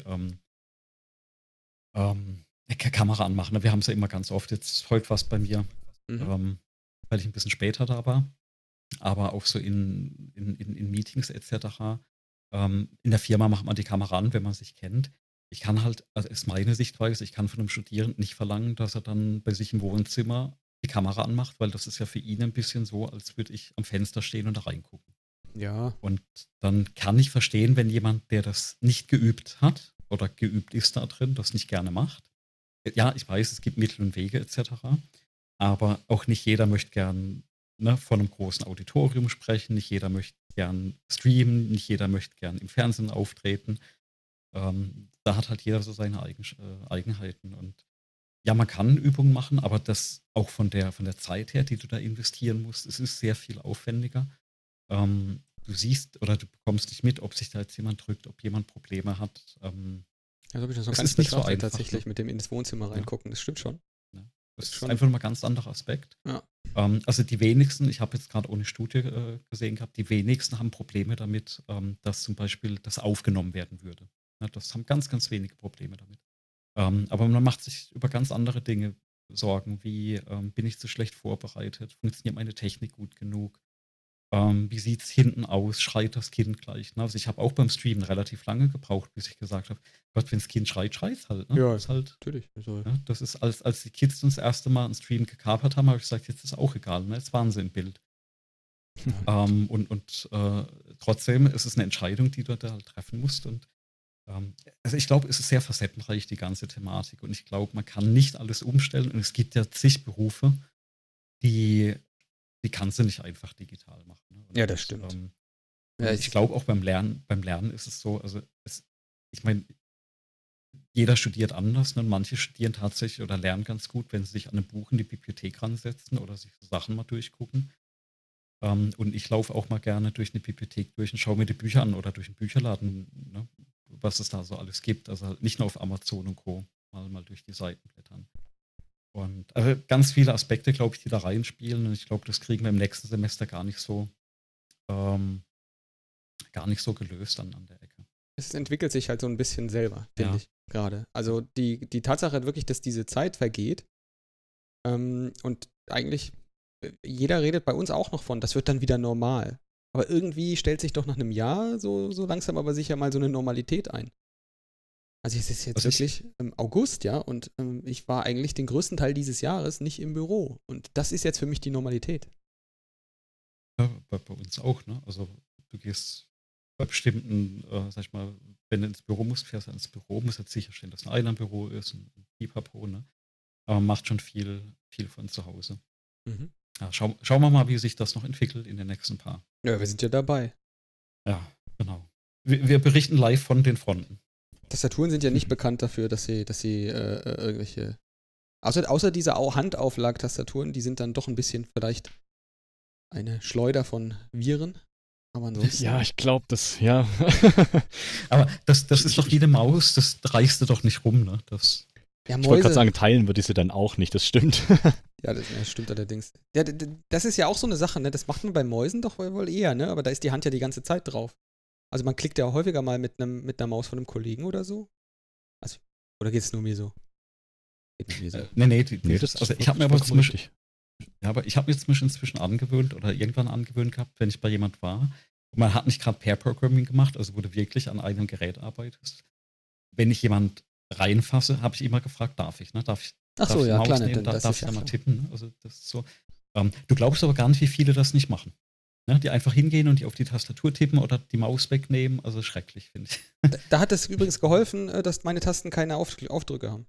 Kamera anmachen. Wir haben es ja immer ganz oft. Jetzt heute was bei mir, weil ich ein bisschen später da war, aber auch so in Meetings etc. In der Firma macht man die Kamera an, wenn man sich kennt. Ich kann halt, also ist meine Sichtweise, ich kann von einem Studierenden nicht verlangen, dass er dann bei sich im Wohnzimmer die Kamera anmacht, weil das ist ja für ihn ein bisschen so, als würde ich am Fenster stehen und da reingucken. Ja. Und dann kann ich verstehen, wenn jemand, der das nicht geübt hat oder geübt ist da drin, das nicht gerne macht. Ja, ich weiß, es gibt Mittel und Wege etc. Aber auch nicht jeder möchte gern vor einem großen Auditorium sprechen, nicht jeder möchte gern streamen, nicht jeder möchte gern im Fernsehen auftreten. Da hat halt jeder so seine Eigenheiten. Und ja, man kann Übungen machen, aber das auch von der Zeit her, die du da investieren musst, es ist sehr viel aufwendiger. Du siehst oder du bekommst nicht mit, ob sich da jetzt jemand drückt, ob jemand Probleme hat. Ja, so habe ich das noch es ganz ist nicht so betrachtet, einfach, tatsächlich ne? mit dem ins Wohnzimmer reingucken. Das stimmt schon. Ja. Das ist schon. einfach mal ein ganz anderer Aspekt. Ja. Also die wenigsten, ich habe jetzt gerade ohne Studie gesehen gehabt, die wenigsten haben Probleme damit, dass zum Beispiel das aufgenommen werden würde. Ja, das haben ganz, ganz wenige Probleme damit. Aber man macht sich über ganz andere Dinge Sorgen, wie bin ich zu schlecht vorbereitet, funktioniert meine Technik gut genug, wie sieht es hinten aus, schreit das Kind gleich. Ne? Also ich habe auch beim Streamen relativ lange gebraucht, bis ich gesagt habe, Gott, wenn das Kind schreit, schreit es halt. Ne? Ja, das ist halt, natürlich. Also, ja, das ist, als die Kids uns das erste Mal einen Stream gekapert haben, habe ich gesagt, jetzt ist auch egal, ne? Jetzt waren sie im Bild. Und trotzdem ist es eine Entscheidung, die du da halt treffen musst. Und also ich glaube, es ist sehr facettenreich, die ganze Thematik. Und ich glaube, man kann nicht alles umstellen. Und es gibt ja zig Berufe, die kannst du nicht einfach digital machen. Ne? Ja, das stimmt. Ich glaube auch beim Lernen ist es so, also ich meine, jeder studiert anders. Ne? Manche studieren tatsächlich oder lernen ganz gut, wenn sie sich an einem Buch in die Bibliothek ransetzen oder sich so Sachen mal durchgucken. Und ich laufe auch mal gerne durch eine Bibliothek durch und schaue mir die Bücher an oder durch einen Bücherladen, ne? Was es da so alles gibt. Also halt nicht nur auf Amazon und Co. Mal durch die Seiten blättern. Und also ganz viele Aspekte, glaube ich, die da reinspielen. Und ich glaube, das kriegen wir im nächsten Semester gar nicht so gelöst an der Ecke. Es entwickelt sich halt so ein bisschen selber, finde ich gerade. Also die Tatsache halt wirklich, dass diese Zeit vergeht und eigentlich jeder redet bei uns auch noch von, das wird dann wieder normal. Aber irgendwie stellt sich doch nach einem Jahr so langsam aber sicher mal so eine Normalität ein. Also es ist jetzt wirklich August, ja, und ich war eigentlich den größten Teil dieses Jahres nicht im Büro. Und das ist jetzt für mich die Normalität. Ja, bei uns auch, ne? Also du gehst bei bestimmten, sag ich mal, wenn du ins Büro musst, fährst du ins Büro, musst jetzt sicherstellen, dass ein Büro ist, ein Pipapo, ne? Aber man macht schon viel von zu Hause. Mhm. Ja, schauen wir mal, wie sich das noch entwickelt in den nächsten paar. Ja, wir sind ja dabei. Ja, genau. Wir berichten live von den Fronten. Tastaturen sind ja nicht bekannt dafür, dass sie irgendwelche. Außer diese Handauflag-Tastaturen, die sind dann doch ein bisschen vielleicht eine Schleuder von Viren. Aber ansonsten. Ja, ich glaube, ja. Aber das ist doch wie eine Maus, das reichst du doch nicht rum, ne? Ja, ich wollte gerade sagen, teilen würde ich sie dann auch nicht, das stimmt. Ja, das stimmt allerdings. Ja, das ist ja auch so eine Sache, ne? Das macht man bei Mäusen doch wohl eher, ne? Aber da ist die Hand ja die ganze Zeit drauf. Also man klickt ja auch häufiger mal mit einer Maus von einem Kollegen oder so. Also, oder geht es nur mir so? Geht nicht mir so. Nee, das also ich habe mir aber zum Beispiel, ich habe mir zum Beispiel inzwischen angewöhnt oder irgendwann angewöhnt gehabt, wenn ich bei jemand war. Und man hat nicht gerade Pair-Programming gemacht, also wo du wirklich an einem Gerät arbeitest. Wenn ich jemand reinfasse, habe ich immer gefragt, darf ich, ne? Darf ich Ach so, die ja, Maus klar, nehmen? das Darf ist ich da ja mal klar. tippen? Ne? Also das ist so. Du glaubst aber gar nicht, wie viele das nicht machen. Ne? Die einfach hingehen und die auf die Tastatur tippen oder die Maus wegnehmen. Also schrecklich, finde ich. Da hat es übrigens geholfen, dass meine Tasten keine Aufdrücke haben.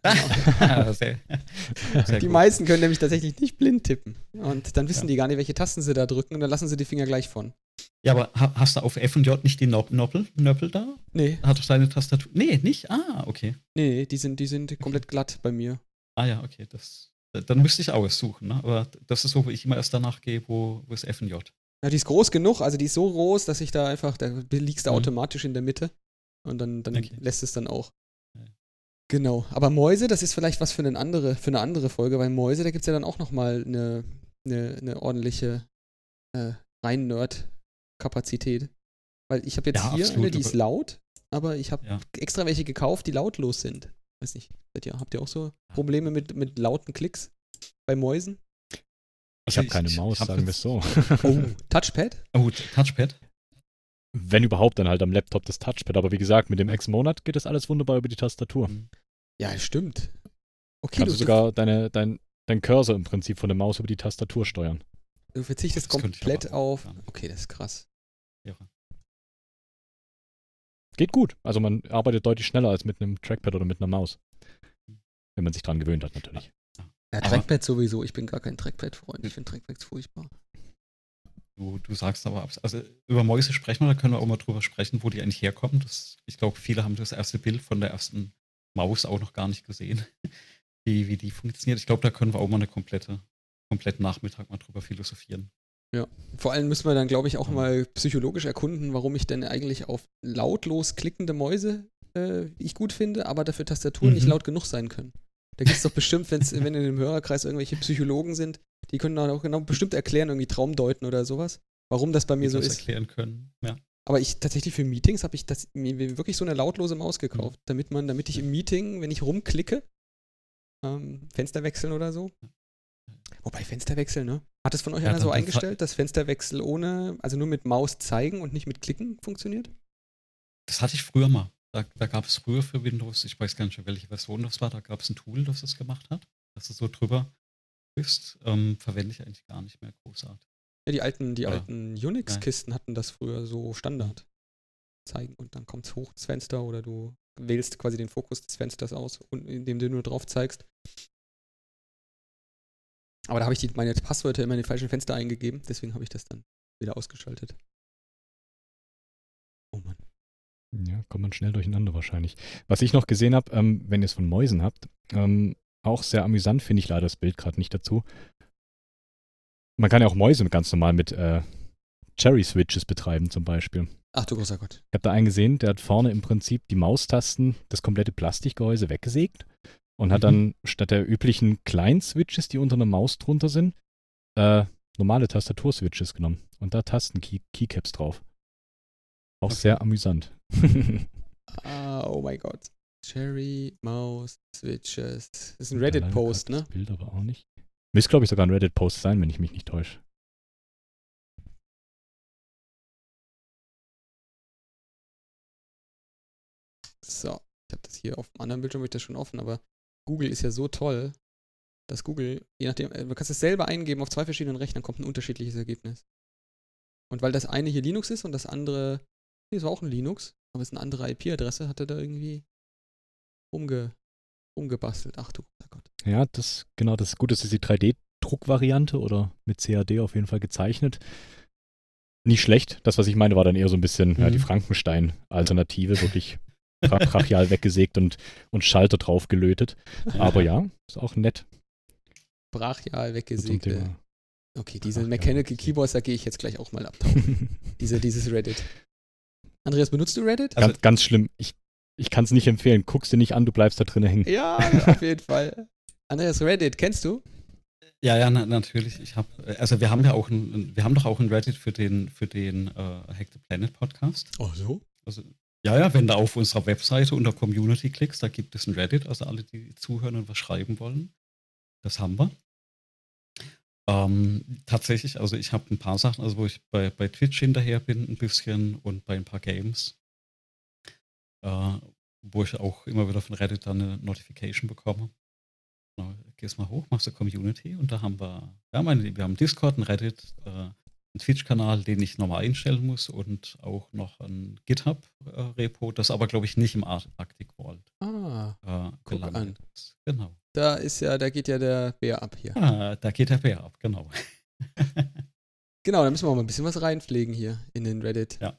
Sehr, sehr Die gut. meisten können nämlich tatsächlich nicht blind tippen. Und dann wissen die gar nicht, welche Tasten sie da drücken und dann lassen sie die Finger gleich von. Ja, aber hast du auf F und J nicht die Nöppel da? Nee, Hat doch deine Tastatur. Nee, nicht? Ah, okay. nee, die sind komplett glatt bei mir. Ah ja, okay. Dann müsste ich aussuchen, ne? Aber das ist so, wo ich immer erst danach gehe, wo ist F und J. Ja, die ist groß genug, also die ist so groß, dass ich da einfach, da liegst du Mhm. automatisch in der Mitte und dann Okay. lässt es dann auch. Ja. Genau, aber Mäuse, das ist vielleicht was für eine andere Folge, weil Mäuse, da gibt es ja dann auch nochmal eine ordentliche rein Nerd-Kapazität. Weil ich habe jetzt Ja, hier absolut, eine, die ist aber- laut, aber ich habe Ja. extra welche gekauft, die lautlos sind. Weiß nicht, habt ihr auch so Probleme mit lauten Klicks bei Mäusen? Ich habe keine Maus, hab sagen wir jetzt- es so. Oh, Touchpad? Oh, Touchpad? Wenn überhaupt, dann halt am Laptop das Touchpad. Aber wie gesagt, mit dem X-Monat geht das alles wunderbar über die Tastatur. Mhm. Ja, stimmt. Okay, Kannst du sogar dein Cursor im Prinzip von der Maus über die Tastatur steuern. du verzichtest Das könnte ich komplett aber auch auf. gar nicht. Okay, das ist krass. Ja. Geht gut. Also man arbeitet deutlich schneller als mit einem Trackpad oder mit einer Maus. Wenn man sich dran gewöhnt hat, natürlich. Ja, Aber- Trackpad sowieso. Ich bin gar kein Trackpad-Freund. Ich finde Trackpads furchtbar. Du sagst aber, also über Mäuse sprechen wir, da können wir auch mal drüber sprechen, wo die eigentlich herkommen. Ich glaube, viele haben das erste Bild von der ersten Maus auch noch gar nicht gesehen, wie die funktioniert. Ich glaube, da können wir auch mal einen kompletten Nachmittag mal drüber philosophieren. Vor allem müssen wir dann, glaube ich, auch mal psychologisch erkunden, warum ich denn eigentlich auf lautlos klickende Mäuse ich gut finde, aber dafür Tastaturen nicht laut genug sein können. Da gibt es doch bestimmt, wenn in dem Hörerkreis irgendwelche Psychologen sind, die können dann auch genau bestimmt erklären, irgendwie Traumdeuten oder sowas, warum das bei mir so das ist. erklären können. Ja. Aber ich tatsächlich für Meetings habe ich mir wirklich so eine lautlose Maus gekauft, damit ich im Meeting, wenn ich rumklicke, Fenster wechseln oder so. Wobei Fensterwechsel, ne? Hat es von euch Ja, einer so dann- eingestellt, dass Fensterwechsel also nur mit Maus zeigen und nicht mit klicken funktioniert? Das hatte ich früher mal. Da gab es früher für Windows, ich weiß gar nicht, welche Version das war, da gab es ein Tool, das das gemacht hat, dass du so drüber bist. Verwende ich eigentlich gar nicht mehr großartig. Ja, die alten Ja. Unix-Kisten hatten das früher so Standard. Zeigen und dann kommt es hoch, das Fenster, oder du wählst quasi den Fokus des Fensters aus, und indem du nur drauf zeigst. Aber da habe ich meine Passwörter immer in den falschen Fenster eingegeben, deswegen habe ich das dann wieder ausgeschaltet. Oh Mann. Ja, kommt man schnell durcheinander wahrscheinlich. Was ich noch gesehen habe, wenn ihr es von Mäusen habt, auch sehr amüsant, finde ich leider das Bild gerade nicht dazu. Man kann ja auch Mäuse ganz normal mit Cherry-Switches betreiben zum Beispiel. Ach du großer Gott. Ich habe da einen gesehen, der hat vorne im Prinzip die Maustasten, das komplette Plastikgehäuse weggesägt und hat dann statt der üblichen kleinen Switches, die unter einer Maus drunter sind, normale Tastaturswitches genommen und da Tasten-Keycaps drauf. Auch Okay. sehr amüsant. Oh mein Gott. Cherry, Maus, Switches. Das ist ein Leider Reddit-Post, grad ne? Das Bild aber auch nicht. Müsste, glaube ich, sogar ein Reddit-Post sein, wenn ich mich nicht täusche. So. Ich habe das hier auf dem anderen Bildschirm, habe ich das schon offen, aber Google ist ja so toll, dass Google, je nachdem, du kannst es selber eingeben auf 2 verschiedenen Rechnern, kommt ein unterschiedliches Ergebnis. Und weil das eine hier Linux ist und das andere, nee, es war auch ein Linux, aber es ist eine andere IP-Adresse, hat er da irgendwie rumgebastelt. Ach du Gott. Ja, das ist gut. Das ist die 3D-Druckvariante oder mit CAD auf jeden Fall gezeichnet. Nicht schlecht. Das, was ich meine, war dann eher so ein bisschen die Frankenstein-Alternative, wirklich brachial weggesägt und Schalter drauf gelötet. Aber ja, ist auch nett. Brachial So zum weggesägte. Thema. Okay, diese Brachial Mechanical weggesägt. Keyboards, da gehe ich jetzt gleich auch mal abtauchen. Dieses Reddit. Andreas, benutzt du Reddit? Also- Ganz schlimm. Ich kann es nicht empfehlen. Guck's dir nicht an, du bleibst da drinnen hängen. Ja, auf jeden Fall. Andreas, Reddit, kennst du? Ja, natürlich. Wir haben ja auch wir haben doch auch ein Reddit für den Hack the Planet Podcast. Ach so? Also, ja, wenn du auf unserer Webseite unter Community klickst, da gibt es ein Reddit, also alle, die zuhören und was schreiben wollen. Das haben wir. Tatsächlich, also ich habe ein paar Sachen, also wo ich bei Twitch hinterher bin ein bisschen und bei ein paar Games, wo ich auch immer wieder von Reddit dann eine Notification bekomme. Gehst mal hoch, machst du Community und da haben wir haben Discord, ein Reddit, einen Twitch-Kanal, den ich nochmal einstellen muss und auch noch ein GitHub-Repo, das aber, glaube ich, nicht im Arctic Vault Guck gelandet an. ist. Genau. Da geht ja der Bär ab hier. Da geht der Bär ab, genau. Genau, da müssen wir auch mal ein bisschen was reinpflegen hier in den Reddit. Ja.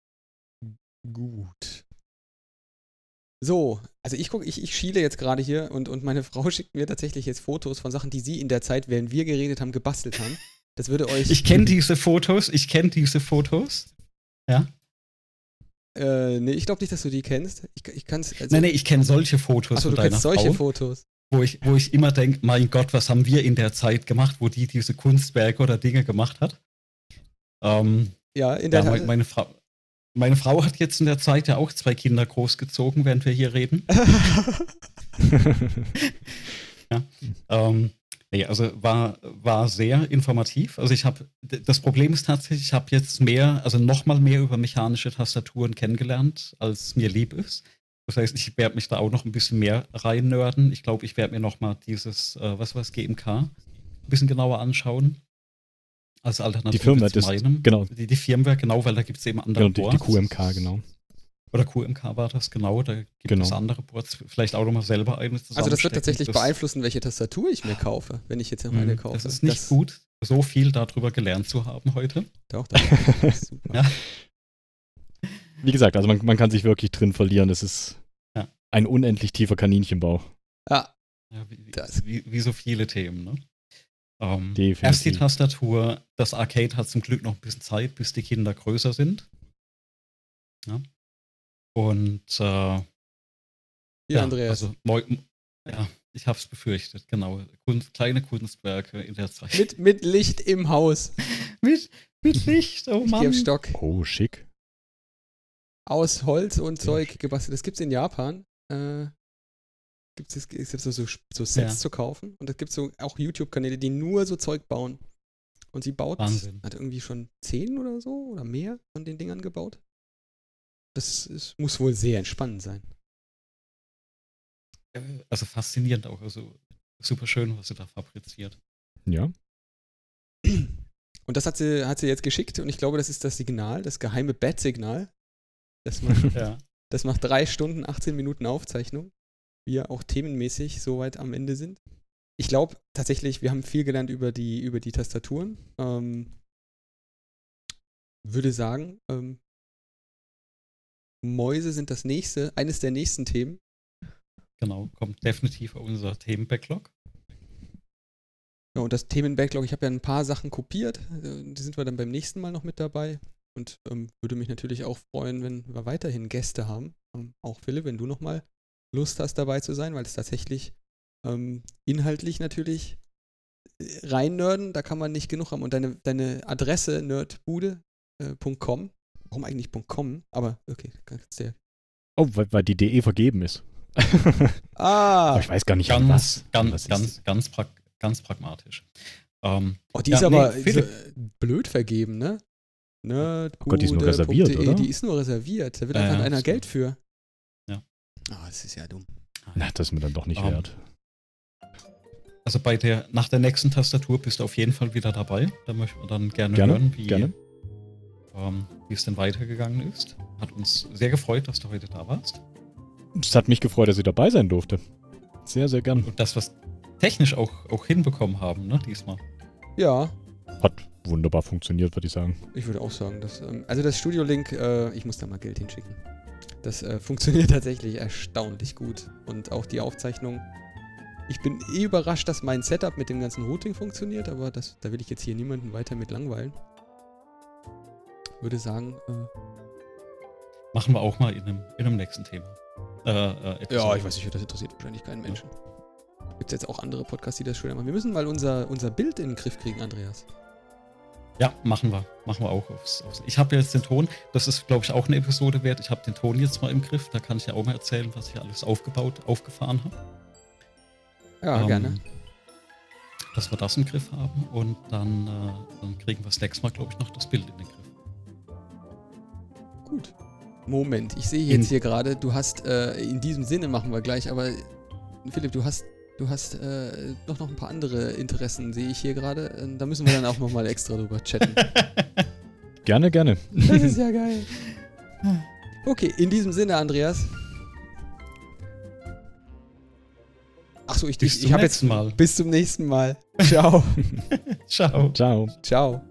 Gut. So, also ich schiele jetzt gerade hier und meine Frau schickt mir tatsächlich jetzt Fotos von Sachen, die sie in der Zeit, während wir geredet haben, gebastelt haben. Das würde euch... Ich kenne diese Fotos. Ja. Nee, ich glaube nicht, dass du die kennst. Ich kann's... Also, Nee, ich kenne solche Fotos achso, von du deiner kennst solche Frau, Fotos. wo ich immer denke, mein Gott, was haben wir in der Zeit gemacht, wo die diese Kunstwerke oder Dinge gemacht hat. Ja, in der Tat. Meine Frau hat jetzt in der Zeit ja auch 2 Kinder großgezogen, während wir hier reden. Ja. Nee, also war sehr informativ. Also das Problem ist tatsächlich, ich habe jetzt nochmal mehr über mechanische Tastaturen kennengelernt, als mir lieb ist. Das heißt, ich werde mich da auch noch ein bisschen mehr reinnörden. Ich glaube, ich werde mir nochmal dieses, GMK ein bisschen genauer anschauen. Als Alternative die Firmware, zu meinem. Genau. Die Firmware, genau, weil da gibt es eben andere Genau, Boards. die QMK, genau. Oder QMK war das, genau. Da gibt es andere Boards. Vielleicht auch nochmal selber eine zusammenstecken. Also das wird tatsächlich beeinflussen, welche Tastatur ich mir kaufe, wenn ich jetzt noch eine kaufe. Das ist nicht gut, so viel darüber gelernt zu haben heute. Doch, super. Ja. Wie gesagt, also man kann sich wirklich drin verlieren. Es ist ein unendlich tiefer Kaninchenbau. Ja. Wie so viele Themen, ne? Definitiv. Erst die Tastatur, das Arcade hat zum Glück noch ein bisschen Zeit, bis die Kinder größer sind. Ja. Und Andreas. Also ich hab's befürchtet, genau. Kleine Kunstwerke in der Zeit. Mit Licht im Haus. mit Licht, oh Mann. Ich geh Stock. Oh, schick. Aus Holz und Zeug gebastelt. Das gibt's in Japan. Gibt es so Sets zu kaufen. Und es gibt so auch YouTube-Kanäle, die nur so Zeug bauen. Und sie hat irgendwie schon 10 oder so oder mehr von den Dingern gebaut. Das muss wohl sehr entspannend sein. Also faszinierend auch. Also super schön, was sie da fabriziert. Ja. Und das hat sie jetzt geschickt. Und ich glaube, das ist das Signal, das geheime Bat-Signal. Das macht 3 Stunden, 18 Minuten Aufzeichnung. Wir auch themenmäßig soweit am Ende sind. Ich glaube tatsächlich, wir haben viel gelernt über die Tastaturen. Würde sagen, Mäuse sind eines der nächsten Themen. Genau, kommt definitiv auf unser Themen-Backlog. Ja, und das Themen-Backlog, ich habe ja ein paar Sachen kopiert. Die sind wir dann beim nächsten Mal noch mit dabei. Und würde mich natürlich auch freuen, wenn wir weiterhin Gäste haben. Auch Philipp, wenn du nochmal Lust hast, dabei zu sein, weil es tatsächlich inhaltlich natürlich reinnörden, da kann man nicht genug haben. Und deine Adresse nerdbude.com, warum eigentlich .com? Aber okay, kannst du ja. Oh, weil die DE vergeben ist. Aber ich weiß gar nicht, ganz pragmatisch. Die ist aber blöd vergeben, ne? Nerdbude.de, oh Gott, die ist nur reserviert, oder? Die ist nur reserviert. Da will einfach einer Geld für. Ja. Das ist ja dumm. Na, das ist mir dann doch nicht wert. Also nach der nächsten Tastatur bist du auf jeden Fall wieder dabei. Da möchten wir dann gerne hören, wie es denn weitergegangen ist. Hat uns sehr gefreut, dass du heute da warst. Es hat mich gefreut, dass ich dabei sein durfte. Sehr, sehr gern. Und das, was technisch auch hinbekommen haben, ne, diesmal. Ja. Hat wunderbar funktioniert, würde ich sagen. Ich würde auch sagen, also das Studio-Link, ich muss da mal Geld hinschicken. Das funktioniert tatsächlich erstaunlich gut. Und auch die Aufzeichnung. Ich bin überrascht, dass mein Setup mit dem ganzen Routing funktioniert, aber da will ich jetzt hier niemanden weiter mit langweilen. Würde sagen, machen wir auch mal in einem nächsten Thema. Ja, ich weiß nicht, das interessiert wahrscheinlich keinen Menschen. Gibt es jetzt auch andere Podcasts, die das schöner machen? Wir müssen mal unser Bild in den Griff kriegen, Andreas. Ja, machen wir auch. Ich habe jetzt den Ton, das ist, glaube ich, auch eine Episode wert. Ich habe den Ton jetzt mal im Griff, da kann ich ja auch mal erzählen, was ich alles aufgefahren habe. Ja, gerne. Dass wir das im Griff haben und dann kriegen wir das nächste Mal, glaube ich, noch das Bild in den Griff. Gut. Moment, ich sehe jetzt hier gerade, du hast, in diesem Sinne machen wir gleich, aber Philipp, du hast doch noch ein paar andere Interessen, sehe ich hier gerade. Da müssen wir dann auch nochmal extra drüber chatten. Gerne, gerne. Das ist ja geil. Okay, in diesem Sinne, Andreas, Achso, Bis ich zum habe jetzt nächsten Mal. bis zum nächsten Mal. Ciao. Ciao. Ciao. Ciao.